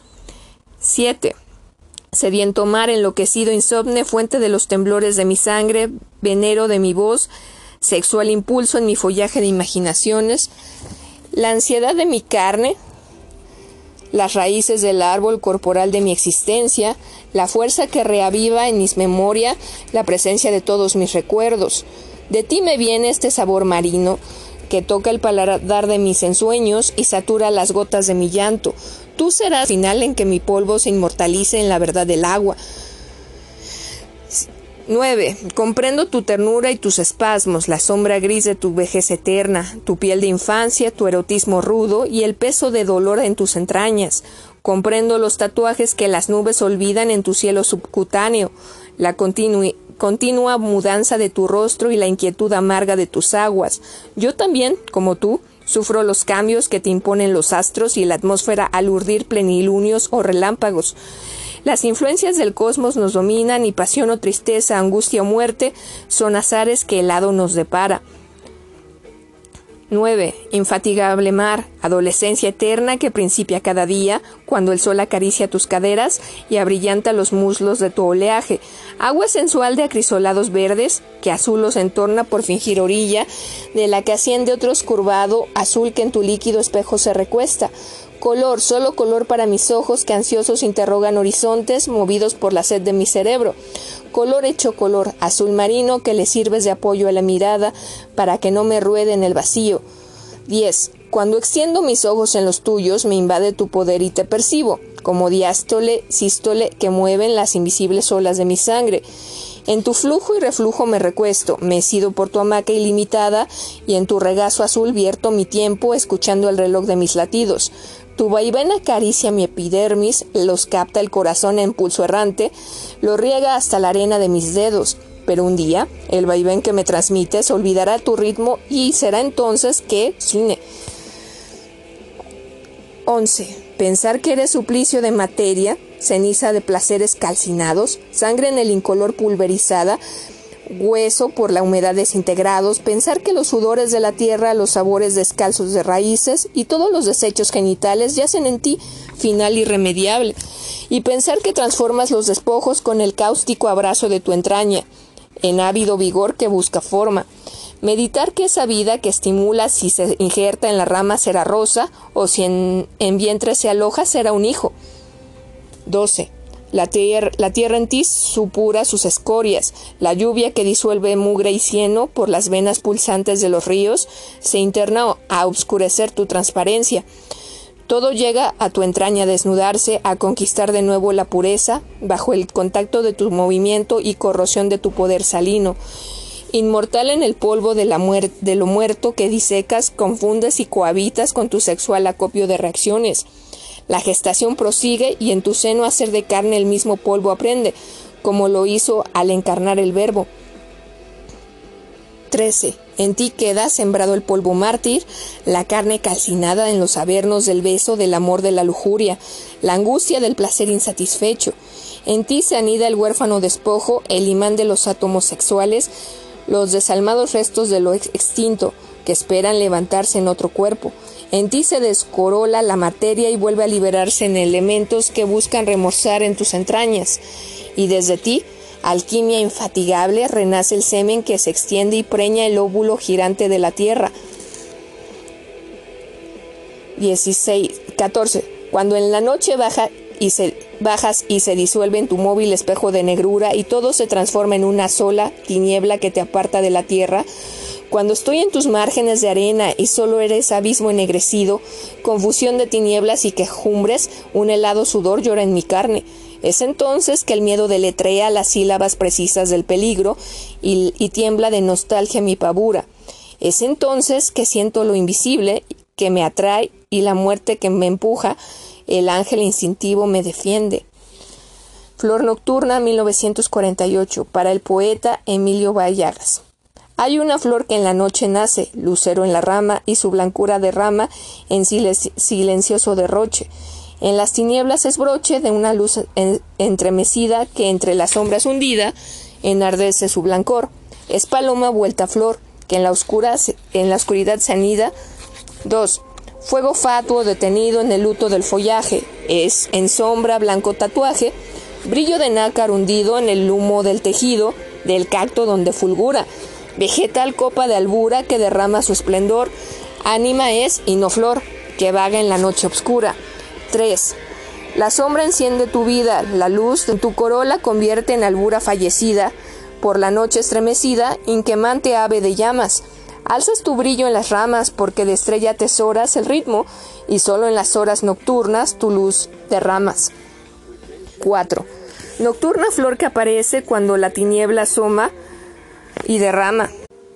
Speaker 1: siete. Sediento mar, enloquecido, insomne, fuente de los temblores de mi sangre, venero de mi voz, sexual impulso en mi follaje de imaginaciones, la ansiedad de mi carne, las raíces del árbol corporal de mi existencia, la fuerza que reaviva en mis memoria la presencia de todos mis recuerdos. De ti me viene este sabor marino que toca el paladar de mis ensueños y satura las gotas de mi llanto. Tú serás el final en que mi polvo se inmortalice en la verdad del agua. nueve. Comprendo tu ternura y tus espasmos, la sombra gris de tu vejez eterna, tu piel de infancia, tu erotismo rudo y el peso de dolor en tus entrañas. Comprendo los tatuajes que las nubes olvidan en tu cielo subcutáneo, la continu- continua mudanza de tu rostro y la inquietud amarga de tus aguas. Yo también, como tú, sufro los cambios que te imponen los astros y la atmósfera al urdir plenilunios o relámpagos. Las influencias del cosmos nos dominan y pasión o tristeza, angustia o muerte son azares que el hado nos depara. nueve. Infatigable mar, adolescencia eterna que principia cada día, cuando el sol acaricia tus caderas y abrillanta los muslos de tu oleaje. Agua sensual de acrisolados verdes, que azul los entorna por fingir orilla, de la que asciende otro curvado azul que en tu líquido espejo se recuesta. Color, solo color para mis ojos que ansiosos interrogan horizontes movidos por la sed de mi cerebro. Color hecho color, azul marino que le sirves de apoyo a la mirada para que no me ruede en el vacío. diez. Cuando extiendo mis ojos en los tuyos me invade tu poder y te percibo, como diástole, sístole que mueven las invisibles olas de mi sangre. En tu flujo y reflujo me recuesto, mecido por tu hamaca ilimitada, y en tu regazo azul vierto mi tiempo escuchando el reloj de mis latidos. Tu vaivén acaricia mi epidermis, los capta el corazón en pulso errante, lo riega hasta la arena de mis dedos. Pero un día, el vaivén que me transmites olvidará tu ritmo y será entonces que cine. once. Pensar que eres suplicio de materia, ceniza de placeres calcinados, sangre en el incolor pulverizada, hueso por la humedad desintegrados, pensar que los sudores de la tierra, los sabores descalzos de raíces y todos los desechos genitales yacen en ti, final irremediable, y pensar que transformas los despojos con el cáustico abrazo de tu entraña, en ávido vigor que busca forma. Meditar que esa vida que estimula si se injerta en la rama será rosa o si en, en vientre se aloja será un hijo. doce. La, tier- la tierra en ti supura sus escorias. La lluvia que disuelve mugre y cieno por las venas pulsantes de los ríos se interna a obscurecer tu transparencia. Todo llega a tu entraña a desnudarse, a conquistar de nuevo la pureza, bajo el contacto de tu movimiento y corrosión de tu poder salino. Inmortal en el polvo de, la muer- de lo muerto que disecas, confundes y cohabitas con tu sexual acopio de reacciones. La gestación prosigue y en tu seno hacer de carne el mismo polvo aprende, como lo hizo al encarnar el verbo. trece. En ti queda sembrado el polvo mártir, la carne calcinada en los avernos del beso, del amor de la lujuria, la angustia del placer insatisfecho. En ti se anida el huérfano despojo, el imán de los átomos sexuales, los desalmados restos de lo ex- extinto, que esperan levantarse en otro cuerpo. En ti se descorola la materia y vuelve a liberarse en elementos que buscan remozar en tus entrañas. Y desde ti, alquimia infatigable, renace el semen que se extiende y preña el óvulo girante de la tierra. dieciséis, catorce. Cuando en la noche baja y se, bajas y se disuelve en tu móvil espejo de negrura y todo se transforma en una sola tiniebla que te aparta de la tierra, cuando estoy en tus márgenes de arena y solo eres abismo ennegrecido, confusión de tinieblas y quejumbres, un helado sudor llora en mi carne. Es entonces que el miedo deletrea las sílabas precisas del peligro y, y tiembla de nostalgia mi pavura. Es entonces que siento lo invisible que me atrae y la muerte que me empuja, el ángel instintivo me defiende. Flor nocturna, mil novecientos cuarenta y ocho, para el poeta Emilio Vallagas. Hay una flor que en la noche nace, lucero en la rama, y su blancura derrama en silenci- silencioso derroche. En las tinieblas es broche de una luz en- entremecida que entre las sombras hundida enardece su blancor. Es paloma vuelta flor, que en la, oscura, en la oscuridad se anida. dos. Fuego fatuo detenido en el luto del follaje. Es en sombra blanco tatuaje, brillo de nácar hundido en el humo del tejido del cacto donde fulgura. Vegetal copa de albura que derrama su esplendor. Ánima es y no flor, que vaga en la noche oscura. tres. La sombra enciende tu vida, la luz de tu corola convierte en albura fallecida, por la noche estremecida, inquemante ave de llamas. Alzas tu brillo en las ramas porque de estrella atesoras el ritmo y solo en las horas nocturnas tu luz derramas. cuatro. Nocturna flor que aparece cuando la tiniebla asoma y derrama.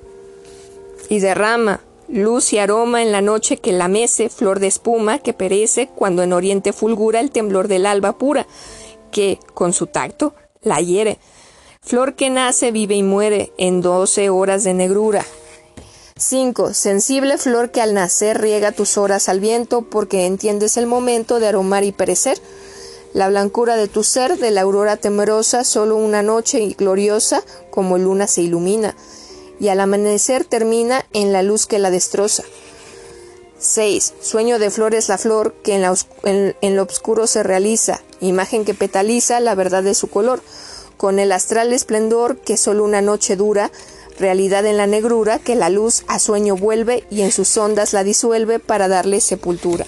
Speaker 1: Y derrama luz y aroma en la noche que la mece, flor de espuma que perece cuando en oriente fulgura el temblor del alba pura, que, con su tacto, la hiere. Flor que nace, vive y muere en doce horas de negrura. cinco. Sensible flor que al nacer riega tus horas al viento porque entiendes el momento de aromar y perecer. La blancura de tu ser, de la aurora temerosa, solo una noche y gloriosa como luna se ilumina, y al amanecer termina en la luz que la destroza. seis. Sueño de flor es la flor que en, la en, en lo oscuro se realiza, imagen que petaliza la verdad de su color, con el astral esplendor que solo una noche dura, realidad en la negrura que la luz a sueño vuelve y en sus ondas la disuelve para darle sepultura.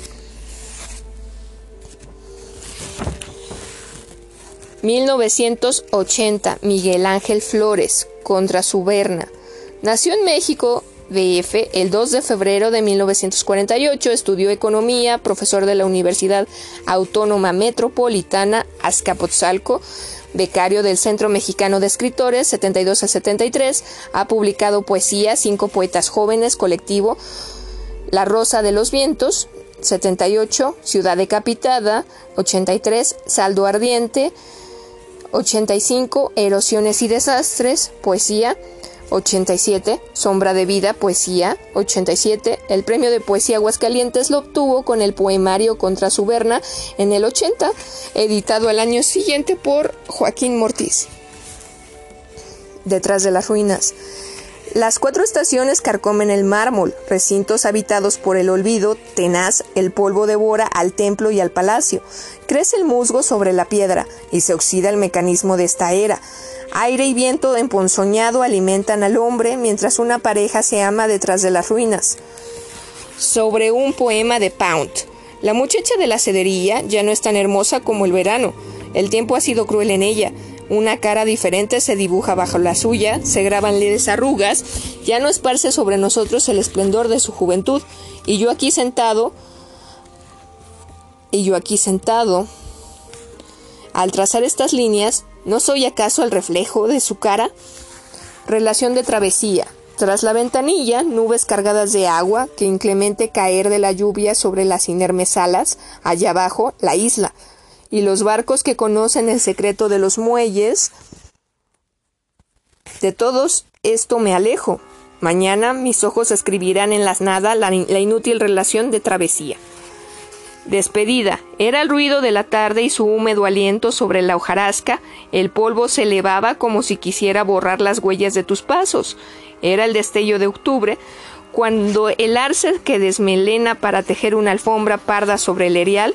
Speaker 1: mil novecientos ochenta. Miguel Ángel Flores, contra Suberna. Nació en México, D F, el dos de febrero de mil novecientos cuarenta y ocho, estudió economía, profesor de la Universidad Autónoma Metropolitana Azcapotzalco, becario del Centro Mexicano de Escritores, setenta y dos a setenta y tres, ha publicado poesía, Cinco Poetas Jóvenes, colectivo, La Rosa de los Vientos, setenta y ocho, Ciudad Decapitada, ochenta y tres, Saldo Ardiente, ochenta y cinco, Erosiones y Desastres, poesía, ochenta y siete, Sombra de Vida, poesía, ochenta y siete, el premio de poesía Aguascalientes lo obtuvo con el poemario Contra Suberna en el ochenta, editado al año siguiente por Joaquín Mortiz. Detrás de las ruinas. Las cuatro estaciones carcomen el mármol, recintos habitados por el olvido tenaz, el polvo devora al templo y al palacio. Crece el musgo sobre la piedra y se oxida el mecanismo de esta era. Aire y viento emponzoñado alimentan al hombre mientras una pareja se ama detrás de las ruinas. Sobre un poema de Pound. La muchacha de la cedería ya no es tan hermosa como el verano. El tiempo ha sido cruel en ella. Una cara diferente se dibuja bajo la suya, se graban leves arrugas, ya no esparce sobre nosotros el esplendor de su juventud. Y yo aquí sentado, y yo aquí sentado, al trazar estas líneas, ¿no soy acaso el reflejo de su cara? Relación de travesía. Tras la ventanilla, nubes cargadas de agua, que inclemente caer de la lluvia sobre las inermes alas, allá abajo, la isla, y los barcos que conocen el secreto de los muelles. De todos esto me alejo. Mañana mis ojos escribirán en las nada la, la inútil relación de travesía. Despedida. Era el ruido de la tarde y su húmedo aliento sobre la hojarasca. El polvo se elevaba como si quisiera borrar las huellas de tus pasos. Era el destello de octubre, cuando el arce que desmelena para tejer una alfombra parda sobre el erial,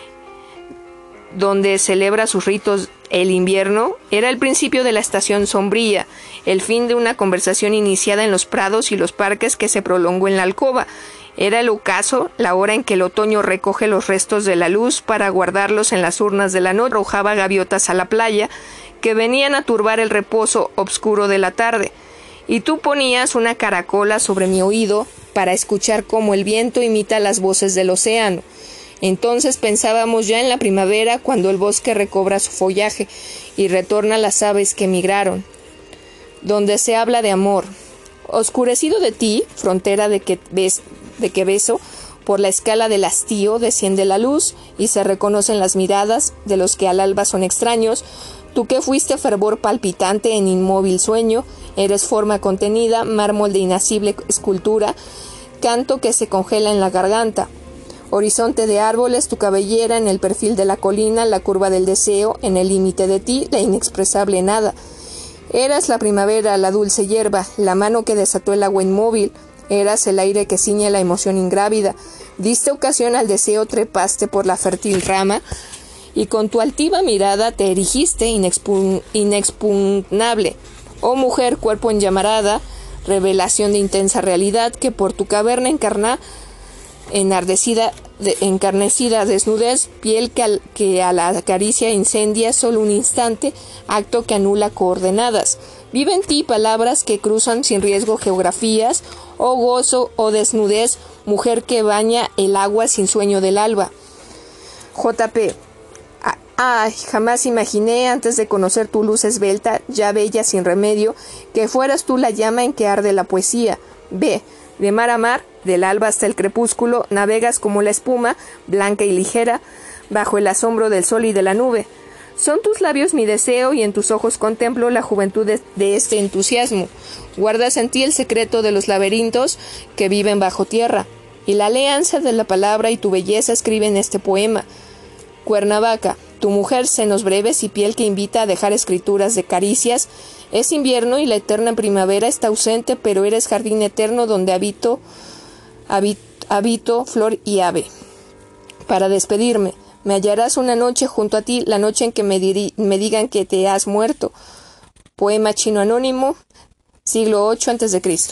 Speaker 1: donde celebra sus ritos el invierno. Era el principio de la estación sombría, el fin de una conversación iniciada en los prados y los parques que se prolongó en la alcoba. Era el ocaso, la hora en que el otoño recoge los restos de la luz para guardarlos en las urnas de la noche, arrojaba gaviotas a la playa, que venían a turbar el reposo obscuro de la tarde. Y tú ponías una caracola sobre mi oído para escuchar cómo el viento imita las voces del océano. Entonces pensábamos ya en la primavera, cuando el bosque recobra su follaje y retorna las aves que emigraron, donde se habla de amor. Oscurecido de ti, frontera de que, ves, de que beso, por la escala del hastío desciende la luz y se reconocen las miradas de los que al alba son extraños. Tú que fuiste fervor palpitante en inmóvil sueño, eres forma contenida, mármol de inacible escultura, canto que se congela en la garganta. Horizonte de árboles, tu cabellera en el perfil de la colina, la curva del deseo, en el límite de ti, la inexpresable nada. Eras la primavera, la dulce hierba, la mano que desató el agua inmóvil, eras el aire que ciñe la emoción ingrávida. Diste ocasión al deseo, trepaste por la fértil rama, y con tu altiva mirada te erigiste inexpugn- inexpugnable. Oh mujer, cuerpo en llamarada, revelación de intensa realidad, que por tu caverna encarna, enardecida, de, encarnecida desnudez, piel que, al, que a la caricia incendia solo un instante, acto que anula coordenadas. Vive en ti palabras que cruzan sin riesgo geografías, oh gozo, oh desnudez, mujer que baña el agua sin sueño del alba. J P Ay, jamás imaginé, antes de conocer tu luz esbelta, ya bella sin remedio, que fueras tú la llama en que arde la poesía. Ve, de mar a mar, del alba hasta el crepúsculo, navegas como la espuma, blanca y ligera, bajo el asombro del sol y de la nube. Son tus labios mi deseo y en tus ojos contemplo la juventud de, de este entusiasmo. Guardas en ti el secreto de los laberintos que viven bajo tierra, y la alianza de la palabra y tu belleza escriben este poema. Cuernavaca, tu mujer, senos breves y piel que invita a dejar escrituras de caricias. Es invierno y la eterna primavera está ausente, pero eres jardín eterno donde habito, habito, habito flor y ave. Para despedirme, me hallarás una noche junto a ti, la noche en que me, diri- me digan que te has muerto. Poema chino anónimo, siglo ocho antes de Cristo.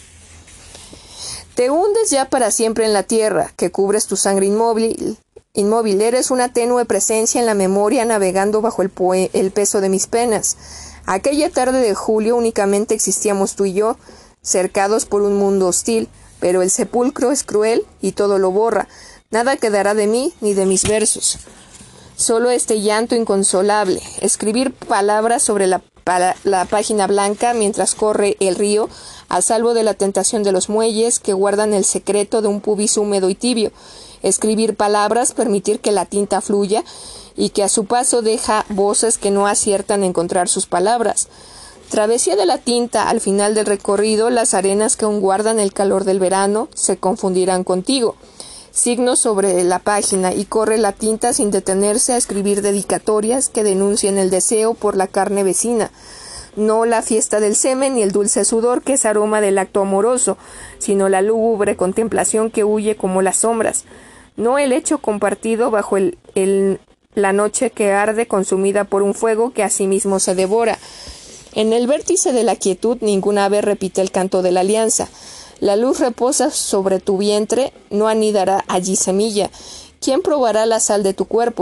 Speaker 1: Te hundes ya para siempre en la tierra, que cubres tu sangre inmóvil. Inmóvil, eres una tenue presencia en la memoria navegando bajo el, poe- el peso de mis penas. Aquella tarde de julio únicamente existíamos tú y yo, cercados por un mundo hostil, pero el sepulcro es cruel y todo lo borra. Nada quedará de mí ni de mis versos. Solo este llanto inconsolable, escribir palabras sobre la, para, la página blanca mientras corre el río, a salvo de la tentación de los muelles que guardan el secreto de un pubis húmedo y tibio. Escribir palabras, permitir que la tinta fluya y que a su paso deja voces que no aciertan a encontrar sus palabras. Travesía de la tinta, al final del recorrido, las arenas que aún guardan el calor del verano se confundirán contigo. Signos sobre la página y corre la tinta sin detenerse a escribir dedicatorias que denuncien el deseo por la carne vecina. No la fiesta del semen ni el dulce sudor que es aroma del acto amoroso, sino la lúgubre contemplación que huye como las sombras. No el hecho compartido bajo el, el, la noche que arde consumida por un fuego que a sí mismo se devora. En el vértice de la quietud ninguna ave repite el canto de la alianza. La luz reposa sobre tu vientre, no anidará allí semilla. ¿Quién probará la sal de tu cuerpo?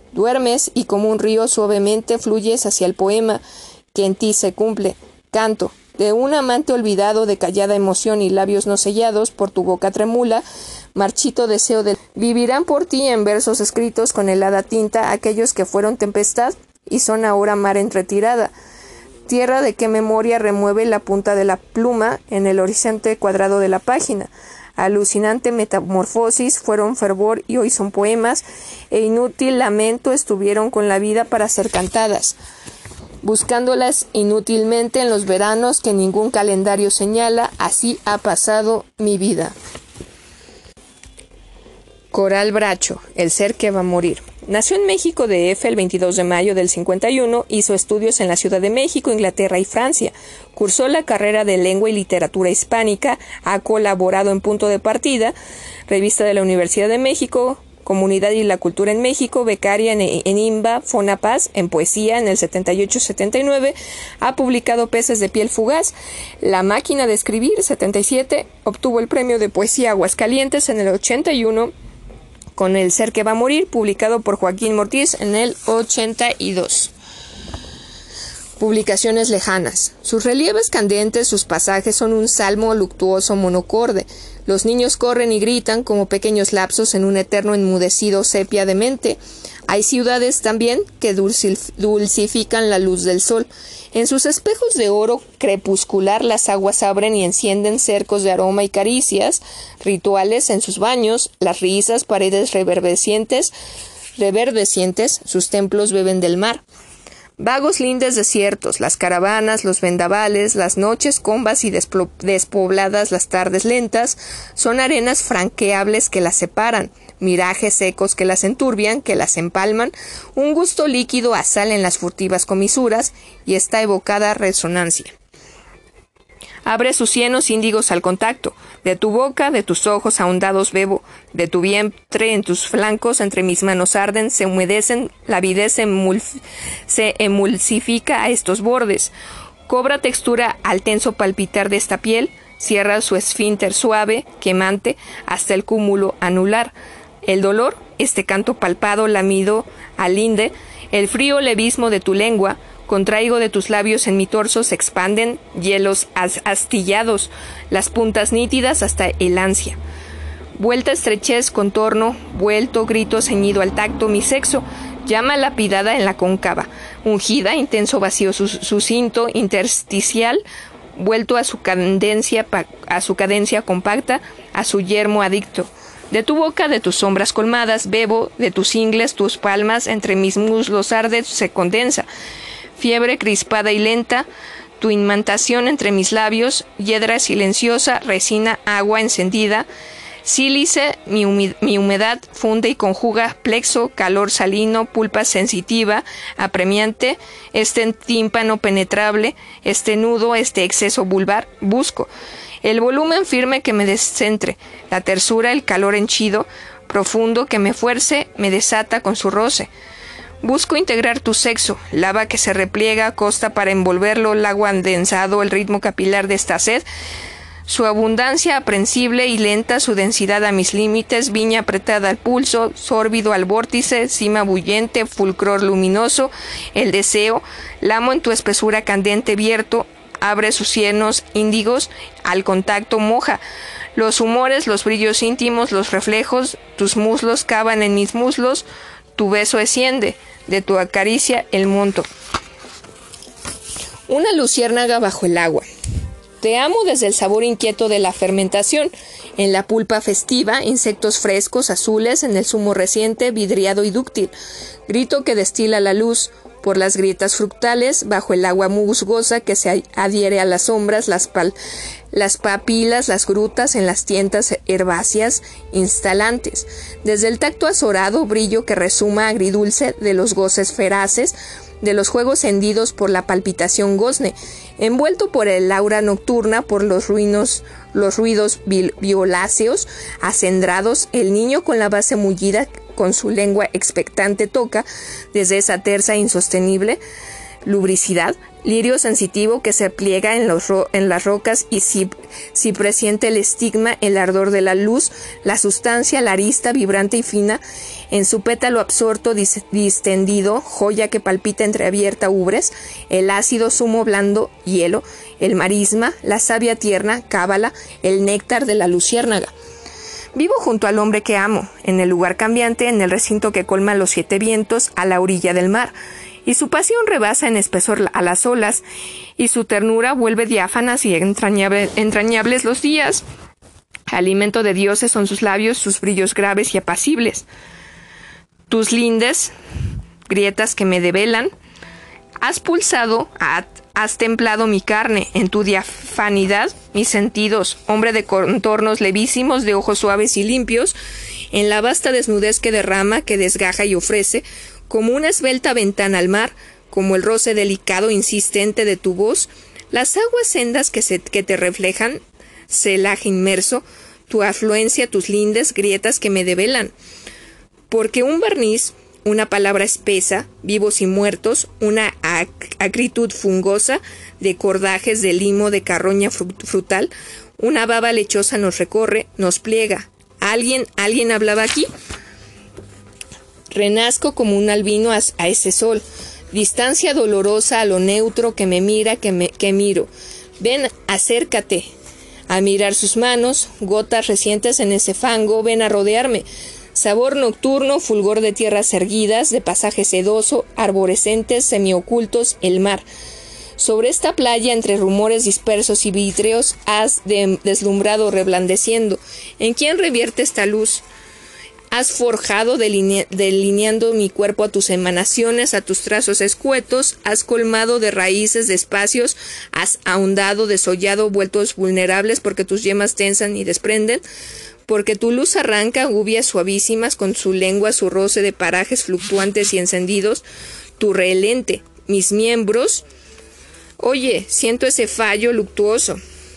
Speaker 1: Duermes y como un río suavemente fluyes hacia el poema que en ti se cumple. Canto, de un amante olvidado de callada emoción y labios no sellados por tu boca tremula, marchito deseo de... Vivirán por ti en versos escritos con helada tinta aquellos que fueron tempestad y son ahora mar en retirada. Tierra de qué memoria remueve la punta de la pluma en el horizonte cuadrado de la página. Alucinante metamorfosis fueron fervor y hoy son poemas, e inútil lamento estuvieron con la vida para ser cantadas, buscándolas inútilmente en los veranos que ningún calendario señala, así ha pasado mi vida. Coral Bracho, el ser que va a morir. Nació en México D F el veintidós de mayo del cincuenta y uno, hizo estudios en la Ciudad de México, Inglaterra y Francia. Cursó la carrera de Lengua y Literatura Hispánica, ha colaborado en Punto de Partida, revista de la Universidad de México, Comunidad y la Cultura en México, becaria en, en IMBA, Fonapaz, en poesía en el setenta y ocho setenta y nueve, ha publicado Peces de piel fugaz, La máquina de escribir, setenta y siete, obtuvo el premio de poesía Aguascalientes en el ochenta y uno, con El ser que va a morir, publicado por Joaquín Mortiz en el ochenta y dos. Publicaciones lejanas. Sus relieves candentes, sus pasajes son un salmo luctuoso monocorde. Los niños corren y gritan como pequeños lapsos en un eterno enmudecido sepia de mente. Hay ciudades también que dulcifican la luz del sol. En sus espejos de oro crepuscular las aguas abren y encienden cercos de aroma y caricias, rituales en sus baños, las risas, paredes reverdecientes, reverdecientes, sus templos beben del mar. Vagos lindes desiertos, las caravanas, los vendavales, las noches combas y despobladas, las tardes lentas, son arenas franqueables que las separan, mirajes secos que las enturbian, que las empalman, un gusto líquido a sal en las furtivas comisuras y esta evocada resonancia. Abre sus cienos índigos al contacto, de tu boca, de tus ojos ahondados bebo, de tu vientre en tus flancos, entre mis manos arden, se humedecen, la avidez se, emulf se emulsifica a estos bordes, cobra textura al tenso palpitar de esta piel, cierra su esfínter suave, quemante, hasta el cúmulo anular. El dolor, este canto palpado, lamido al linde, el frío levismo de tu lengua, contraigo de tus labios en mi torso, se expanden hielos astillados, las puntas nítidas hasta el ansia. Vuelta estrechez, contorno, vuelto, grito ceñido al tacto, mi sexo, llama lapidada en la cóncava, ungida, intenso vacío sucinto, intersticial, vuelto a su cadencia, a su cadencia compacta, a su yermo adicto. De tu boca, de tus sombras colmadas, bebo, de tus ingles, tus palmas, entre mis muslos arde, se condensa. Fiebre crispada y lenta, tu imantación entre mis labios, hiedra silenciosa, resina, agua encendida, sílice, mi, humi mi humedad funde y conjuga, plexo, calor salino, pulpa sensitiva, apremiante, este tímpano penetrable, este nudo, este exceso vulvar, busco. El volumen firme que me descentre, la tersura, el calor henchido, profundo que me fuerce, me desata con su roce. Busco integrar tu sexo, lava que se repliega a costa para envolverlo, lago adensado, el ritmo capilar de esta sed, su abundancia aprensible y lenta, su densidad a mis límites, viña apretada al pulso, sórbido al vórtice, cima bullente, fulcror luminoso, el deseo, lamo en tu espesura candente vierto, abre sus cienos índigos, al contacto moja, los humores, los brillos íntimos, los reflejos, tus muslos cavan en mis muslos, tu beso asciende, de tu acaricia el monto. Una luciérnaga bajo el agua. Te amo desde el sabor inquieto de la fermentación, en la pulpa festiva, insectos frescos, azules, en el zumo reciente, vidriado y dúctil. Grito que destila la luz, por las grietas fructales, bajo el agua musgosa que se adhiere a las sombras, las, pal las papilas, las grutas, en las tientas herbáceas instalantes. Desde el tacto azorado, brillo que resuma agridulce de los goces feraces, de los juegos hendidos por la palpitación gozne, envuelto por el aura nocturna, por los ruinos, los ruidos violáceos, acendrados, el niño con la base mullida, con su lengua expectante toca, desde esa tersa insostenible, lubricidad, lirio sensitivo que se pliega en, los ro en las rocas y si, si presiente el estigma, el ardor de la luz, la sustancia, la arista vibrante y fina, en su pétalo absorto dis distendido, joya que palpita entreabierta ubres, el ácido zumo blando, hielo, el marisma, la savia tierna, cábala, el néctar de la luciérnaga. Vivo junto al hombre que amo, en el lugar cambiante, en el recinto que colma los siete vientos, a la orilla del mar, y su pasión rebasa en espesor a las olas, y su ternura vuelve diáfanas y entrañable, entrañables los días. Alimento de dioses son sus labios, sus brillos graves y apacibles. Tus lindes, grietas que me develan, has pulsado, has templado mi carne, en tu diafanidad mis sentidos, hombre de contornos levísimos, de ojos suaves y limpios, en la vasta desnudez que derrama, que desgaja y ofrece, como una esbelta ventana al mar, como el roce delicado e insistente de tu voz, las aguas sendas que, se, que te reflejan, celaje inmerso, tu afluencia, tus lindes, grietas que me develan. Porque un barniz, una palabra espesa, vivos y muertos, una ac acritud fungosa de cordajes de limo, de carroña frutal, una baba lechosa nos recorre, nos pliega. ¿Alguien, alguien hablaba aquí? Renazco como un albino a, a ese sol, distancia dolorosa a lo neutro que me mira, que, me, que miro. Ven, acércate a mirar sus manos, gotas recientes en ese fango, ven a rodearme. Sabor nocturno, fulgor de tierras erguidas, de pasaje sedoso, arborescentes, semiocultos, el mar. Sobre esta playa, entre rumores dispersos y vítreos, has de deslumbrado reblandeciendo. ¿En quién revierte esta luz? Has forjado deline delineando mi cuerpo a tus emanaciones, a tus trazos escuetos, has colmado de raíces, de espacios, has ahondado, desollado, vueltos vulnerables porque tus yemas tensan y desprenden, porque tu luz arranca gubias suavísimas con su lengua, su roce de parajes fluctuantes y encendidos, tu relente, mis miembros. Oye, siento ese fallo luctuoso,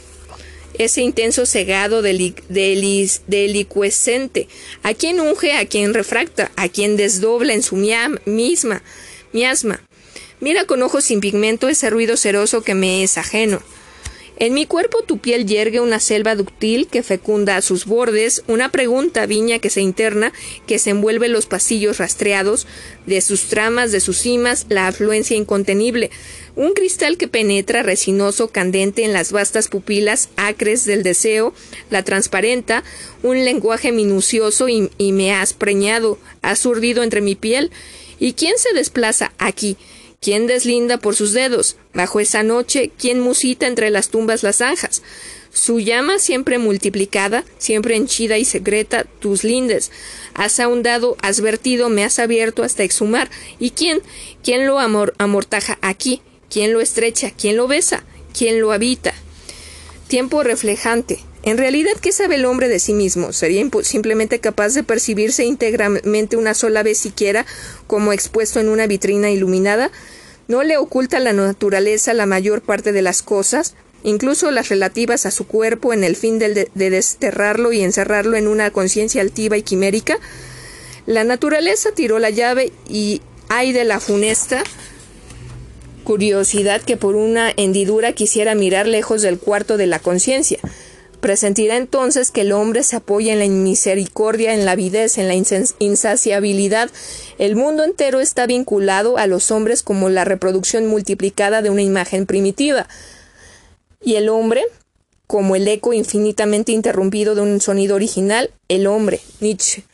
Speaker 1: ese intenso cegado deli delis delicuescente, a quien unge, a quien refracta, a quien desdobla en su miam misma, miasma. Mira con ojos sin pigmento ese ruido ceroso que me es ajeno. En mi cuerpo tu piel yergue una selva dúctil que fecunda a sus bordes, una pregunta viña que se interna, que se envuelve los pasillos rastreados, de sus tramas, de sus cimas, la afluencia incontenible, un cristal que penetra resinoso, candente en las vastas pupilas acres del deseo, la transparenta, un lenguaje minucioso y, y me has preñado, has urdido entre mi piel. ¿Y quién se desplaza aquí? ¿Quién deslinda por sus dedos? Bajo esa noche, ¿quién musita entre las tumbas las zanjas? Su llama siempre multiplicada, siempre henchida y secreta, tus lindes. Has ahondado, has vertido, me has abierto hasta exhumar. ¿Y quién? ¿Quién lo amor amortaja aquí? ¿Quién lo estrecha? ¿Quién lo besa? ¿Quién lo habita? Tiempo reflejante. En realidad, ¿qué sabe el hombre de sí mismo? ¿Sería simplemente capaz de percibirse íntegramente una sola vez siquiera como expuesto en una vitrina iluminada? ¿No le oculta la naturaleza la mayor parte de las cosas, incluso las relativas a su cuerpo, en el fin de, de desterrarlo y encerrarlo en una conciencia altiva y quimérica? La naturaleza tiró la llave y ay de la funesta curiosidad que por una hendidura quisiera mirar lejos del cuarto de la conciencia. Presentirá entonces que el hombre se apoya en la misericordia, en la avidez, en la insaciabilidad. El mundo entero está vinculado a los hombres como la reproducción multiplicada de una imagen primitiva. Y el hombre, como el eco infinitamente interrumpido de un sonido original, el hombre, Nietzsche.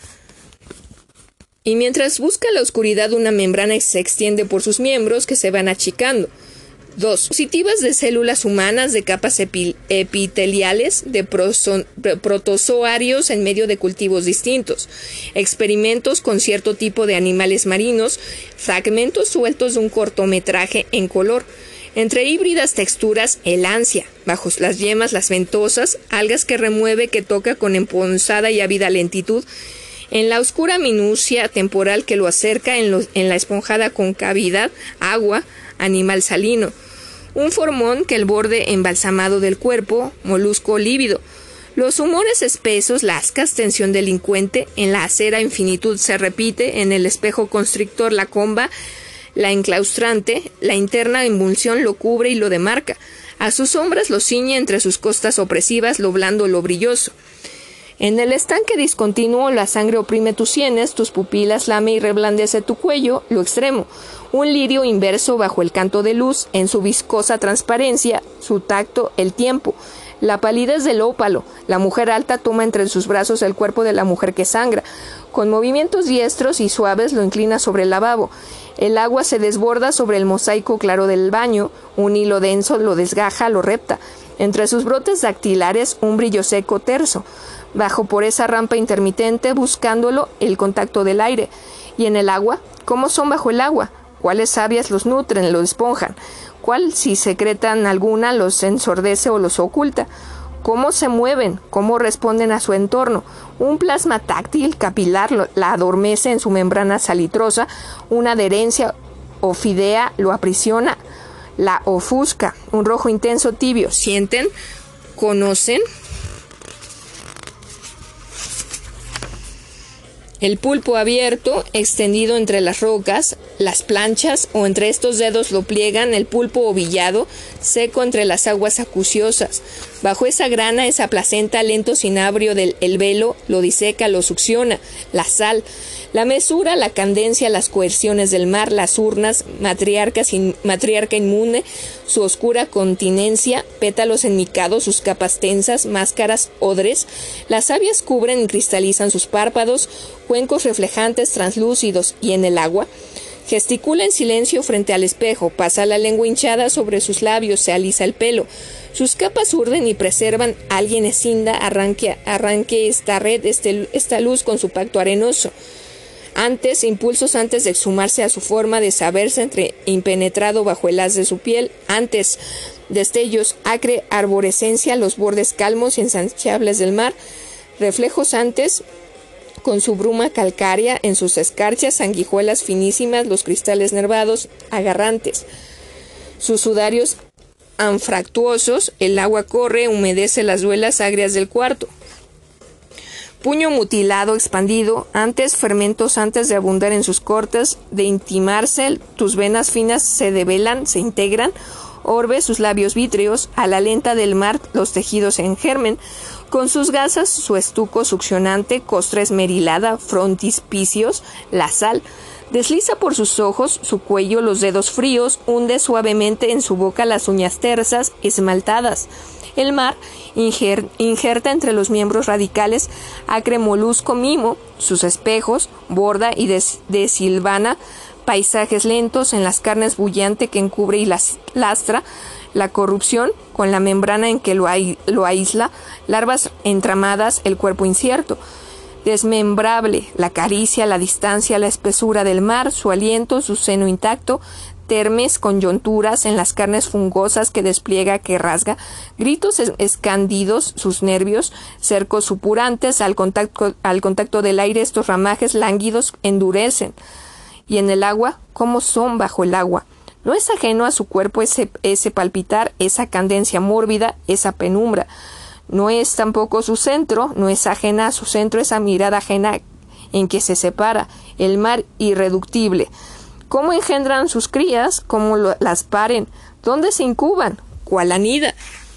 Speaker 1: Y mientras busca la oscuridad, una membrana se extiende por sus miembros que se van achicando. Dos. Positivas de células humanas, de capas epi epiteliales, de protozoarios en medio de cultivos distintos. Experimentos con cierto tipo de animales marinos, fragmentos sueltos de un cortometraje en color. Entre híbridas texturas, el ansia, bajo las yemas las ventosas, algas que remueve, que toca con emponzada y ávida lentitud, en la oscura minucia temporal que lo acerca, en, lo, en la esponjada concavidad, agua, animal salino, un formón que el borde embalsamado del cuerpo, molusco lívido, los humores espesos, la ascas tensión delincuente, en la acera infinitud se repite, en el espejo constrictor la comba, La enclaustrante, la interna emulsión lo cubre y lo demarca. A sus sombras lo ciñe entre sus costas opresivas lo blando, lo brilloso. En el estanque discontinuo la sangre oprime tus sienes, tus pupilas lame y reblandece tu cuello, lo extremo. Un lirio inverso bajo el canto de luz, en su viscosa transparencia, su tacto, el tiempo. La palidez del ópalo. La mujer alta toma entre sus brazos el cuerpo de la mujer que sangra. Con movimientos diestros y suaves lo inclina sobre el lavabo. El agua se desborda sobre el mosaico claro del baño. Un hilo denso lo desgaja, lo repta. Entre sus brotes dactilares un brillo seco terso. Bajo por esa rampa intermitente, buscándolo, el contacto del aire. Y en el agua, ¿cómo son bajo el agua? ¿Cuáles sabias los nutren, los esponjan? ¿Cuál, si secretan alguna, los ensordece o los oculta? ¿Cómo se mueven? ¿Cómo responden a su entorno? Un plasma táctil, capilar, la adormece en su membrana salitrosa. Una adherencia ofidea lo aprisiona, la ofusca. Un rojo intenso tibio. ¿Sienten? ¿Conocen? El pulpo abierto, extendido entre las rocas, las planchas o entre estos dedos lo pliegan, el pulpo ovillado, seco entre las aguas acuciosas. Bajo esa grana, esa placenta, lento cinabrio del el velo, lo diseca, lo succiona, la sal, la mesura, la candencia, las coerciones del mar, las urnas, matriarcas in, matriarca inmune, su oscura continencia, pétalos enmicados, sus capas tensas, máscaras, odres, las sabias cubren y cristalizan sus párpados, cuencos reflejantes, translúcidos, y en el agua, gesticula en silencio frente al espejo, pasa la lengua hinchada sobre sus labios, se alisa el pelo. Sus capas urden y preservan, alguien escinda, arranque, arranque esta red, este, esta luz con su pacto arenoso. Antes, impulsos antes de exhumarse a su forma, de saberse entre impenetrado bajo el haz de su piel. Antes, destellos, acre arborescencia, los bordes calmos y ensanchables del mar. Reflejos antes, con su bruma calcárea, en sus escarchas, sanguijuelas finísimas, los cristales nervados, agarrantes. Sus sudarios anfractuosos, el agua corre, humedece las duelas agrias del cuarto. Puño mutilado, expandido, antes fermentos antes de abundar en sus cortes, de intimarse, tus venas finas se develan, se integran, orbe sus labios vítreos, a la lenta del mar los tejidos en germen, con sus gasas, su estuco succionante, costra esmerilada, frontispicios, la sal, desliza por sus ojos, su cuello, los dedos fríos, hunde suavemente en su boca las uñas tersas, esmaltadas. El mar injer, injerta entre los miembros radicales acre molusco mimo, sus espejos, borda y des, desilvana, paisajes lentos en las carnes bullante que encubre y las lastra, la corrupción con la membrana en que lo, ai, lo aísla, larvas entramadas, el cuerpo incierto, desmembrable, la caricia, la distancia, la espesura del mar, su aliento, su seno intacto, termes, coyunturas en las carnes fungosas que despliega, que rasga, gritos escandidos, sus nervios, cercos supurantes, al contacto, al contacto del aire estos ramajes lánguidos endurecen. Y en el agua, ¿cómo son bajo el agua? No es ajeno a su cuerpo ese, ese palpitar, esa candencia mórbida, esa penumbra. No es tampoco su centro, no es ajena a su centro esa mirada ajena en que se separa, el mar irreductible. ¿Cómo engendran sus crías? ¿Cómo lo, las paren? ¿Dónde se incuban? ¿Cuál anida?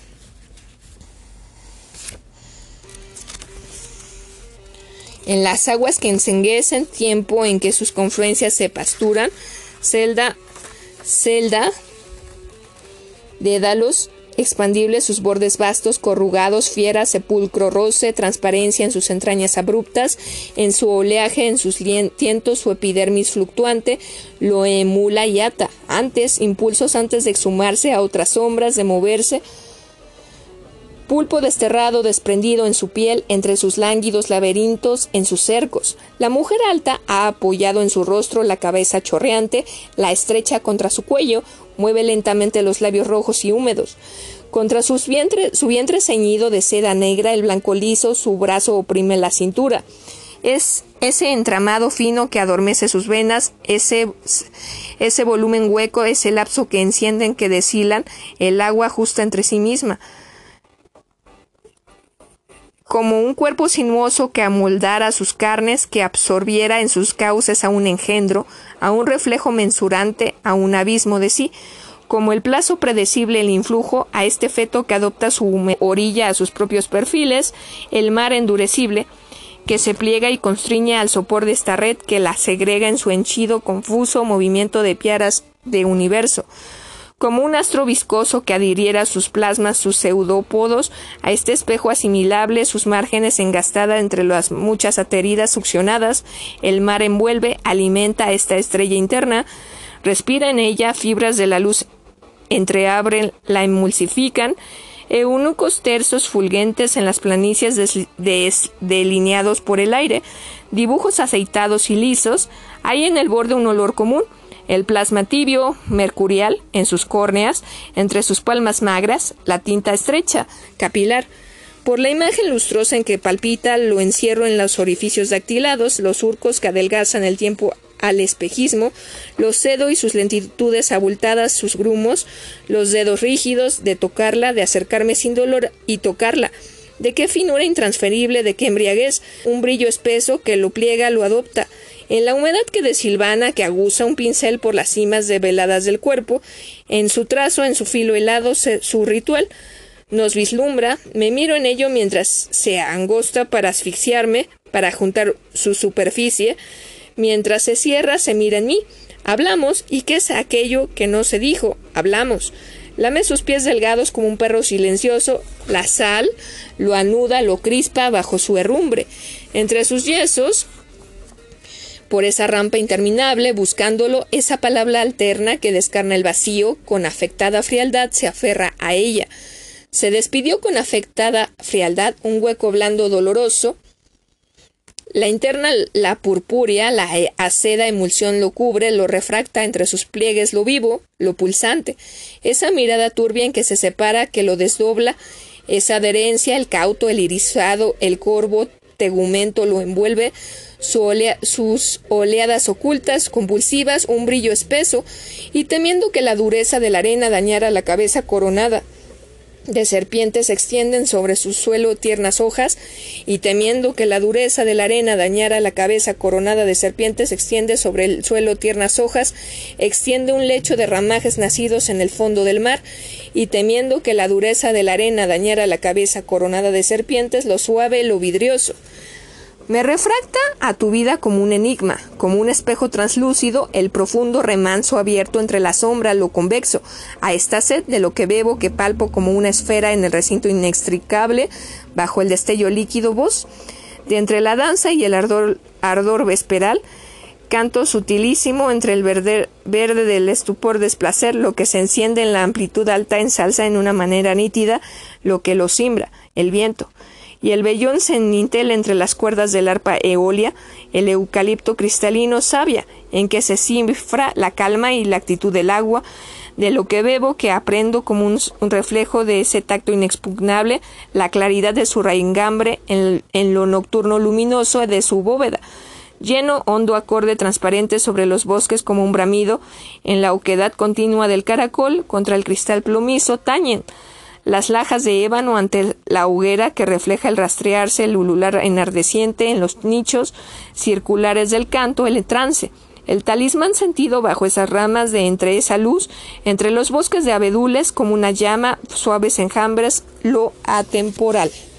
Speaker 1: En las aguas que encenguecen, tiempo en que sus confluencias se pasturan, celda, celda, dédalos, expandibles sus bordes vastos, corrugados, fieras, sepulcro, roce, transparencia en sus entrañas abruptas, en su oleaje, en sus tientos, su epidermis fluctuante, lo emula y ata. Antes, impulsos antes de exhumarse a otras sombras, de moverse, pulpo desterrado, desprendido en su piel, entre sus lánguidos laberintos, en sus cercos. La mujer alta ha apoyado en su rostro la cabeza chorreante, la estrecha contra su cuello, mueve lentamente los labios rojos y húmedos. Contra sus vientre, su vientre ceñido de seda negra, el blanco liso, su brazo oprime la cintura. Es ese entramado fino que adormece sus venas, ese, ese volumen hueco, ese lapso que encienden, que deshilan el agua justa entre sí misma. como un cuerpo sinuoso que amoldara sus carnes, que absorbiera en sus cauces a un engendro, a un reflejo mensurante, a un abismo de sí, como el plazo predecible el influjo a este feto que adopta su orilla a sus propios perfiles, el mar endurecible, que se pliega y constriñe al sopor de esta red que la segrega en su henchido confuso movimiento de piaras de universo, como un astro viscoso que adhiriera sus plasmas, sus pseudópodos, a este espejo asimilable, sus márgenes engastadas entre las muchas ateridas succionadas, el mar envuelve, alimenta a esta estrella interna, respira en ella fibras de la luz, entreabren, la emulsifican, eunucos tersos fulgentes en las planicies des, des, delineados por el aire, dibujos aceitados y lisos, hay en el borde un olor común, el plasma tibio, mercurial, en sus córneas, entre sus palmas magras, la tinta estrecha, capilar. Por la imagen lustrosa en que palpita, lo encierro en los orificios dactilados, los surcos que adelgazan el tiempo al espejismo, los cedo y sus lentitudes abultadas, sus grumos, los dedos rígidos, de tocarla, de acercarme sin dolor y tocarla. De qué finura intransferible, de qué embriaguez, un brillo espeso que lo pliega, lo adopta. En la humedad que desilvana, que aguza un pincel por las cimas develadas del cuerpo, en su trazo, en su filo helado, se, su ritual nos vislumbra, me miro en ello mientras se angosta para asfixiarme, para juntar su superficie, mientras se cierra, se mira en mí. Hablamos, ¿y qué es aquello que no se dijo? Hablamos. Lame sus pies delgados como un perro silencioso, la sal lo anuda, lo crispa bajo su herrumbre. Entre sus yesos, por esa rampa interminable, buscándolo, esa palabra alterna que descarna el vacío, con afectada frialdad se aferra a ella. Se despidió con afectada frialdad un hueco blando doloroso. La interna, la purpúrea, la aceda emulsión lo cubre, lo refracta entre sus pliegues lo vivo, lo pulsante. Esa mirada turbia en que se separa, que lo desdobla, esa adherencia, el cauto, el irisado, el corvo, tegumento lo envuelve, su olea, sus oleadas ocultas, convulsivas, un brillo espeso, y temiendo que la dureza de la arena dañara la cabeza coronada de serpientes se extienden sobre su suelo tiernas hojas, y temiendo que la dureza de la arena dañara la cabeza coronada de serpientes se extiende sobre el suelo tiernas hojas, extiende un lecho de ramajes nacidos en el fondo del mar, y temiendo que la dureza de la arena dañara la cabeza coronada de serpientes, lo suave, lo vidrioso. Me refracta a tu vida como un enigma, como un espejo translúcido, el profundo remanso abierto entre la sombra, lo convexo, a esta sed de lo que bebo, que palpo como una esfera en el recinto inextricable, bajo el destello líquido voz, de entre la danza y el ardor, ardor vesperal, canto sutilísimo entre el verde, verde del estupor desplacer, lo que se enciende en la amplitud alta ensalza en una manera nítida, lo que lo simbra, el viento. Y el vellón se nintela entre las cuerdas del arpa eolia, el eucalipto cristalino sabia, en que se cifra la calma y la actitud del agua, de lo que bebo, que aprendo como un, un reflejo de ese tacto inexpugnable, la claridad de su raigambre en, en lo nocturno luminoso de su bóveda, lleno, hondo acorde transparente sobre los bosques como un bramido, en la oquedad continua del caracol, contra el cristal plomizo tañen las lajas de ébano ante la hoguera que refleja el rastrearse, el ulular enardeciente en los nichos circulares del canto, el trance, el talismán sentido bajo esas ramas de entre esa luz, entre los bosques de abedules como una llama, suaves enjambres, lo atemporal.